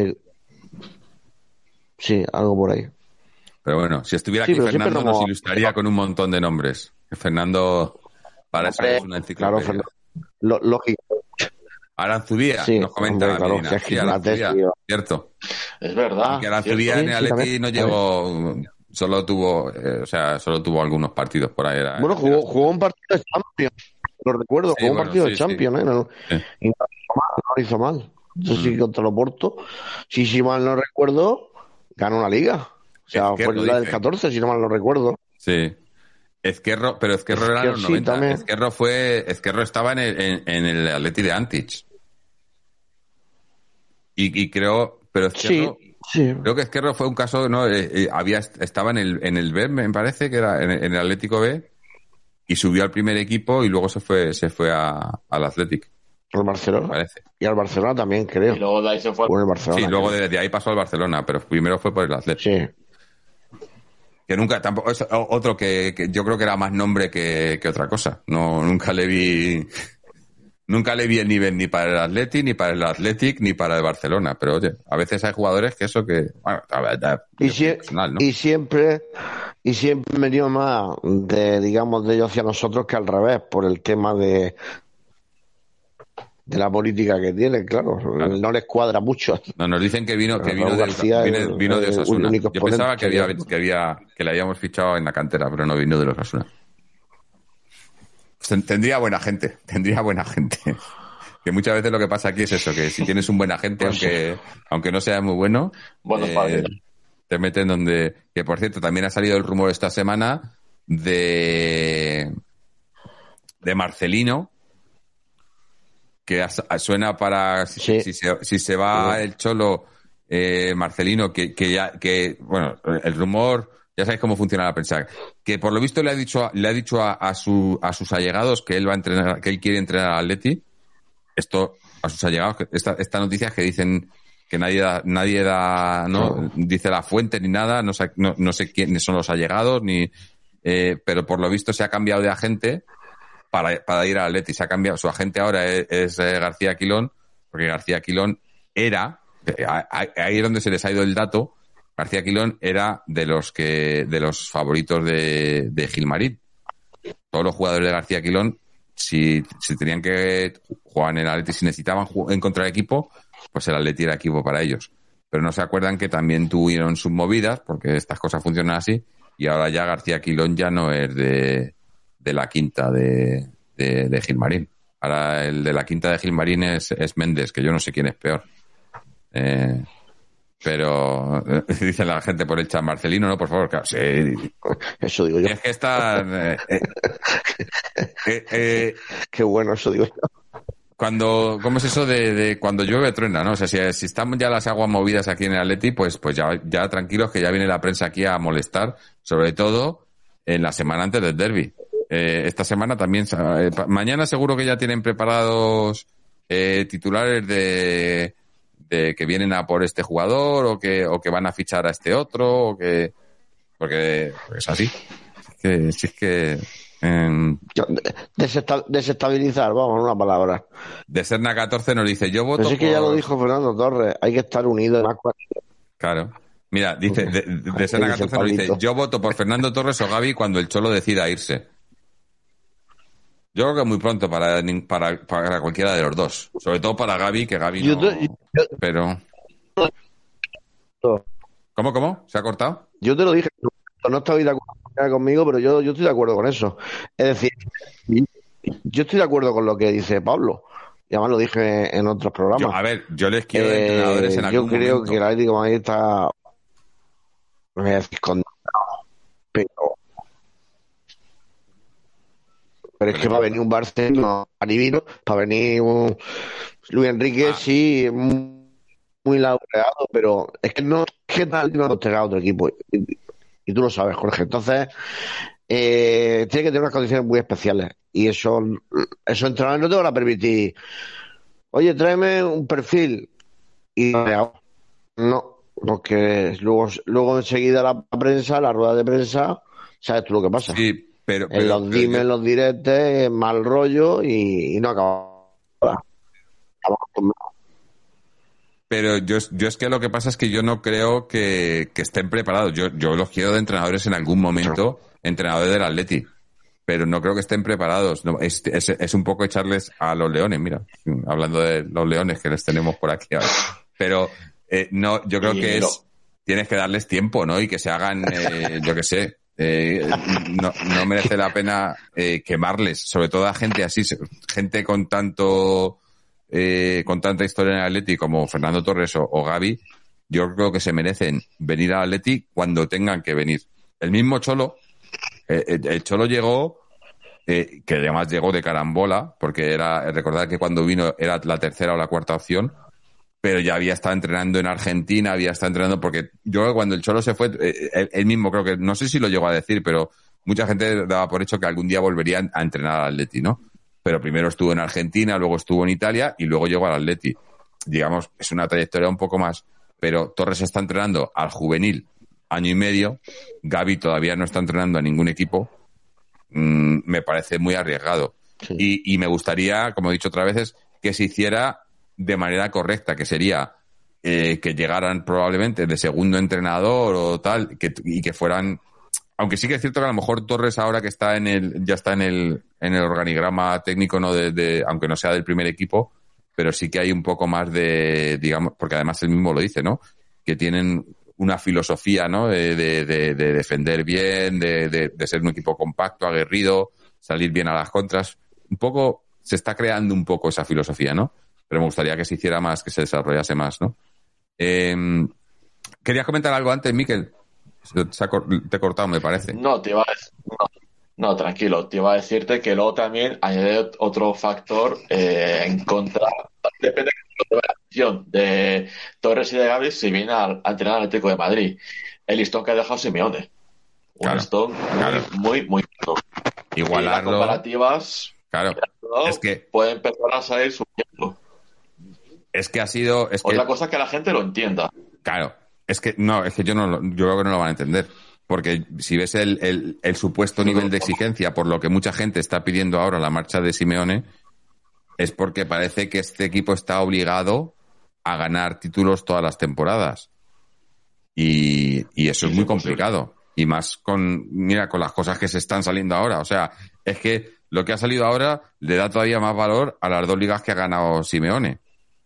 Sí, algo por ahí. Pero bueno, si estuviera aquí Fernando nos ilustraría con un montón de nombres. Fernando, para eso es una enciclopedia. Claro, lógico. Aranzubía, nos comenta la Medina. Sí, Aranzubía, cierto. Es verdad. Y que Aranzubía en el Atleti no llegó, solo tuvo algunos partidos por ahí. Bueno, jugó un partido de Champions, lo recuerdo, jugó un partido de Champions, y no lo hizo mal. Eso sí, contra el Oporto, si mal no recuerdo, ganó una liga. O sea, fue la del 14, si no mal no recuerdo. Sí. Ezquerro era en los 90. Ezquerro estaba en el Atleti de Antich. Y creo, pero Ezquerro, creo que Ezquerro fue un caso, ¿no? Estaba en el B, me parece que era en el Atlético B, y subió al primer equipo y luego se fue al Athletic. Al Barcelona. Parece. Y al Barcelona también, creo. Y luego de ahí se fue al Barcelona. Sí, luego de ahí pasó al Barcelona, pero primero fue por el Athletic. Sí. Que nunca, tampoco, es otro que yo creo que era más nombre que otra cosa. No, nunca le vi el nivel ni para el Athletic, ni para el Athletic, ni para el Barcelona. Pero oye, a veces hay jugadores que bueno, personal, ¿no? y siempre me dio más de ellos hacia nosotros que al revés, por el tema de la política que tienen, claro. No les cuadra mucho. No, nos dicen que vino de Osasuna. Yo pensaba que le habíamos fichado en la cantera, pero no vino de los Osasuna. Tendría buena gente. Que muchas veces lo que pasa aquí es eso, que si tienes un buen agente, aunque no sea muy bueno, te meten donde... Que por cierto, también ha salido el rumor esta semana de Marcelino, que suena para si se va el Cholo, Marcelino, bueno, el rumor, ya sabéis cómo funciona la prensa, que por lo visto le ha dicho a sus allegados que él va a entrenar, que él quiere entrenar al Atleti. Esto a sus allegados, esta noticia es que dicen que nadie da, ¿no? Dice la fuente ni nada, no sé quiénes son los allegados pero por lo visto se ha cambiado de agente para ir al Atleti. Se ha cambiado, su agente ahora es García Quilón, porque García Quilón era, ahí es donde se les ha ido el dato, García Quilón era de los favoritos de Gilmarín. Todos los jugadores de García Quilón, si tenían que jugar en el Atleti, si necesitaban encontrar equipo, pues el Atleti era equipo para ellos. Pero no se acuerdan que también tuvieron sus movidas, porque estas cosas funcionan así, y ahora ya García Quilón ya no es de la quinta de Gilmarín. Ahora el de la quinta de Gilmarín es Méndez, que yo no sé quién es peor. Pero dice la gente por el chat, Marcelino, no, por favor, claro, sí. Eso digo yo. Es que están... Qué bueno, eso digo yo. ¿Cómo es eso de cuando llueve truena, no? O sea, si están ya las aguas movidas aquí en el Atleti, pues ya tranquilos que ya viene la prensa aquí a molestar, sobre todo en la semana antes del derbi. Esta semana también, mañana seguro que ya tienen preparados titulares de que vienen a por este jugador o que van a fichar a este otro porque es así. Si es que Desestabilizar, vamos, una palabra. de Serna 14 nos dice, yo voto Pero es que ya lo dijo Fernando Torres, hay que estar unidos. Claro. Mira, dice, de Serna 14 nos dice, yo voto por Fernando Torres o Gavi cuando el Cholo decida irse. Yo creo que es muy pronto para cualquiera de los dos. Sobre todo para Gavi, que Gavi no... Pero... ¿Cómo? ¿Se ha cortado? Yo te lo dije, no estabais de acuerdo conmigo, pero yo estoy de acuerdo con eso. Es decir, yo estoy de acuerdo con lo que dice Pablo. Y además lo dije en otros programas. Yo les quiero de entrenadores en algún momento. Yo creo que el Atlético de Madrid está... No voy a decir pero es que va a venir un Barcelona adivino, para venir un Luis Enrique, sí, muy laureado, pero es que no, que tal no ha entregado a otro equipo. Y tú lo sabes, Jorge. Entonces, tiene que tener unas condiciones muy especiales. Y eso entrenadores no te van a permitir. Oye, tráeme un perfil. Y no, porque luego enseguida la prensa, la rueda de prensa, sabes tú lo que pasa. Sí. Pero en los directos, mal rollo y no acaba. Pero yo es que lo que pasa es que yo no creo que estén preparados. Yo los quiero de entrenadores en algún momento, entrenadores del Atleti, pero no creo que estén preparados. No, es un poco echarles a los leones, mira, hablando de los leones que les tenemos por aquí ahora. Pero no, yo creo que tienes que darles tiempo, ¿no? Y que se hagan, yo qué sé. No merece la pena quemarles, sobre todo a gente así, gente con tanta historia en el Atleti como Fernando Torres o Gavi. Yo creo que se merecen venir al Atleti cuando tengan que venir. El mismo Cholo, el Cholo llegó, que además llegó de carambola, porque recordad que cuando vino era la tercera o la cuarta opción, pero ya había estado entrenando en Argentina, porque yo creo que cuando el Cholo se fue, él mismo creo que, no sé si lo llegó a decir, pero mucha gente daba por hecho que algún día volvería a entrenar al Atleti, ¿no? Pero primero estuvo en Argentina, luego estuvo en Italia y luego llegó al Atleti. Digamos, es una trayectoria un poco más, pero Torres está entrenando al juvenil año y medio, Gavi todavía no está entrenando a ningún equipo, me parece muy arriesgado. Sí. Y me gustaría, como he dicho otras veces, que se hiciera de manera correcta, que sería que llegaran probablemente de segundo entrenador o tal, y que fueran, aunque sí que es cierto que a lo mejor Torres ahora que está ya está en el organigrama técnico, no aunque no sea del primer equipo, pero sí que hay un poco más de, digamos, porque además él mismo lo dice, ¿no? Que tienen una filosofía, ¿no? De defender bien, de ser un equipo compacto, aguerrido, salir bien a las contras. Un poco, se está creando un poco esa filosofía, ¿no? Pero me gustaría que se hiciera más, que se desarrollase más, ¿no? ¿Querías comentar algo antes, Miquel? Te he cortado, me parece. No, te iba a decir, no, tranquilo, te iba a decirte que luego también añade otro factor en contra. Depende de la decisión de Torres y de Gavi si viene a entrenar al Atlético de Madrid. El listón que ha dejado Simeone. Un listón muy alto. Igualarlo. Y las comparativas, claro, es que puede empezar a salir subiendo. Es que ha sido... Otra cosa es que la gente lo entienda. Claro, es que yo creo que no lo van a entender. Porque si ves el supuesto nivel de exigencia por lo que mucha gente está pidiendo ahora la marcha de Simeone, es porque parece que este equipo está obligado a ganar títulos todas las temporadas. Y eso es muy complicado. Y más con las cosas que se están saliendo ahora. O sea, es que lo que ha salido ahora le da todavía más valor a las 2 ligas que ha ganado Simeone.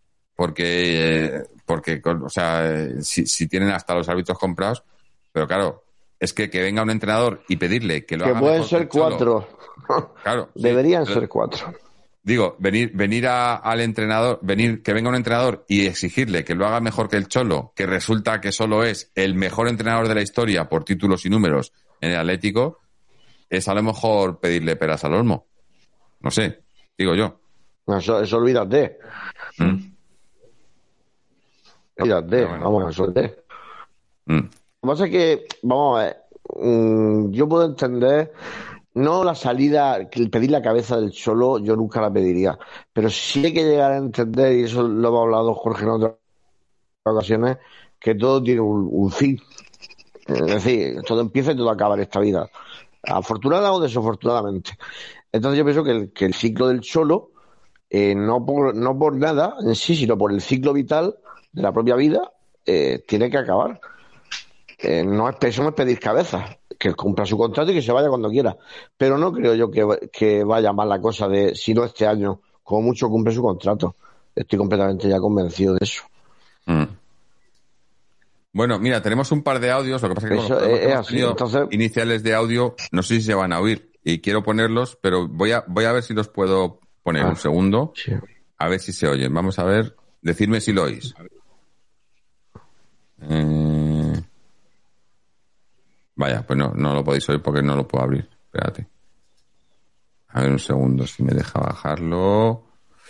Porque o sea, si tienen hasta los árbitros comprados, pero claro, es que venga un entrenador y pedirle que lo haga mejor. Que pueden ser 4. Claro. Deberían ser 4. Digo, venir al entrenador, que venga un entrenador y exigirle que lo haga mejor que el Cholo, que resulta que solo es el mejor entrenador de la historia por títulos y números en el Atlético, es a lo mejor pedirle peras al olmo. No sé, digo yo. Eso olvídate. Olvídate, vamos, olvídate. Lo que pasa es que, vamos a ver, yo puedo entender, no la salida, pedir la cabeza del Cholo, yo nunca la pediría, pero sí hay que llegar a entender, y eso lo hemos hablado Jorge en otras ocasiones, que todo tiene un fin. Es decir, todo empieza y todo acaba en esta vida, afortunada o desafortunadamente. Entonces yo pienso que el ciclo del Cholo, no por nada en sí, sino por el ciclo vital de la propia vida, tiene que acabar. Eso no es pedir cabezas, que cumpla su contrato y que se vaya cuando quiera. Pero no creo yo que vaya mal la cosa de, si no este año, como mucho cumple su contrato. Estoy completamente ya convencido de eso. Bueno, mira, tenemos un par de audios, lo que pasa es que eso es así. Entonces, iniciales de audio, no sé si se van a oír y quiero ponerlos, pero voy a ver si los puedo poner un segundo, sí. A ver si se oyen. Vamos a ver, decidme si lo oís. Vaya, pues no lo podéis oír porque no lo puedo abrir. Espérate. A ver un segundo, si me deja bajarlo.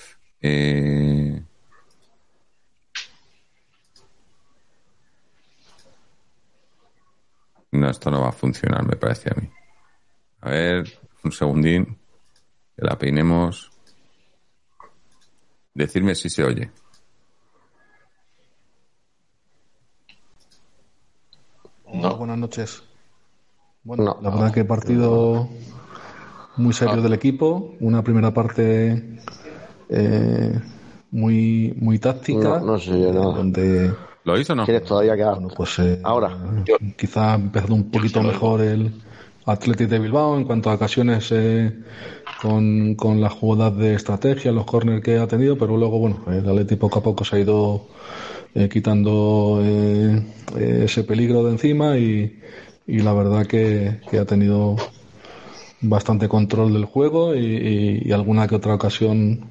No, esto no va a funcionar, me parece a mí. A ver, un segundín. Que la peinemos. Decidme si se oye. Hola, buenas noches. Bueno, la verdad que partido muy serio del equipo. Una primera parte muy táctica. No sé yo nada. Donde ¿Lo hizo o no? ¿Quieres todavía quedar? Bueno, pues ahora. Quizá ha empezado un poquito mejor el Athletic de Bilbao en cuanto a ocasiones con las jugadas de estrategia, los córner que ha tenido, pero luego, bueno, el Athletic poco a poco se ha ido quitando ese peligro de encima y la verdad que ha tenido bastante control del juego y alguna que otra ocasión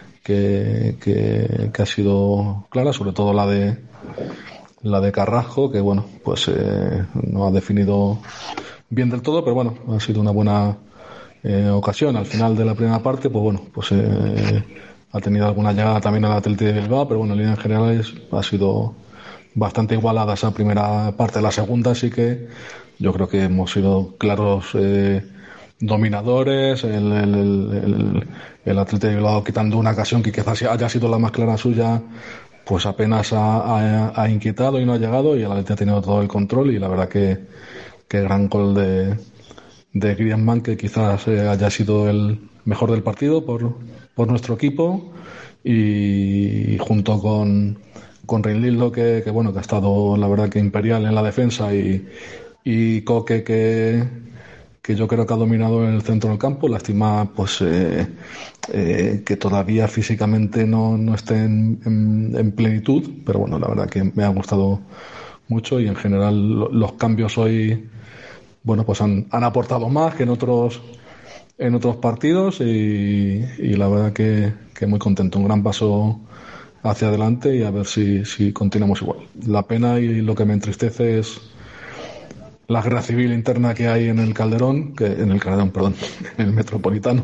que ha sido clara, sobre todo la de Carrasco, que bueno, pues no ha definido bien del todo, pero bueno, ha sido una buena ocasión. Al final de la primera parte, pues bueno, pues ha tenido alguna llegada también al Athletic de Bilbao, pero bueno, en líneas generales ha sido bastante igualada esa primera parte. La segunda sí que yo creo que hemos sido claros dominadores, el Athletic de Bilbao quitando una ocasión que quizás haya sido la más clara suya, pues apenas ha inquietado y no ha llegado, y el Athletic ha tenido todo el control, y la verdad que gran gol de Griezmann, que quizás haya sido el mejor del partido por nuestro equipo, y junto con Reinildo, que bueno, que ha estado la verdad que imperial en la defensa, y Coque, que yo creo que ha dominado en el centro del campo. Lástima pues que todavía físicamente no esté en plenitud, pero bueno, la verdad que me ha gustado mucho, y en general los cambios hoy, bueno, pues han aportado más que en otros partidos, y la verdad que muy contento. Un gran paso hacia adelante, y a ver si continuamos igual. La pena y lo que me entristece es la guerra civil interna que hay en el Calderón, en el Metropolitano,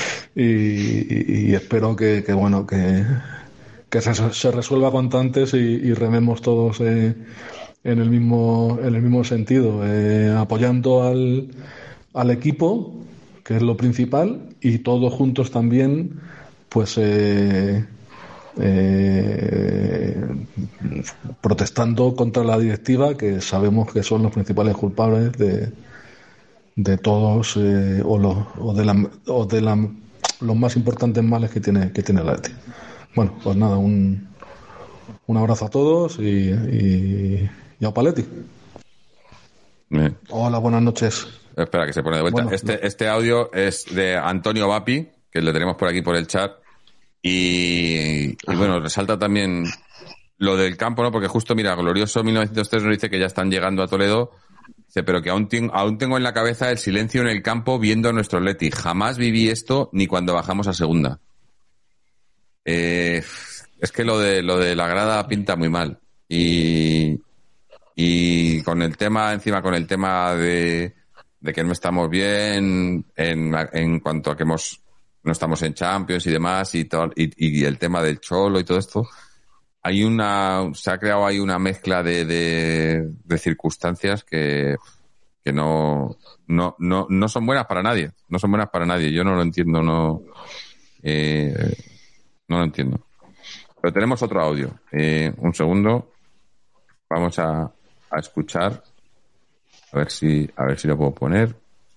y espero que bueno, que se resuelva cuanto antes y rememos todos en el mismo sentido, apoyando al equipo, que es lo principal, y todos juntos también, pues protestando contra la directiva, que sabemos que son los principales culpables de todos los más importantes males que tiene el Atleti. Bueno, pues nada, un abrazo a todos y a Paletti. Hola, buenas noches. Espera, que se pone de vuelta. Bueno, este audio es de Antonio Vapi, que le tenemos por aquí por el chat. Y bueno, resalta también lo del campo, ¿no? Porque justo, mira, Glorioso 1903 nos dice que ya están llegando a Toledo. Dice, pero que aún tengo en la cabeza el silencio en el campo viendo a nuestro Atleti. Jamás viví esto ni cuando bajamos a segunda. Es que lo de la grada pinta muy mal. Y con el tema, encima con el tema de que no estamos bien en cuanto a que no estamos en Champions y demás y todo, y el tema del Cholo y todo esto, se ha creado ahí una mezcla de circunstancias que no son buenas para nadie. No son buenas para nadie. Yo no lo entiendo, no lo entiendo. Pero tenemos otro audio. Un segundo. Vamos a escuchar. A ver si lo puedo poner.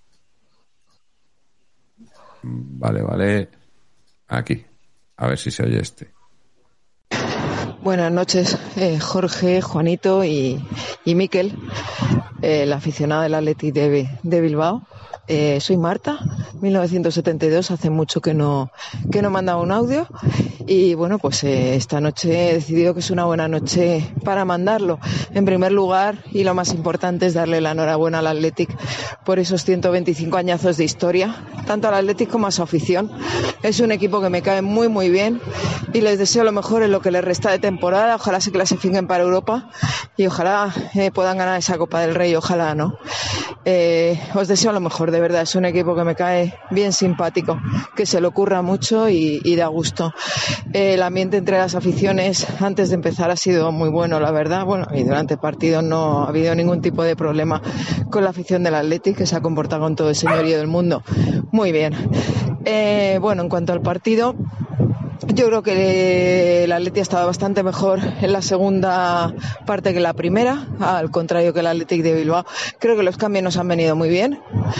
Vale. Aquí. A ver si se oye este. Buenas noches, Jorge, Juanito y Miquel, la aficionada del Athletic de Bilbao. Soy Marta, 1972, hace mucho que no mandaba un audio y bueno, pues esta noche he decidido que es una buena noche para mandarlo. En primer lugar, y lo más importante, es darle la enhorabuena al Athletic por esos 125 añazos de historia, tanto al Athletic como a su afición. Es un equipo que me cae muy muy bien y les deseo lo mejor en lo que les resta de temporada. Ojalá se clasifiquen para Europa y ojalá puedan ganar esa Copa del Rey, ojalá, ¿no? Os deseo lo mejor, de verdad. Es un equipo que me cae bien simpático, que se le ocurra mucho y da gusto. El ambiente entre las aficiones antes de empezar ha sido muy bueno, la verdad. Bueno, y durante el partido no ha habido ningún tipo de problema con la afición del Athletic, que se ha comportado con todo el señorío del mundo muy bien. Bueno, en cuanto al partido, yo creo que el Athletic ha estado bastante mejor en la segunda parte que la primera, al contrario que el Athletic de Bilbao. Creo que los cambios nos han venido muy bien.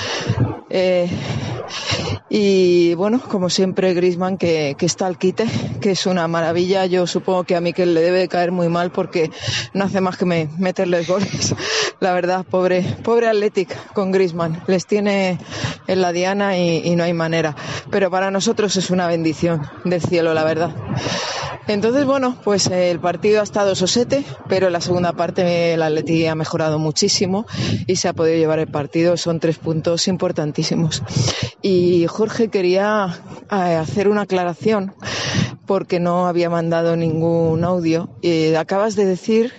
Y bueno, como siempre, Griezmann que está al quite, que es una maravilla. Yo supongo que a Mikel le debe de caer muy mal porque no hace más que meterles goles. La verdad, pobre Athletic con Griezmann. Les tiene en la diana y no hay manera. Pero para nosotros es una bendición del cielo, la verdad. Entonces, bueno, pues el partido ha estado sosete, pero en la segunda parte el Athletic ha mejorado muchísimo y se ha podido llevar el partido. Son 3 puntos importantísimos. Y Jorge, quería hacer una aclaración porque no había mandado ningún audio. Acabas de decir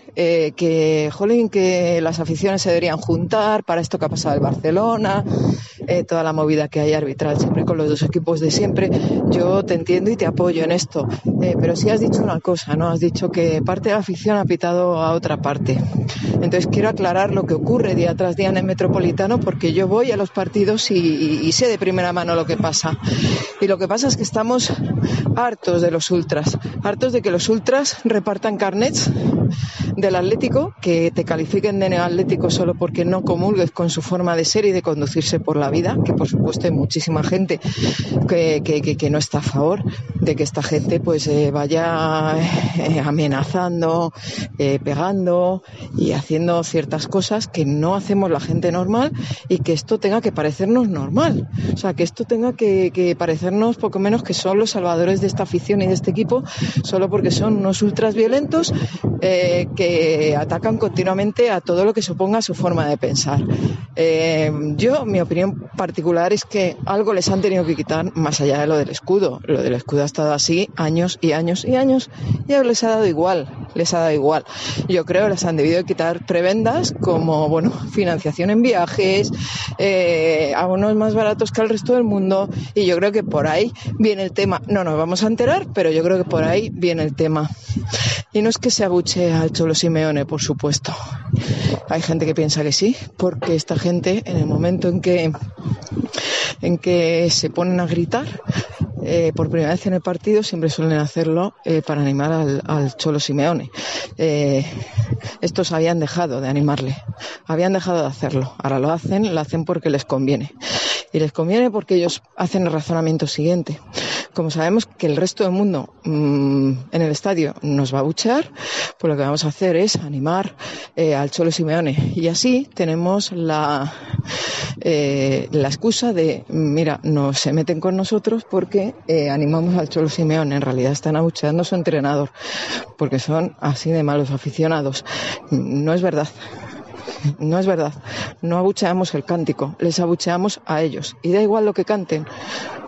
que las aficiones se deberían juntar para esto que ha pasado en Barcelona, toda la movida que hay arbitral siempre con los dos equipos de siempre. Yo te entiendo y te apoyo en esto, pero sí has dicho una cosa, ¿no? Has dicho que parte de la afición ha pitado a otra parte. Entonces quiero aclarar lo que ocurre día tras día en el Metropolitano, porque yo voy a los partidos y sé de primera mano lo que pasa. Y lo que pasa es que estamos hartos de los ultras, hartos de que los ultras repartan carnets del Atlético, que te califiquen de neoatlético solo porque no comulgues con su forma de ser y de conducirse por la vida, que por supuesto hay muchísima gente que no está a favor de que esta gente pues vaya amenazando, pegando y haciendo ciertas cosas que no hacemos la gente normal, y que esto tenga que parecernos normal, o sea, que esto tenga que parecernos poco menos que son los salvadores de esta afición y de este equipo, solo porque son unos ultras violentos que atacan continuamente a todo lo que suponga su forma de pensar. Mi opinión particular es que algo les han tenido que quitar más allá de lo del escudo. Lo del escudo ha estado así años y años y años y ahora les ha dado igual. Yo creo que les han debido de quitar prebendas como, bueno, financiación en viajes, abonos más baratos que el resto del mundo, y yo creo que por ahí viene el tema. No nos vamos a enterar, pero yo creo que por ahí viene el tema. Y no es que se abuche al Cholo Simeone, por supuesto. Hay gente que piensa que sí, porque esta gente, en el momento en que se ponen a gritar, por primera vez en el partido, siempre suelen hacerlo para animar al Cholo Simeone. Estos habían dejado de animarle, habían dejado de hacerlo. Ahora lo hacen porque les conviene. Y les conviene porque ellos hacen el razonamiento siguiente. Como sabemos que el resto del mundo en el estadio nos va a abuchear, pues lo que vamos a hacer es animar al Cholo Simeone. Y así tenemos la excusa de, mira, no se meten con nosotros porque animamos al Cholo Simeone. En realidad están abucheando a su entrenador, porque son así de malos aficionados. No es verdad. No es verdad, no abucheamos el cántico, les abucheamos a ellos, y da igual lo que canten,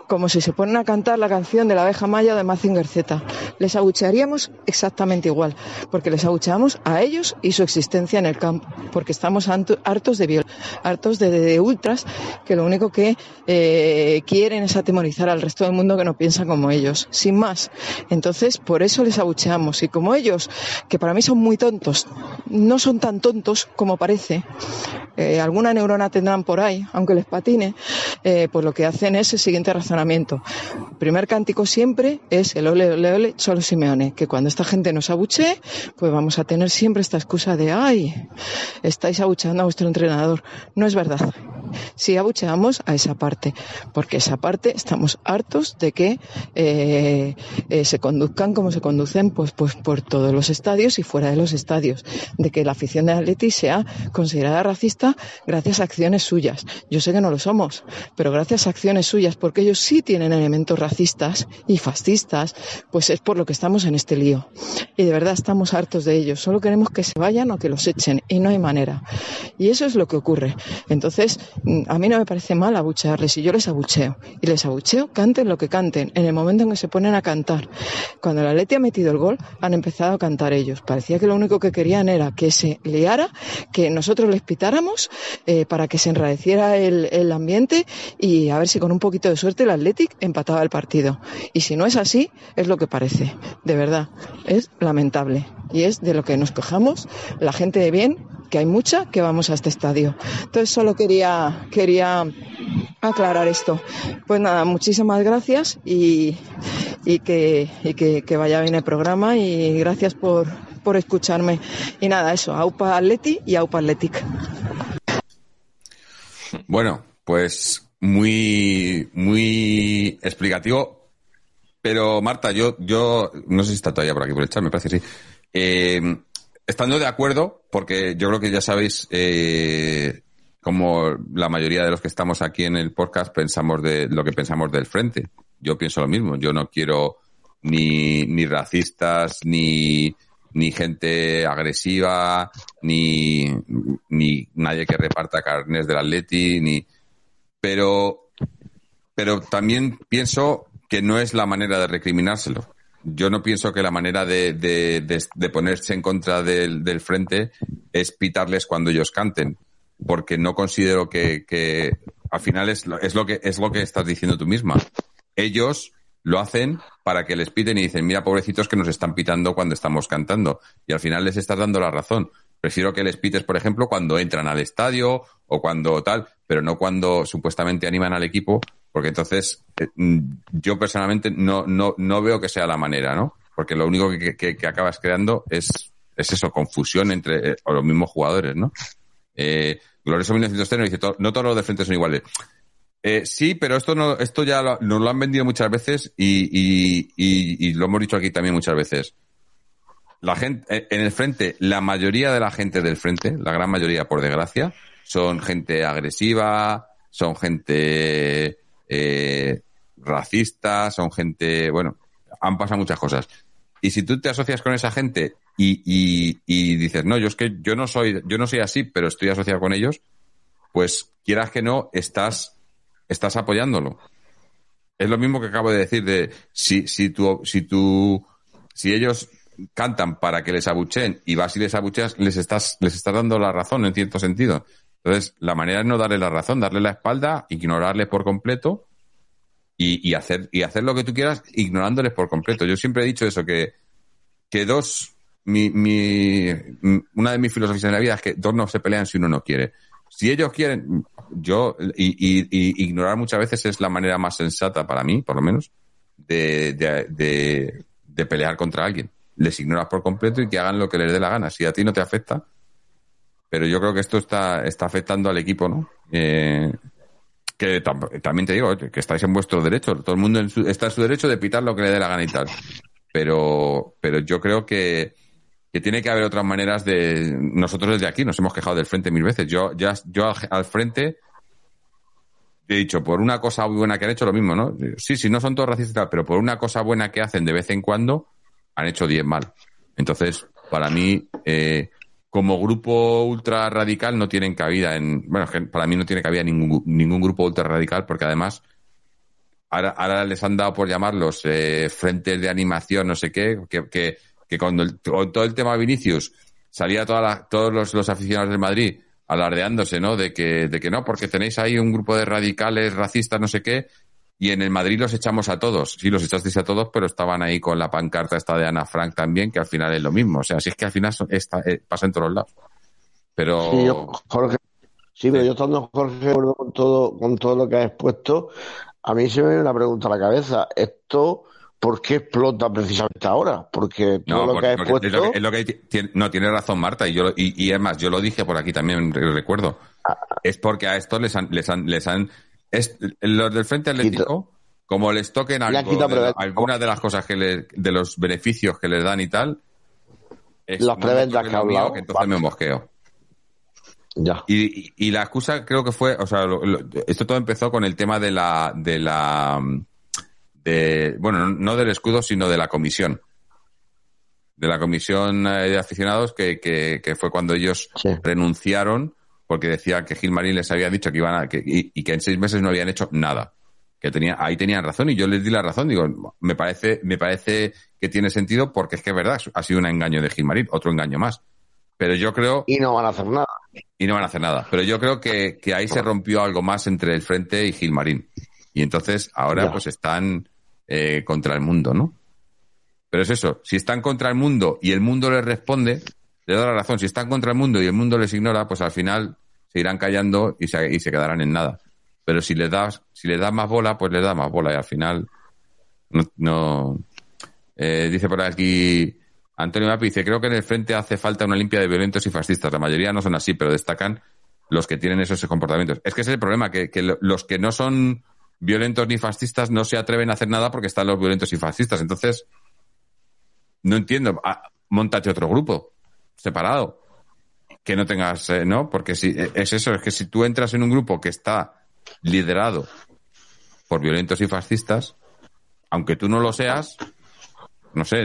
como si se ponen a cantar la canción de la abeja maya de Mazinger Z. Les abuchearíamos exactamente igual, porque les abucheamos a ellos y su existencia en el campo, porque estamos hartos de ultras que lo único que quieren es atemorizar al resto del mundo que no piensa como ellos, sin más. Entonces, por eso les abucheamos. Y como ellos, que para mí son muy tontos, no son tan tontos como parece, alguna neurona tendrán por ahí, aunque les patine, pues lo que hacen es el siguiente razonamiento. El primer cántico siempre es el ole, ole, ole, Cholo Simeone, que cuando esta gente nos abuchee, pues vamos a tener siempre esta excusa de ¡ay! Estáis abucheando a vuestro entrenador. No es verdad. Sí abucheamos a esa parte, porque esa parte estamos hartos de que se conduzcan como se conducen pues por todos los estadios y fuera de los estadios, de que la afición de Atleti sea considerada racista gracias a acciones suyas. Yo sé que no lo somos, pero gracias a acciones suyas, porque ellos sí tienen elementos racistas y fascistas, pues es por lo que estamos en este lío. Y de verdad estamos hartos de ellos. Solo queremos que se vayan o que los echen, y no hay manera. Y eso es lo que ocurre. Entonces, a mí no me parece mal abuchearles, y yo les abucheo. Y les abucheo, canten lo que canten, en el momento en que se ponen a cantar. Cuando el Atleti ha metido el gol, han empezado a cantar ellos. Parecía que lo único que querían era que se liara, que nosotros les pitáramos, para que se enradeciera el ambiente, y a ver si con un poquito de suerte el Athletic empataba el partido. Y si no es así, es lo que parece. De verdad, es lamentable. Y es de lo que nos quejamos la gente de bien, que hay mucha, que vamos a este estadio. Entonces solo quería aclarar esto. Pues nada, muchísimas gracias y que vaya bien el programa, y gracias por escucharme. Y nada, eso, aupa Atleti y aupa Athletic. Bueno, pues muy, muy explicativo. Pero Marta, yo no sé si está todavía por aquí por el chat, me parece que sí. Estando de acuerdo, porque yo creo que ya sabéis, como la mayoría de los que estamos aquí en el podcast pensamos de lo que pensamos del frente. Yo pienso lo mismo. Yo no quiero ni racistas, ni gente agresiva, ni nadie que reparta carnés del Atleti, pero también pienso que no es la manera de recriminárselo. Yo no pienso que la manera de ponerse en contra del frente es pitarles cuando ellos canten, porque no considero que al final es lo que estás diciendo tú misma. Ellos lo hacen para que les piten y dicen, mira, pobrecitos que nos están pitando cuando estamos cantando. Y al final les estás dando la razón. Prefiero que les pites, por ejemplo, cuando entran al estadio o cuando tal, pero no cuando supuestamente animan al equipo, porque entonces yo personalmente no veo que sea la manera, ¿no? Porque lo único que acabas creando es eso, confusión entre los mismos jugadores, ¿no? Glorioso 1903 nos dice, no todos los de frente son iguales. Sí, pero esto ya nos lo han vendido muchas veces y lo hemos dicho aquí también muchas veces. La gente en el frente, la mayoría de la gente del frente, la gran mayoría, por desgracia, son gente agresiva, son gente racista, son gente, bueno, han pasado muchas cosas. Y si tú te asocias con esa gente y dices, no, yo no soy así, pero estoy asociado con ellos, pues quieras que no, estás apoyándolo. Es lo mismo que acabo de decir de si ellos cantan para que les abucheen y vas y les abucheas, les estás dando la razón en cierto sentido. Entonces, la manera es no darle la razón, darle la espalda, ignorarles por completo y hacer lo que tú quieras ignorándoles por completo. Yo siempre he dicho eso, que una de mis filosofías en la vida es que dos no se pelean si uno no quiere. Si ellos quieren, ignorar muchas veces es la manera más sensata para mí, por lo menos, de pelear contra alguien. Les ignoras por completo y que hagan lo que les dé la gana. Si a ti no te afecta, pero yo creo que esto está afectando al equipo, ¿no? Que también te digo que estáis en vuestro derecho. Todo el mundo está en su derecho de pitar lo que le dé la gana y tal. Pero yo creo que tiene que haber otras maneras de... Nosotros desde aquí nos hemos quejado del frente 1000 veces. Yo al frente he dicho, por una cosa muy buena que han hecho, lo mismo, ¿no? Sí, no son todos racistas y tal, pero por una cosa buena que hacen de vez en cuando, han hecho 10 mal. Entonces, para mí, como grupo ultra radical no tienen cabida para mí no tiene cabida ningún grupo ultra radical, porque además ahora les han dado por llamarlos frentes de animación, no sé qué, que cuando con todo el tema Vinicius salía todos los aficionados del Madrid alardeándose, ¿no? De que no, porque tenéis ahí un grupo de radicales, racistas, no sé qué, y en el Madrid los echamos a todos. Sí, los echasteis a todos, pero estaban ahí con la pancarta esta de Ana Frank también, que al final es lo mismo. O sea, si es que al final pasa en todos lados. Pero... Sí, Jorge, pero yo estando, Jorge, de acuerdo con todo lo que has expuesto, a mí se me viene una pregunta a la cabeza. ¿Esto por qué explota precisamente ahora? Porque todo lo que has expuesto... No, tiene razón Marta, y es más, yo lo dije por aquí también, recuerdo. Es porque a esto los del Frente Atlético, como les toquen algunas de las cosas de los beneficios que les dan y tal, las preventas que ha hablado, que entonces me mosqueo. Ya. Y la excusa creo que fue, o sea, esto todo empezó con el tema bueno, no del escudo, sino de la comisión. De la comisión de aficionados que fue cuando ellos renunciaron porque decía que Gilmarín les había dicho que iban y que en 6 meses no habían hecho nada. Ahí tenían razón y yo les di la razón. Digo, me parece que tiene sentido porque es que es verdad, ha sido un engaño de Gilmarín, otro engaño más. Pero yo creo... Y no van a hacer nada. Pero yo creo que ahí se rompió algo más entre el Frente y Gilmarín. Y entonces ahora pues están contra el mundo, ¿no? Pero es eso, si están contra el mundo y el mundo les responde, le doy la razón. Si están contra el mundo y el mundo les ignora, pues al final se irán callando y se quedarán en nada. Pero si les das más bola, pues les da más bola y al final no. Dice por aquí Antonio Mapi, dice, creo que en el Frente hace falta una limpia de violentos y fascistas. La mayoría no son así, pero destacan los que tienen esos comportamientos. Es que ese es el problema, que los que no son violentos ni fascistas no se atreven a hacer nada porque están los violentos y fascistas. Entonces, no entiendo. Móntate otro grupo separado. Que no tengas, ¿no? Porque si es eso, es que si tú entras en un grupo que está liderado por violentos y fascistas, aunque tú no lo seas, no sé,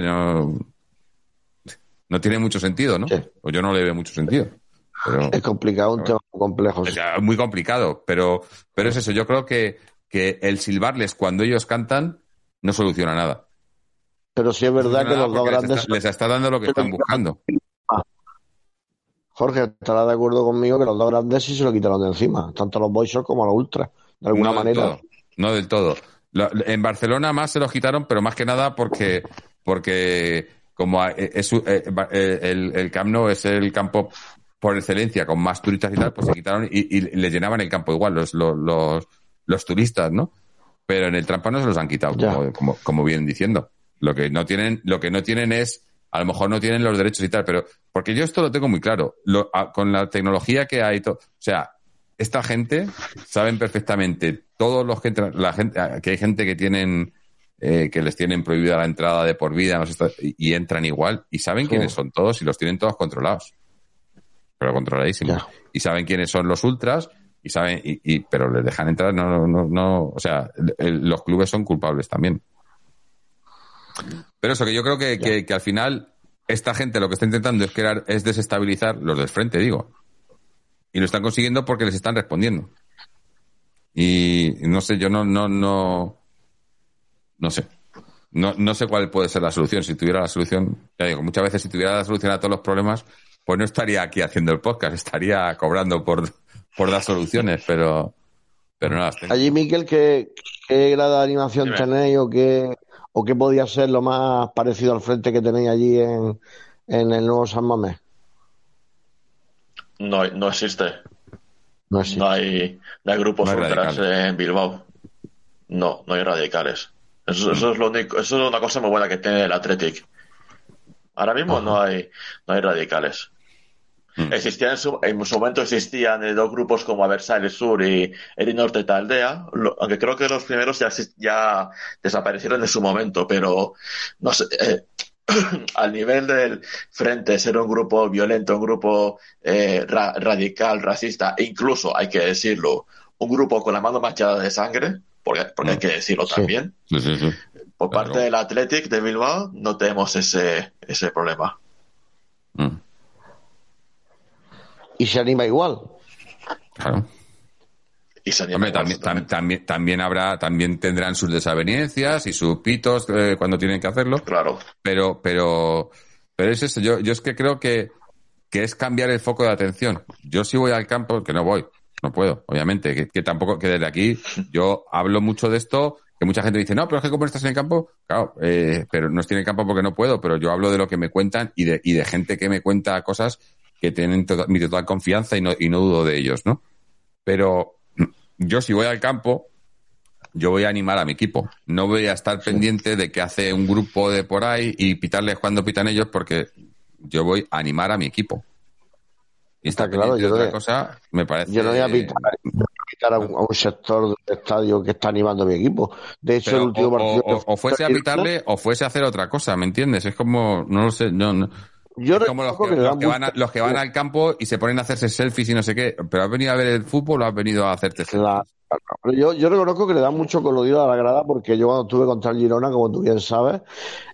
no tiene mucho sentido, ¿no? Sí. O yo no le veo mucho sentido. Pero, es complicado, un tema muy complejo. Es muy complicado, pero es eso. Yo creo que el silbarles cuando ellos cantan no soluciona nada. Pero sí es verdad que los dos grandes... Les está dando lo que están buscando. Jorge, estará de acuerdo conmigo que los dos grandes sí se lo quitaron de encima, tanto los Boys como los Ultras, de alguna manera. No del todo. En Barcelona más se los quitaron, pero más que nada porque como el Camp Nou es el campo por excelencia con más turistas y tal, pues se quitaron y les llenaban el campo igual los turistas, ¿no? Pero en el Trampa no se los han quitado, como vienen diciendo. Lo que no tienen es, a lo mejor no tienen los derechos y tal, pero porque yo esto lo tengo muy claro. Con la tecnología que hay, o sea, esta gente saben perfectamente todos los que entran, que hay gente que tienen que les tienen prohibida la entrada de por vida, no sé, y entran igual y saben quiénes son todos y los tienen todos controlados, pero controladísimos. Y saben quiénes son los ultras y saben pero les dejan entrar, no, o sea, los clubes son culpables también. Pero eso, que yo creo que al final esta gente lo que está intentando es desestabilizar los del Frente, digo. Y lo están consiguiendo porque les están respondiendo. Y no sé, yo no sé. No sé cuál puede ser la solución. Si tuviera la solución, ya digo, muchas veces si tuviera la solución a todos los problemas, pues no estaría aquí haciendo el podcast, estaría cobrando por dar soluciones, pero no las tengo. Allí, Miquel, ¿qué grado de animación tenéis o qué podía ser lo más parecido al Frente que tenéis allí en el nuevo San Mamés? No existe. No existe. No hay grupos ultras en Bilbao. No hay radicales. Eso es lo único. Eso es una cosa muy buena que tiene el Athletic. Ahora mismo no hay radicales. Existían en su momento existían dos grupos como Aversal Sur y Eri Norte Taldea, aunque creo que los primeros ya desaparecieron en su momento, pero no sé, al nivel del Frente, ser un grupo violento, un grupo radical, racista, e incluso, hay que decirlo, un grupo con la mano manchada de sangre, porque hay que decirlo también. Sí. Por parte del Athletic de Bilbao no tenemos ese problema. Y se anima igual. Claro. y se Hombre, animan. también tendrán sus desavenencias y sus pitos cuando tienen que hacerlo. Claro. Pero es eso. Yo es que creo que es cambiar el foco de atención. Yo sí voy al campo, que no voy, no puedo, obviamente, que tampoco, que desde aquí yo hablo mucho de esto, que mucha gente dice, no, pero es que como no estás en el campo, claro, pero no estoy en el campo porque no puedo, pero yo hablo de lo que me cuentan y de gente que me cuenta cosas que tienen mi total confianza y no dudo de ellos, ¿no? Pero yo si voy al campo, yo voy a animar a mi equipo. No voy a estar pendiente de que hace un grupo de por ahí y pitarles cuando pitan ellos, porque yo voy a animar a mi equipo. Y está claro, yo otra cosa me parece. Yo no voy a pitar a un sector del estadio que está animando a mi equipo. De hecho, el último partido. O fuese a pitarle o fuese a hacer otra cosa, ¿me entiendes? Es como, no lo sé, no. Yo es como los que van al campo y se ponen a hacerse selfies y no sé qué. ¿Pero has venido a ver el fútbol o has venido a hacerte selfies? Claro. Yo reconozco que le da mucho colorido a la grada, porque yo cuando estuve contra el Girona, como tú bien sabes,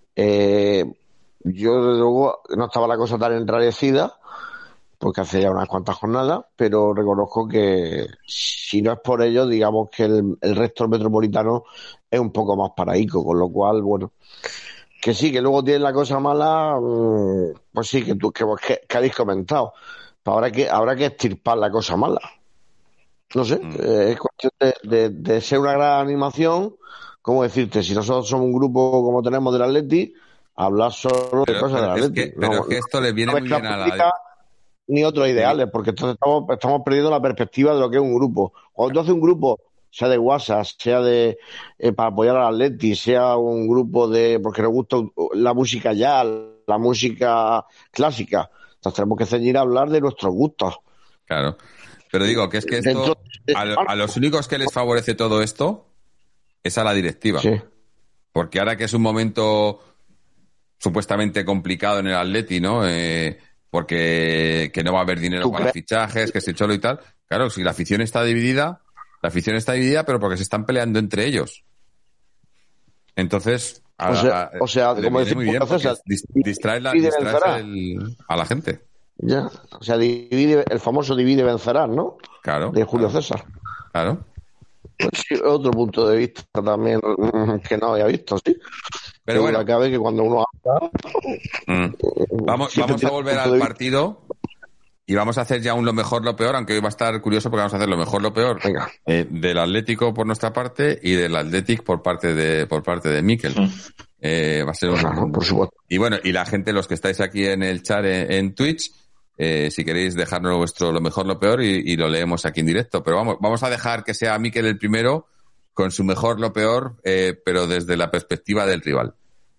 yo desde luego no estaba la cosa tan enrarecida, porque hace ya unas cuantas jornadas, pero reconozco que si no es por ello, digamos que el resto del Metropolitano es un poco más paraico, con lo cual, bueno, que sí, que luego tiene la cosa mala, pues sí, que habéis comentado. Habrá que extirpar la cosa mala. No sé, es cuestión de ser una gran animación. ¿Cómo decirte? Si nosotros somos un grupo como tenemos del Atleti, hablar solo de cosas del Atleti. Pero es que esto le viene muy bien a la... Ni otros ideales, porque entonces estamos perdiendo la perspectiva de lo que es un grupo. Cuando tú haces un grupo, sea de WhatsApp, sea de para apoyar al Atleti, sea un grupo de porque nos gusta la música ya, la música clásica, entonces tenemos que ceñir a hablar de nuestros gustos. Claro. Pero digo que es que esto, a los únicos que les favorece todo esto es a la directiva. Sí. Porque ahora que es un momento supuestamente complicado en el Atleti, ¿no? Porque que no va a haber dinero para fichajes, que se cholo y tal. Claro, si la afición está dividida, pero porque se están peleando entre ellos. Entonces, o sea como decir, muy bien, distrae a la gente. Ya, o sea, el famoso divide y vencerás, ¿no? Claro. De Julio César. Claro. Pues sí, otro punto de vista también que no había visto, sí. Pero bueno, cabe que cuando uno habla... Vamos a volver al partido y vamos a hacer ya un lo mejor, lo peor, aunque hoy va a estar curioso porque vamos a hacer lo mejor, lo peor del Atlético por nuestra parte y del Athletic por parte de Mikel. Va a ser por supuesto. Y bueno, y la gente, los que estáis aquí en el chat en Twitch, si queréis dejarnos vuestro lo mejor, lo peor y lo leemos aquí en directo. Pero vamos a dejar que sea Mikel el primero con su mejor, lo peor, pero desde la perspectiva del rival.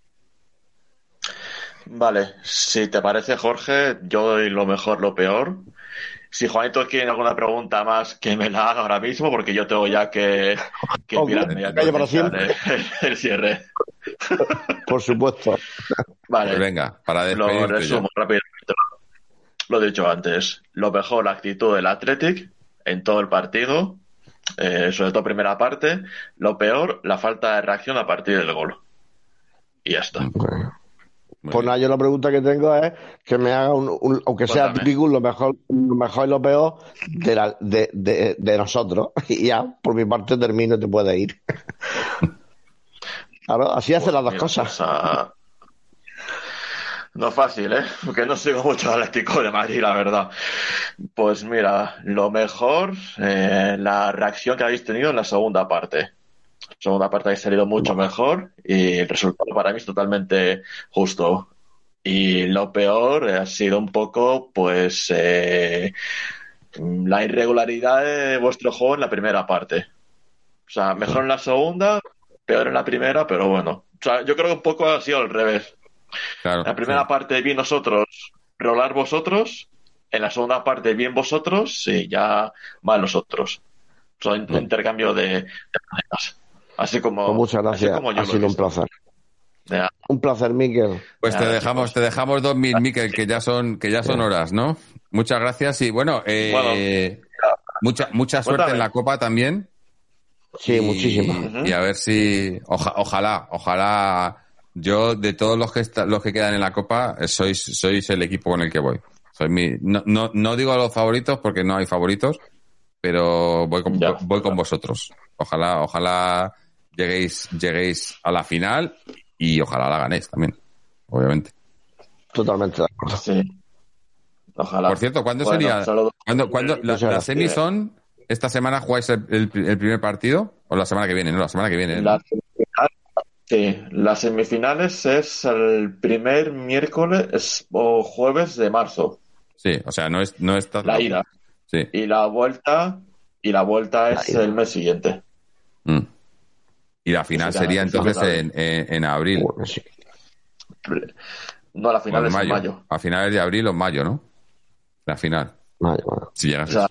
Vale, si te parece, Jorge, yo doy lo mejor, lo peor. Si Juanito tiene alguna pregunta más, que me la haga ahora mismo, porque yo tengo ya que pirarme ya para siempre. El cierre. Por supuesto. Vale, pues venga, para despedirte. Lo resumo rápidamente. Lo he dicho antes. Lo mejor, la actitud del Athletic en todo el partido, sobre todo primera parte. Lo peor, la falta de reacción a partir del gol. Y ya está. Pues nada, yo la pregunta que tengo es que me haga aunque sea típico, lo mejor y lo peor de nosotros. Y ya, por mi parte termino y te puedes ir. Claro, así hacen las dos cosas. No es fácil, porque no sigo mucho Atlético de Madrid, la verdad. Pues mira, lo mejor, la reacción que habéis tenido en la segunda parte. Segunda parte habéis salido mucho mejor y el resultado para mí es totalmente justo. Y lo peor ha sido un poco, pues, la irregularidad de vuestro juego en la primera parte. O sea, mejor en la segunda, peor en la primera, pero bueno. O sea, yo creo que un poco ha sido al revés. Claro, en la primera parte bien nosotros, rolar vosotros. En la segunda parte bien vosotros y ya mal nosotros. O sea, intercambio de maneras. Así como... Pues muchas gracias, ha sido un placer. Ya. Un placer, Mikel. Pues te dejamos 2000, Mikel, que ya son horas, ¿no? Muchas gracias y bueno, mucha suerte en la Copa también. Sí, muchísima. Y a ver si, ojalá, yo de todos los que quedan en la Copa, sois el equipo con el que voy. No digo los favoritos porque no hay favoritos, pero voy con vosotros. Ojalá lleguéis a la final y ojalá la ganéis también, obviamente. Totalmente de acuerdo. Sí. Ojalá. Por cierto, ¿cuándo sería? ¿Cuándo las semis son? ¿Esta semana jugáis el primer partido? ¿O la semana que viene? No, la semana que viene. Sí, las semifinales es el primer miércoles o jueves de marzo. Sí, o sea, no es la ida. Sí. Y la vuelta es el mes siguiente. Y la final sería entonces en abril. Bueno, sí. No, la final es en mayo. A finales de abril o en mayo, ¿no? La final. Mayo, bueno. Si llegas. O sea,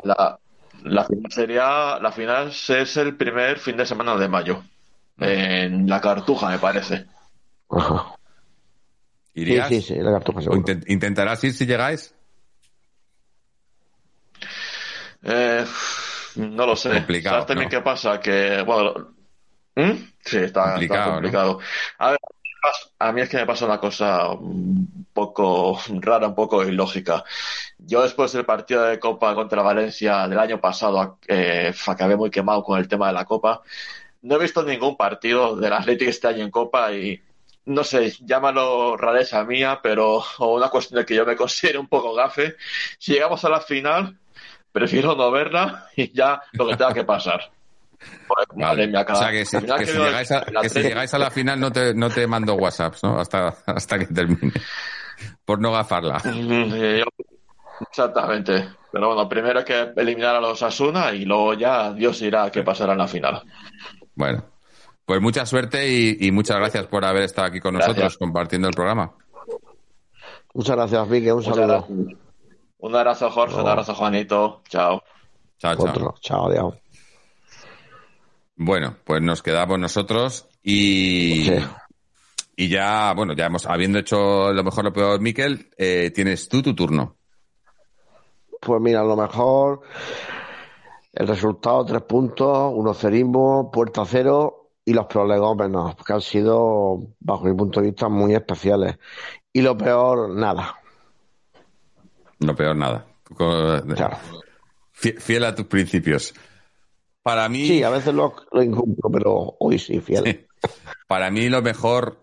la final es el primer fin de semana de mayo. En la Cartuja, me parece. Ajá. ¿Irías? Sí, la Cartuja seguro. ¿Intentarás ir si llegáis? No lo sé. Complicado, ¿Sabes también ¿no? qué pasa? Que, bueno... Sí, está complicado. ¿No? A ver, a mí es que me pasa una cosa un poco rara, un poco ilógica. Yo después del partido de Copa contra Valencia del año pasado, acabé muy quemado con el tema de la Copa. No he visto ningún partido del Athletic este año en Copa y no sé, llámalo rareza mía, pero o una cuestión de que yo me considero un poco gafe. Si llegamos a la final, prefiero no verla y ya lo que tenga que pasar. Vale. O sea, que si llegáis a la final no te mando WhatsApps, ¿no? Hasta que termine. Por no gafarla. Exactamente. Pero bueno, primero hay que eliminar a los Osasuna y luego ya Dios dirá qué pasará en la final. Bueno, pues mucha suerte y muchas gracias por haber estado aquí con nosotros compartiendo el programa. Muchas gracias, Vicky. Un saludo. Un abrazo, Jorge. Un abrazo, Juanito. Chao. Chao. Chao, adiós. Bueno, pues nos quedamos nosotros y ya, bueno, habiendo hecho lo mejor, lo peor, Miquel, tienes tú tu turno. Pues mira, lo mejor, el resultado, 3 puntos, 1-0, puerta cero y los prolegómenos, que han sido, bajo mi punto de vista, muy especiales. Y lo peor, nada. Lo peor, nada. Claro. Fiel a tus principios. Para mí... Sí, a veces lo incumplo, pero hoy sí, fiel. Sí. Para mí lo mejor...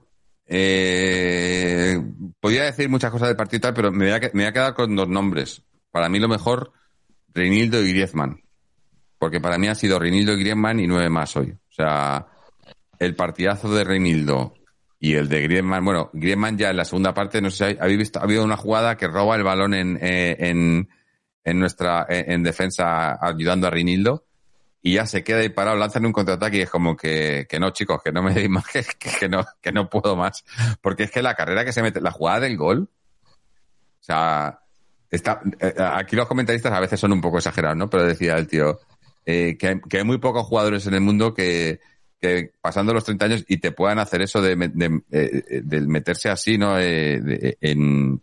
podría decir muchas cosas del partido y tal, pero me voy a quedar con 2 nombres. Para mí lo mejor, Reinildo y Griezmann. Porque para mí ha sido Reinildo y Griezmann y 9 más hoy. O sea, el partidazo de Reinildo y el de Griezmann... Bueno, Griezmann ya en la segunda parte, no sé si habéis visto, ha habido una jugada que roba el balón en defensa ayudando a Reinildo. Y ya se queda ahí parado, lanzan un contraataque y es como que no, chicos, que no me deis más, que no puedo más. Porque es que la carrera que se mete, la jugada del gol, o sea, aquí los comentaristas a veces son un poco exagerados, ¿no? Pero decía el tío que hay muy pocos jugadores en el mundo que pasando los 30 años y te puedan hacer eso de meterse así, ¿no? En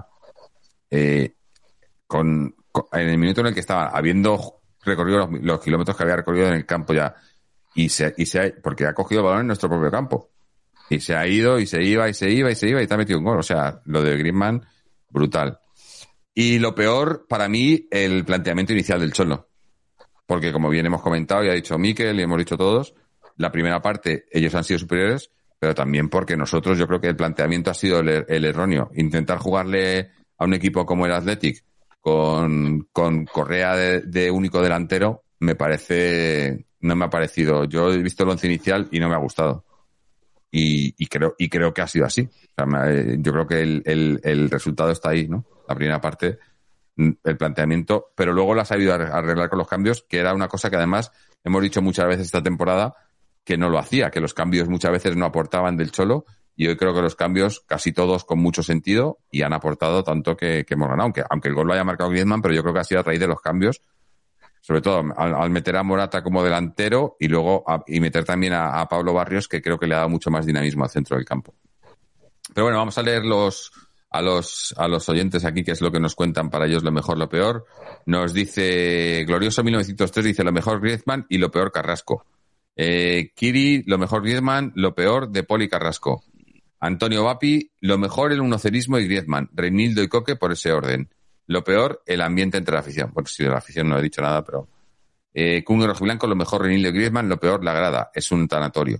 el minuto en el que estaba habiendo recorrido los kilómetros que había recorrido en el campo ya porque ha cogido el balón en nuestro propio campo y se ha ido y se iba y te ha metido un gol. O sea, lo de Griezmann, brutal. Y lo peor para mí, el planteamiento inicial del Cholo, porque como bien hemos comentado y ha dicho Mikel y hemos dicho todos, la primera parte ellos han sido superiores, pero también porque nosotros, yo creo que el planteamiento ha sido el erróneo. Intentar jugarle a un equipo como el Athletic con Correa de único delantero, no me ha parecido. Yo he visto el once inicial y no me ha gustado. Y creo que ha sido así. O sea, yo creo que el resultado está ahí, ¿no? La primera parte, el planteamiento, pero luego lo ha sabido arreglar con los cambios, que era una cosa que además hemos dicho muchas veces esta temporada que no lo hacía, que los cambios muchas veces no aportaban del Cholo. Y hoy creo que los cambios, casi todos con mucho sentido, y han aportado tanto que hemos ganado. Aunque el gol lo haya marcado Griezmann, pero yo creo que ha sido a raíz de los cambios, sobre todo al meter a Morata como delantero y luego y meter también a Pablo Barrios, que creo que le ha dado mucho más dinamismo al centro del campo. Pero bueno, vamos a leer a los oyentes aquí, que es lo que nos cuentan para ellos lo mejor, lo peor. Nos dice Glorioso 1903, dice lo mejor Griezmann y lo peor Carrasco. Kiri, lo mejor Griezmann, lo peor De Paul y Carrasco. Antonio Vapi, lo mejor el unocerismo y Griezmann, Reinildo y Coque por ese orden. Lo peor, el ambiente entre la afición. Bueno, si de la afición no he dicho nada, pero Kun y Rojiblanco, lo mejor Reinildo y Griezmann, lo peor la grada. Es un tanatorio.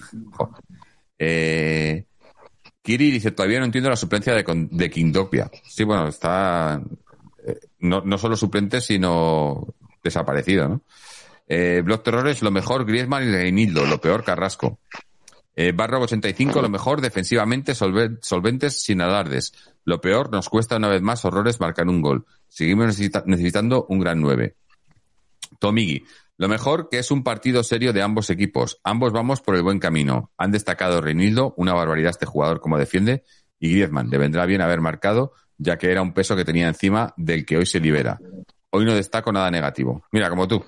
Kiri dice, todavía no entiendo la suplencia de Kindopia. Sí, bueno, está no solo suplente, sino desaparecido, ¿no? Block Terrores, lo mejor Griezmann y Reinildo, lo peor Carrasco. Barro 85, lo mejor defensivamente solventes sin alardes. Lo peor, nos cuesta una vez más horrores marcar un gol. Seguimos necesitando un gran 9. Tomigi, lo mejor que es un partido serio de ambos equipos. Ambos vamos por el buen camino. Han destacado Reinildo, una barbaridad este jugador como defiende, y Griezmann, le vendrá bien haber marcado, ya que era un peso que tenía encima del que hoy se libera. Hoy no destaco nada negativo. Mira, como tú.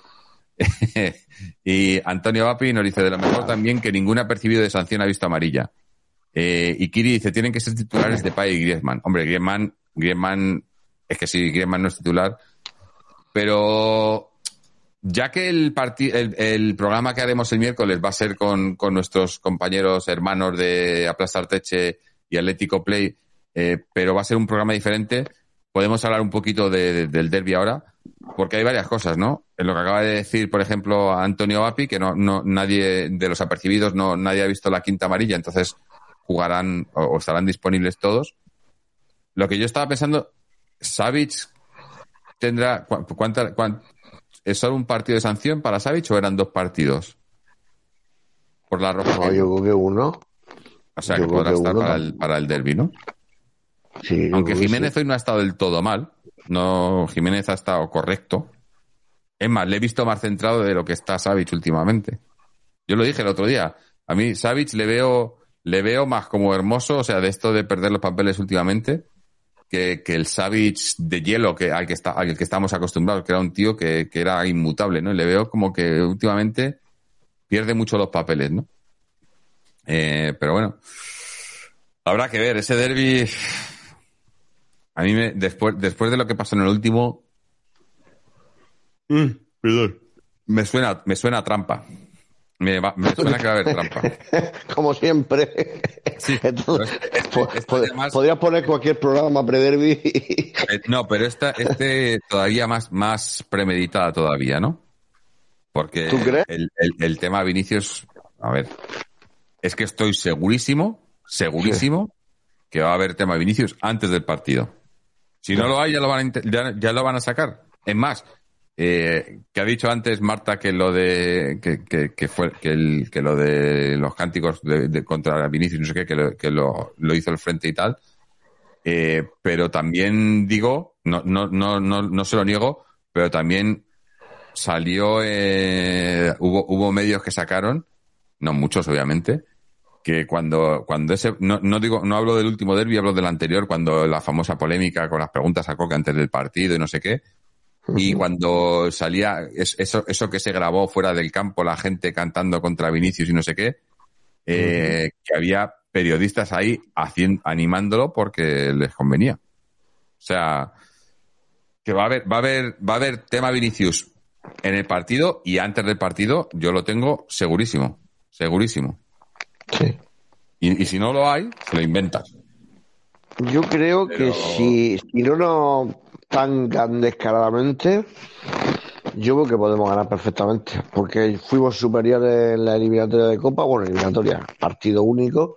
Y Antonio Vapi nos dice, de lo mejor también que ningún apercibido de sanción ha visto amarilla. Y Kiri dice, tienen que ser titulares de Depay y Griezmann. Hombre, Griezmann, es que sí, Griezmann no es titular, pero ya que el programa que haremos el miércoles va a ser con nuestros compañeros hermanos de Aplastar Teche y Atlético Play, pero va a ser un programa diferente, podemos hablar un poquito del derbi ahora, porque hay varias cosas, ¿no? En lo que acaba de decir, por ejemplo, Antonio Vapi, que no nadie de los apercibidos, nadie ha visto la quinta amarilla, entonces jugarán o estarán disponibles todos. Lo que yo estaba pensando, Savic tendrá ¿es solo un partido de sanción para Savic o eran 2 partidos? Por la roja. No, yo creo que uno. O sea, que podrá estar para el derbi, ¿no? Sí, aunque Jiménez hoy no ha estado del todo mal. No, Jiménez ha estado correcto. Es más, le he visto más centrado de lo que está Savic últimamente. Yo lo dije el otro día. A mí Savic le veo más como Hermoso, o sea, de esto de perder los papeles últimamente, que el Savic de hielo al que estamos acostumbrados, que era un tío que era inmutable, ¿no? Y le veo como que últimamente pierde mucho los papeles, ¿no? Pero bueno, habrá que ver. Ese derbi, a mí después de lo que pasó en el último, perdón, me suena a trampa. Me suena que va a haber trampa. Como siempre. Sí. Entonces, Además, podrías poner cualquier programa pre-derby. No, pero este todavía más premeditada todavía, ¿no? Porque ¿Tú crees? el tema Vinicius, a ver, es que estoy segurísimo sí, que va a haber tema Vinicius antes del partido. Si no lo hay, ya lo van a sacar. Es más, que ha dicho antes Marta que lo de que lo de los cánticos contra Vinicius, no sé qué, que lo hizo el frente y tal. Pero también digo, no se lo niego, pero también salió, hubo medios que sacaron, no muchos obviamente, que cuando ese, no hablo del último derbi, hablo del anterior, cuando la famosa polémica con las preguntas a Coque antes del partido y no sé qué, y cuando salía eso que se grabó fuera del campo, la gente cantando contra Vinicius y no sé qué, que había periodistas ahí animándolo porque les convenía. O sea, que va a haber tema Vinicius en el partido y antes del partido, yo lo tengo segurísimo. Sí. Y si no lo hay, se lo inventas. Yo creo que si no tan descaradamente, yo creo que podemos ganar perfectamente, porque fuimos superiores en la eliminatoria de Copa, eliminatoria, partido único,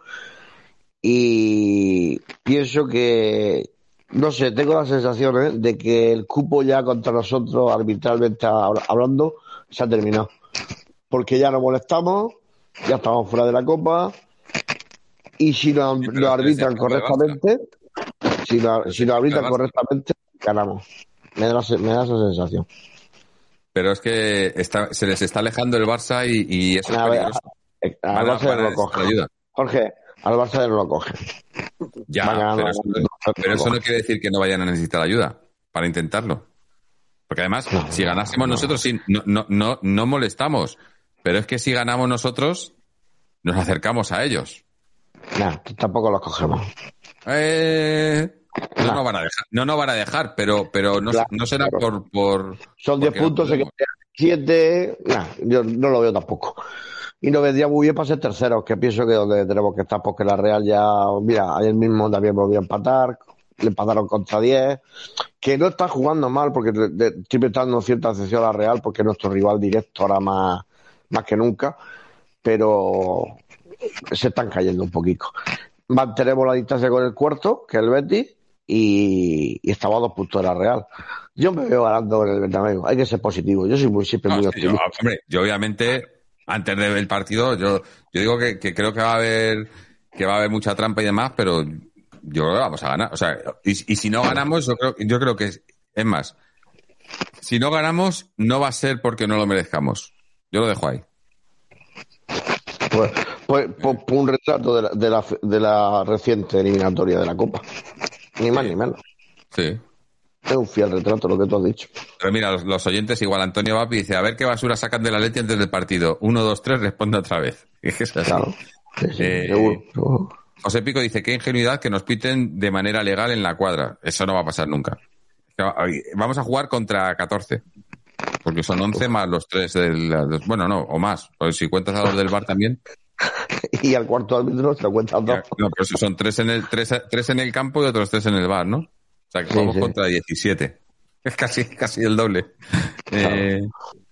y pienso que, no sé, tengo la sensación de que el cupo ya contra nosotros, arbitralmente hablando, se ha terminado, porque ya no molestamos, ya estamos fuera de la Copa, y si lo arbitran correctamente, si lo arbitran correctamente, ganamos. Me da esa sensación. Pero es que se les está alejando el Barça y eso es peligroso. Al Barça no lo coge. Jorge, al Barça no lo coge. Ya, pero eso no quiere decir que no vayan a necesitar ayuda para intentarlo. Porque además, si ganásemos nosotros, sí, no molestamos. Pero es que si ganamos nosotros, nos acercamos a ellos. No, tampoco los cogemos. No nos van a dejar, pero no será por... Son 10 puntos, se quedan 7... yo no lo veo tampoco. Y nos vendría muy bien para ser terceros, que pienso que es donde tenemos que estar, porque la Real ya... Mira, ayer mismo también volvió a empatar le empataron contra 10, que no está jugando mal, porque estoy prestando cierta atención a la Real, porque es nuestro rival directo ahora más que nunca, pero se están cayendo un poquito. Mantenemos la distancia con el cuarto, que es el Betis, y estamos a 2 puntos de la Real. Yo me veo ganando en el Bernabéu. Hay que ser positivo. Yo soy siempre muy optimista. Yo obviamente, antes de ver el partido, yo digo que creo que va a haber mucha trampa y demás, pero yo creo que vamos a ganar. O sea, y si no ganamos, yo creo que es más. Si no ganamos, no va a ser porque no lo merezcamos. Yo lo dejo ahí. Pues un retrato de la reciente eliminatoria de la Copa. Ni más ni menos. Sí. Es un fiel retrato lo que tú has dicho. Pero mira, los oyentes, igual Antonio Vapi dice, a ver qué basura sacan de la Leti antes del partido. 1, 2, 3, responde otra vez. Es que es así. Claro. Sí, seguro. José Pico dice, qué ingenuidad que nos piten de manera legal en la cuadra. Eso no va a pasar nunca. Vamos a jugar contra 14. Porque son 11 más los 3 del... Bueno, no, o más. Pues si cuentas a los del VAR también. Y al cuarto árbitro se lo cuentas 2. No, pero son 3 en el campo y otros 3 en el VAR, ¿no? O sea, que jugamos contra 17. Es casi el doble. Claro.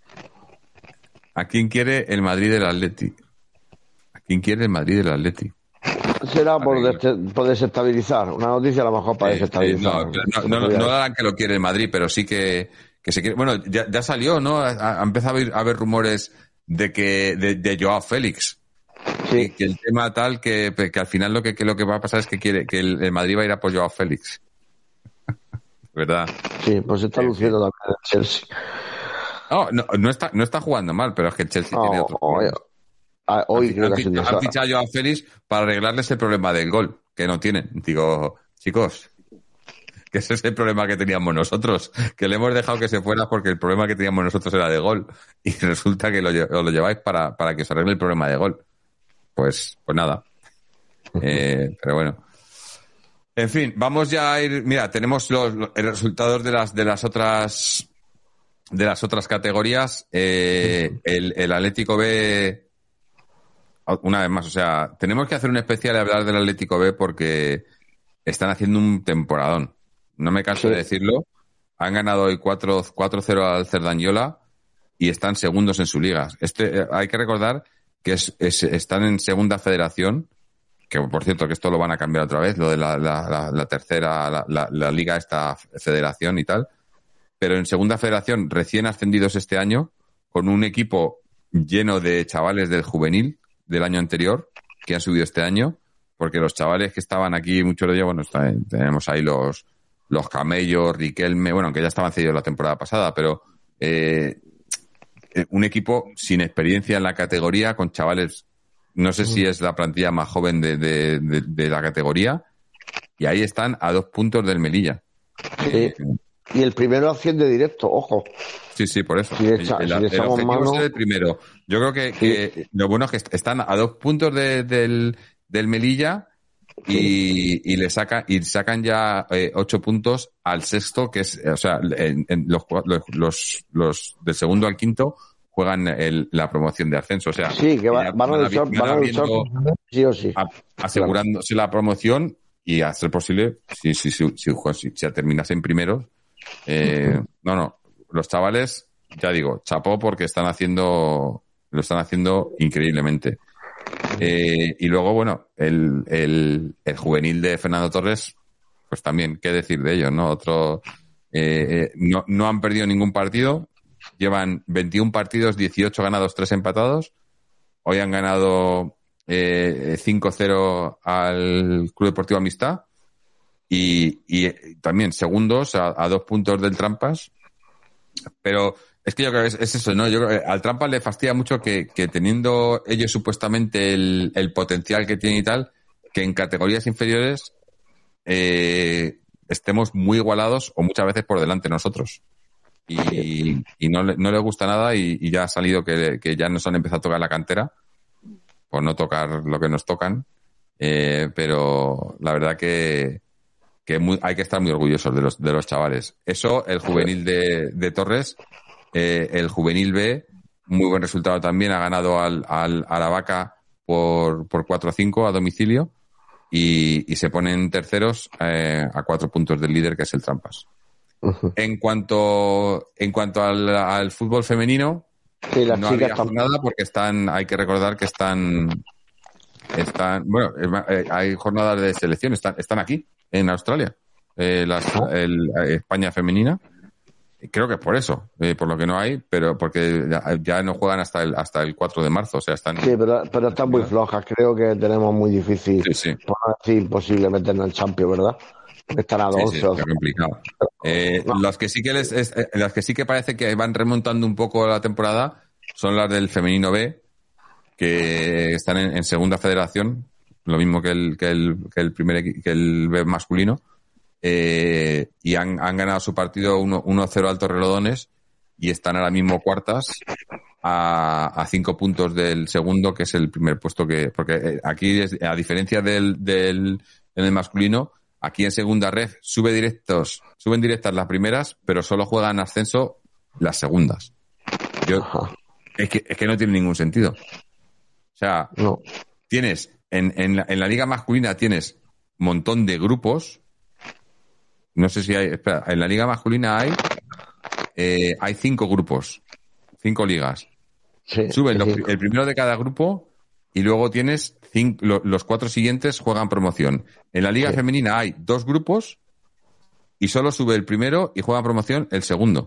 ¿A quién quiere el Madrid del Atleti? ¿A quién quiere el Madrid del Atleti? Será por desestabilizar. Una noticia a lo mejor para desestabilizar. No harán que lo quiere el Madrid, pero sí que se quiere. Bueno, ya salió, ¿no? Ha empezado a haber rumores de Joao Félix. Sí. Que el tema tal que al final lo que va a pasar es que el Madrid va a ir a por Joao Félix. ¿Verdad? Sí, pues se está luciendo también el Chelsea. No está jugando mal, pero es que el Chelsea tiene otro problema. Hoy creo que han fichado a Joao Félix para arreglarles el problema del gol, que no tienen. Digo, chicos, que ese es el problema que teníamos nosotros, que le hemos dejado que se fuera porque el problema que teníamos nosotros era de gol. Y resulta que lo lleváis para que os arregle el problema de gol. Pues nada. Pero bueno. En fin, vamos ya a ir. Mira, tenemos los resultados de las otras categorías. El Atlético B, una vez más, o sea, tenemos que hacer un especial y hablar del Atlético B porque están haciendo un temporadón. No me canso de decirlo. Han ganado hoy 4-0 al Cerdañola y están segundos en su liga. Hay que recordar que están en segunda federación. Que por cierto que esto lo van a cambiar otra vez, lo de la tercera, la liga, esta federación y tal, pero en segunda federación recién ascendidos este año, con un equipo lleno de chavales del juvenil del año anterior, que han subido este año, porque los chavales que estaban aquí, muchos de ellos, bueno, tenemos ahí los Camellos, Riquelme, bueno, aunque ya estaban cedidos la temporada pasada, pero un equipo sin experiencia en la categoría, con chavales. No sé si es la plantilla más joven de la categoría. Y ahí están a 2 puntos del Melilla. Sí. Y el primero asciende directo, ojo. Sí, por eso. Si el objetivo es el primero. Yo creo que lo bueno es que están a 2 puntos del Melilla y sacan ya 8 puntos al sexto, que es, o sea, los del segundo al quinto juegan la promoción de ascenso, o sea, sí, que van a luchar sí o sí, asegurándose la promoción y a ser posible si terminase en primero. Los chavales, ya digo, chapó porque lo están haciendo increíblemente. Y luego, bueno, el juvenil de Fernando Torres, pues también, qué decir de ellos, ¿no? No han perdido ningún partido. Llevan 21 partidos, 18 ganados, 3 empatados. Hoy han ganado 5-0 al Club Deportivo Amistad. Y también segundos a 2 puntos del Trampas. Pero es que yo creo que es eso, ¿no? Yo creo que al Trampas le fastidia mucho que teniendo ellos supuestamente el potencial que tienen y tal, que en categorías inferiores estemos muy igualados o muchas veces por delante nosotros. Y no le gusta nada y ya ha salido que ya nos han empezado a tocar la cantera por no tocar lo que nos tocan, pero la verdad que hay que estar muy orgullosos de los chavales. Eso, el juvenil de Torres, el juvenil B, muy buen resultado también, ha ganado al Aravaca por 4-5 a domicilio y se ponen terceros a 4 puntos del líder, que es el Trampas. En cuanto al fútbol femenino, Sí, las no chicas había jornada porque hay que recordar que están bueno, hay jornadas de selección, están aquí, en Australia, España femenina. Creo que es por eso, por lo que no hay, pero porque ya no juegan hasta el 4 de marzo, o sea, están... Sí, pero están muy flojas, creo que tenemos muy difícil, Sí. por no decir imposible meternos en Champions, ¿verdad? Porque están a 12 Sí, está complicado. No. Las que sí que parece que van remontando un poco la temporada son las del femenino B, que están en segunda federación, lo mismo que el B masculino, y han ganado su partido 1-0 Altos Relodones y están ahora mismo cuartas a 5 puntos del segundo, que es el primer puesto porque aquí, a diferencia en el masculino, aquí en segunda ref suben directas las primeras, pero solo juegan ascenso las segundas. Es que no tiene ningún sentido. O sea, No. tienes en la liga masculina tienes un montón de grupos. No sé si hay... Espera, en la liga masculina hay 5 grupos, 5 ligas. Sí, Suben sí. el primero de cada grupo y luego tienes los 4 siguientes juegan promoción. En la liga femenina hay 2 grupos y solo sube el primero y juega promoción el segundo.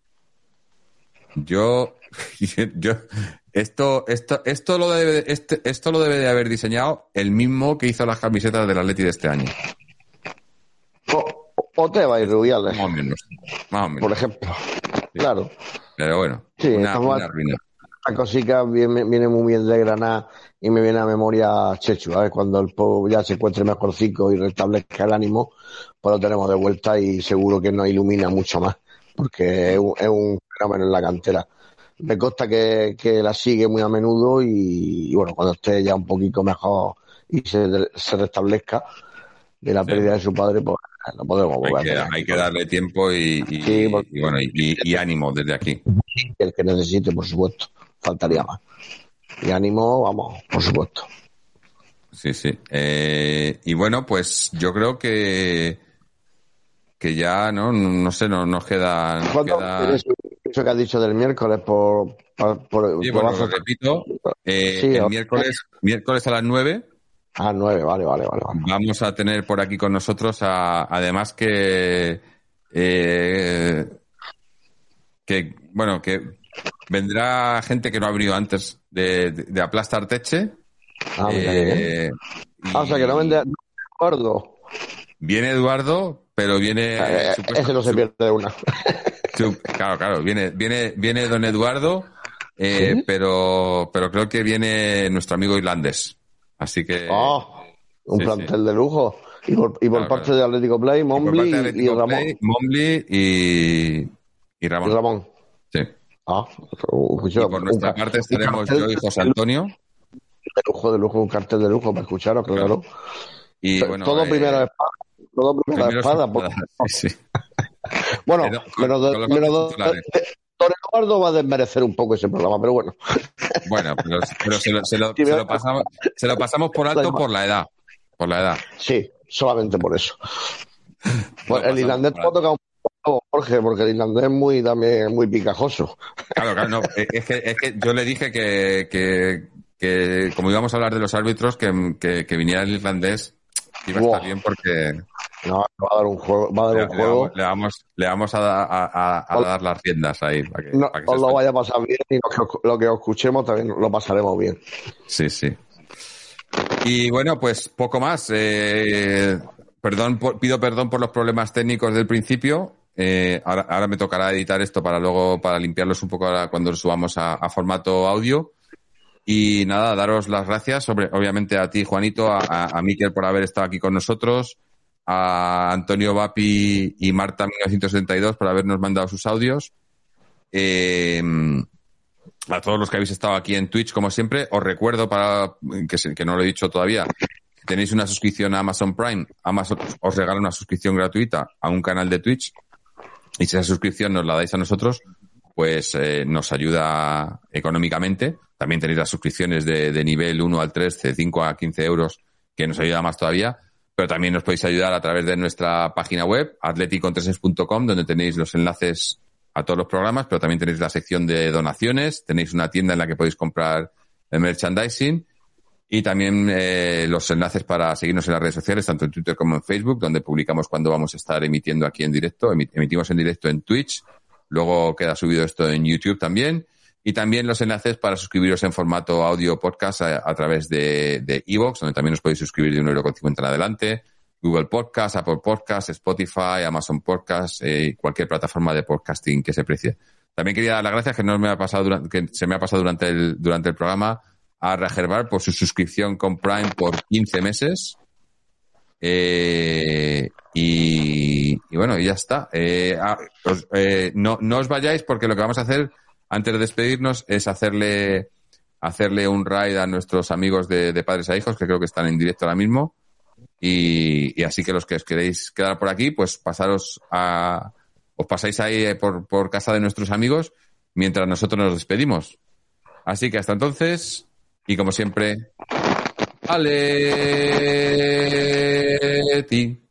Esto lo debe de haber diseñado el mismo que hizo las camisetas del Atleti de este año. O Tebas y Rubiales, Más o menos. por ejemplo. Sí. Claro. Pero bueno, sí, una ruina. La cosica viene muy bien de Granada y me viene a memoria Chechu, ¿sabes? Cuando el pueblo ya se encuentre mejorcico y restablezca el ánimo, pues lo tenemos de vuelta y seguro que nos ilumina mucho más, porque es un fenómeno en la cantera. Me consta que la sigue muy a menudo y bueno, cuando esté ya un poquito mejor y se restablezca de la pérdida de su padre, pues no podemos volver. Hay que darle tiempo y ánimo desde aquí. El que necesite, por supuesto, faltaría más. Y ánimo, vamos, por supuesto. Sí. Y bueno, pues yo creo que ya no sé, nos queda... Eso que has dicho del miércoles sí, bueno, lo repito, el miércoles a las 9. 9, vale. Vamos a tener por aquí con nosotros además que vendrá gente que no ha venido antes de Aplastar Teche. O sea, que no vende Eduardo. Viene Eduardo, pero viene... ese no se pierde una. Claro, viene don Eduardo, ¿Sí? pero creo que viene nuestro amigo irlandés. Así que... un plantel de lujo. Y por parte de Atlético Play, Mombly y Ramón. Mombly y Ramón. Y Ramón. Sí. Pues y por nuestra parte estaremos yo y José Antonio. De lujo, un cartel de lujo para escucharos, claro. Y bueno, todo primera de espada. Todo primera de espada. Sí. Bueno, menos Don Eduardo va a desmerecer un poco ese programa, pero bueno. Bueno, pero se lo pasamos por alto por la edad. Por la edad. Sí, solamente por eso. Pues el irlandés puede tocar un poco, Jorge, porque el irlandés es también muy picajoso. Claro, no. Es que yo le dije que como íbamos a hablar de los árbitros, que viniera el irlandés, iba a estar bien porque... No, va a dar un juego. Le vamos a dar las riendas ahí. Para que os lo vaya a pasar bien y lo que os escuchemos también lo pasaremos bien. Sí. Y bueno, pues poco más. Pido perdón por los problemas técnicos del principio. Ahora me tocará editar esto para limpiarlos un poco cuando lo subamos a formato audio. Y nada, daros las gracias, obviamente a ti, Juanito, a Miquel por haber estado aquí con nosotros, a Antonio Vapi y Marta 1972 por habernos mandado sus audios. A todos los que habéis estado aquí en Twitch, como siempre, os recuerdo que no lo he dicho todavía, si tenéis una suscripción a Amazon Prime, Amazon os regala una suscripción gratuita a un canal de Twitch y si esa suscripción nos la dais a nosotros, pues nos ayuda económicamente. También tenéis las suscripciones de nivel 1 al 3, de 5 a 15 euros que nos ayuda más todavía. Pero también nos podéis ayudar a través de nuestra página web, atleticontreses.com, donde tenéis los enlaces a todos los programas, pero también tenéis la sección de donaciones, tenéis una tienda en la que podéis comprar el merchandising y también los enlaces para seguirnos en las redes sociales, tanto en Twitter como en Facebook, donde publicamos cuando vamos a estar emitiendo aquí en directo. Emitimos en directo en Twitch, luego queda subido esto en YouTube también. Y también los enlaces para suscribiros en formato audio podcast a través de iVoox, donde también os podéis suscribir de 1,50 € en adelante. Google Podcast, Apple Podcast, Spotify, Amazon Podcast, cualquier plataforma de podcasting que se precie. También quería dar las gracias que se me ha pasado durante el programa a Rajerbar por su suscripción con Prime por 15 meses. Y bueno, ya está. No os vayáis porque lo que vamos a hacer antes de despedirnos es hacerle un raid a nuestros amigos de Padres a Hijos, que creo que están en directo ahora mismo. Y así que los que os queréis quedar por aquí, pues os pasáis ahí por casa de nuestros amigos mientras nosotros nos despedimos. Así que hasta entonces, y como siempre, ¡Atleti!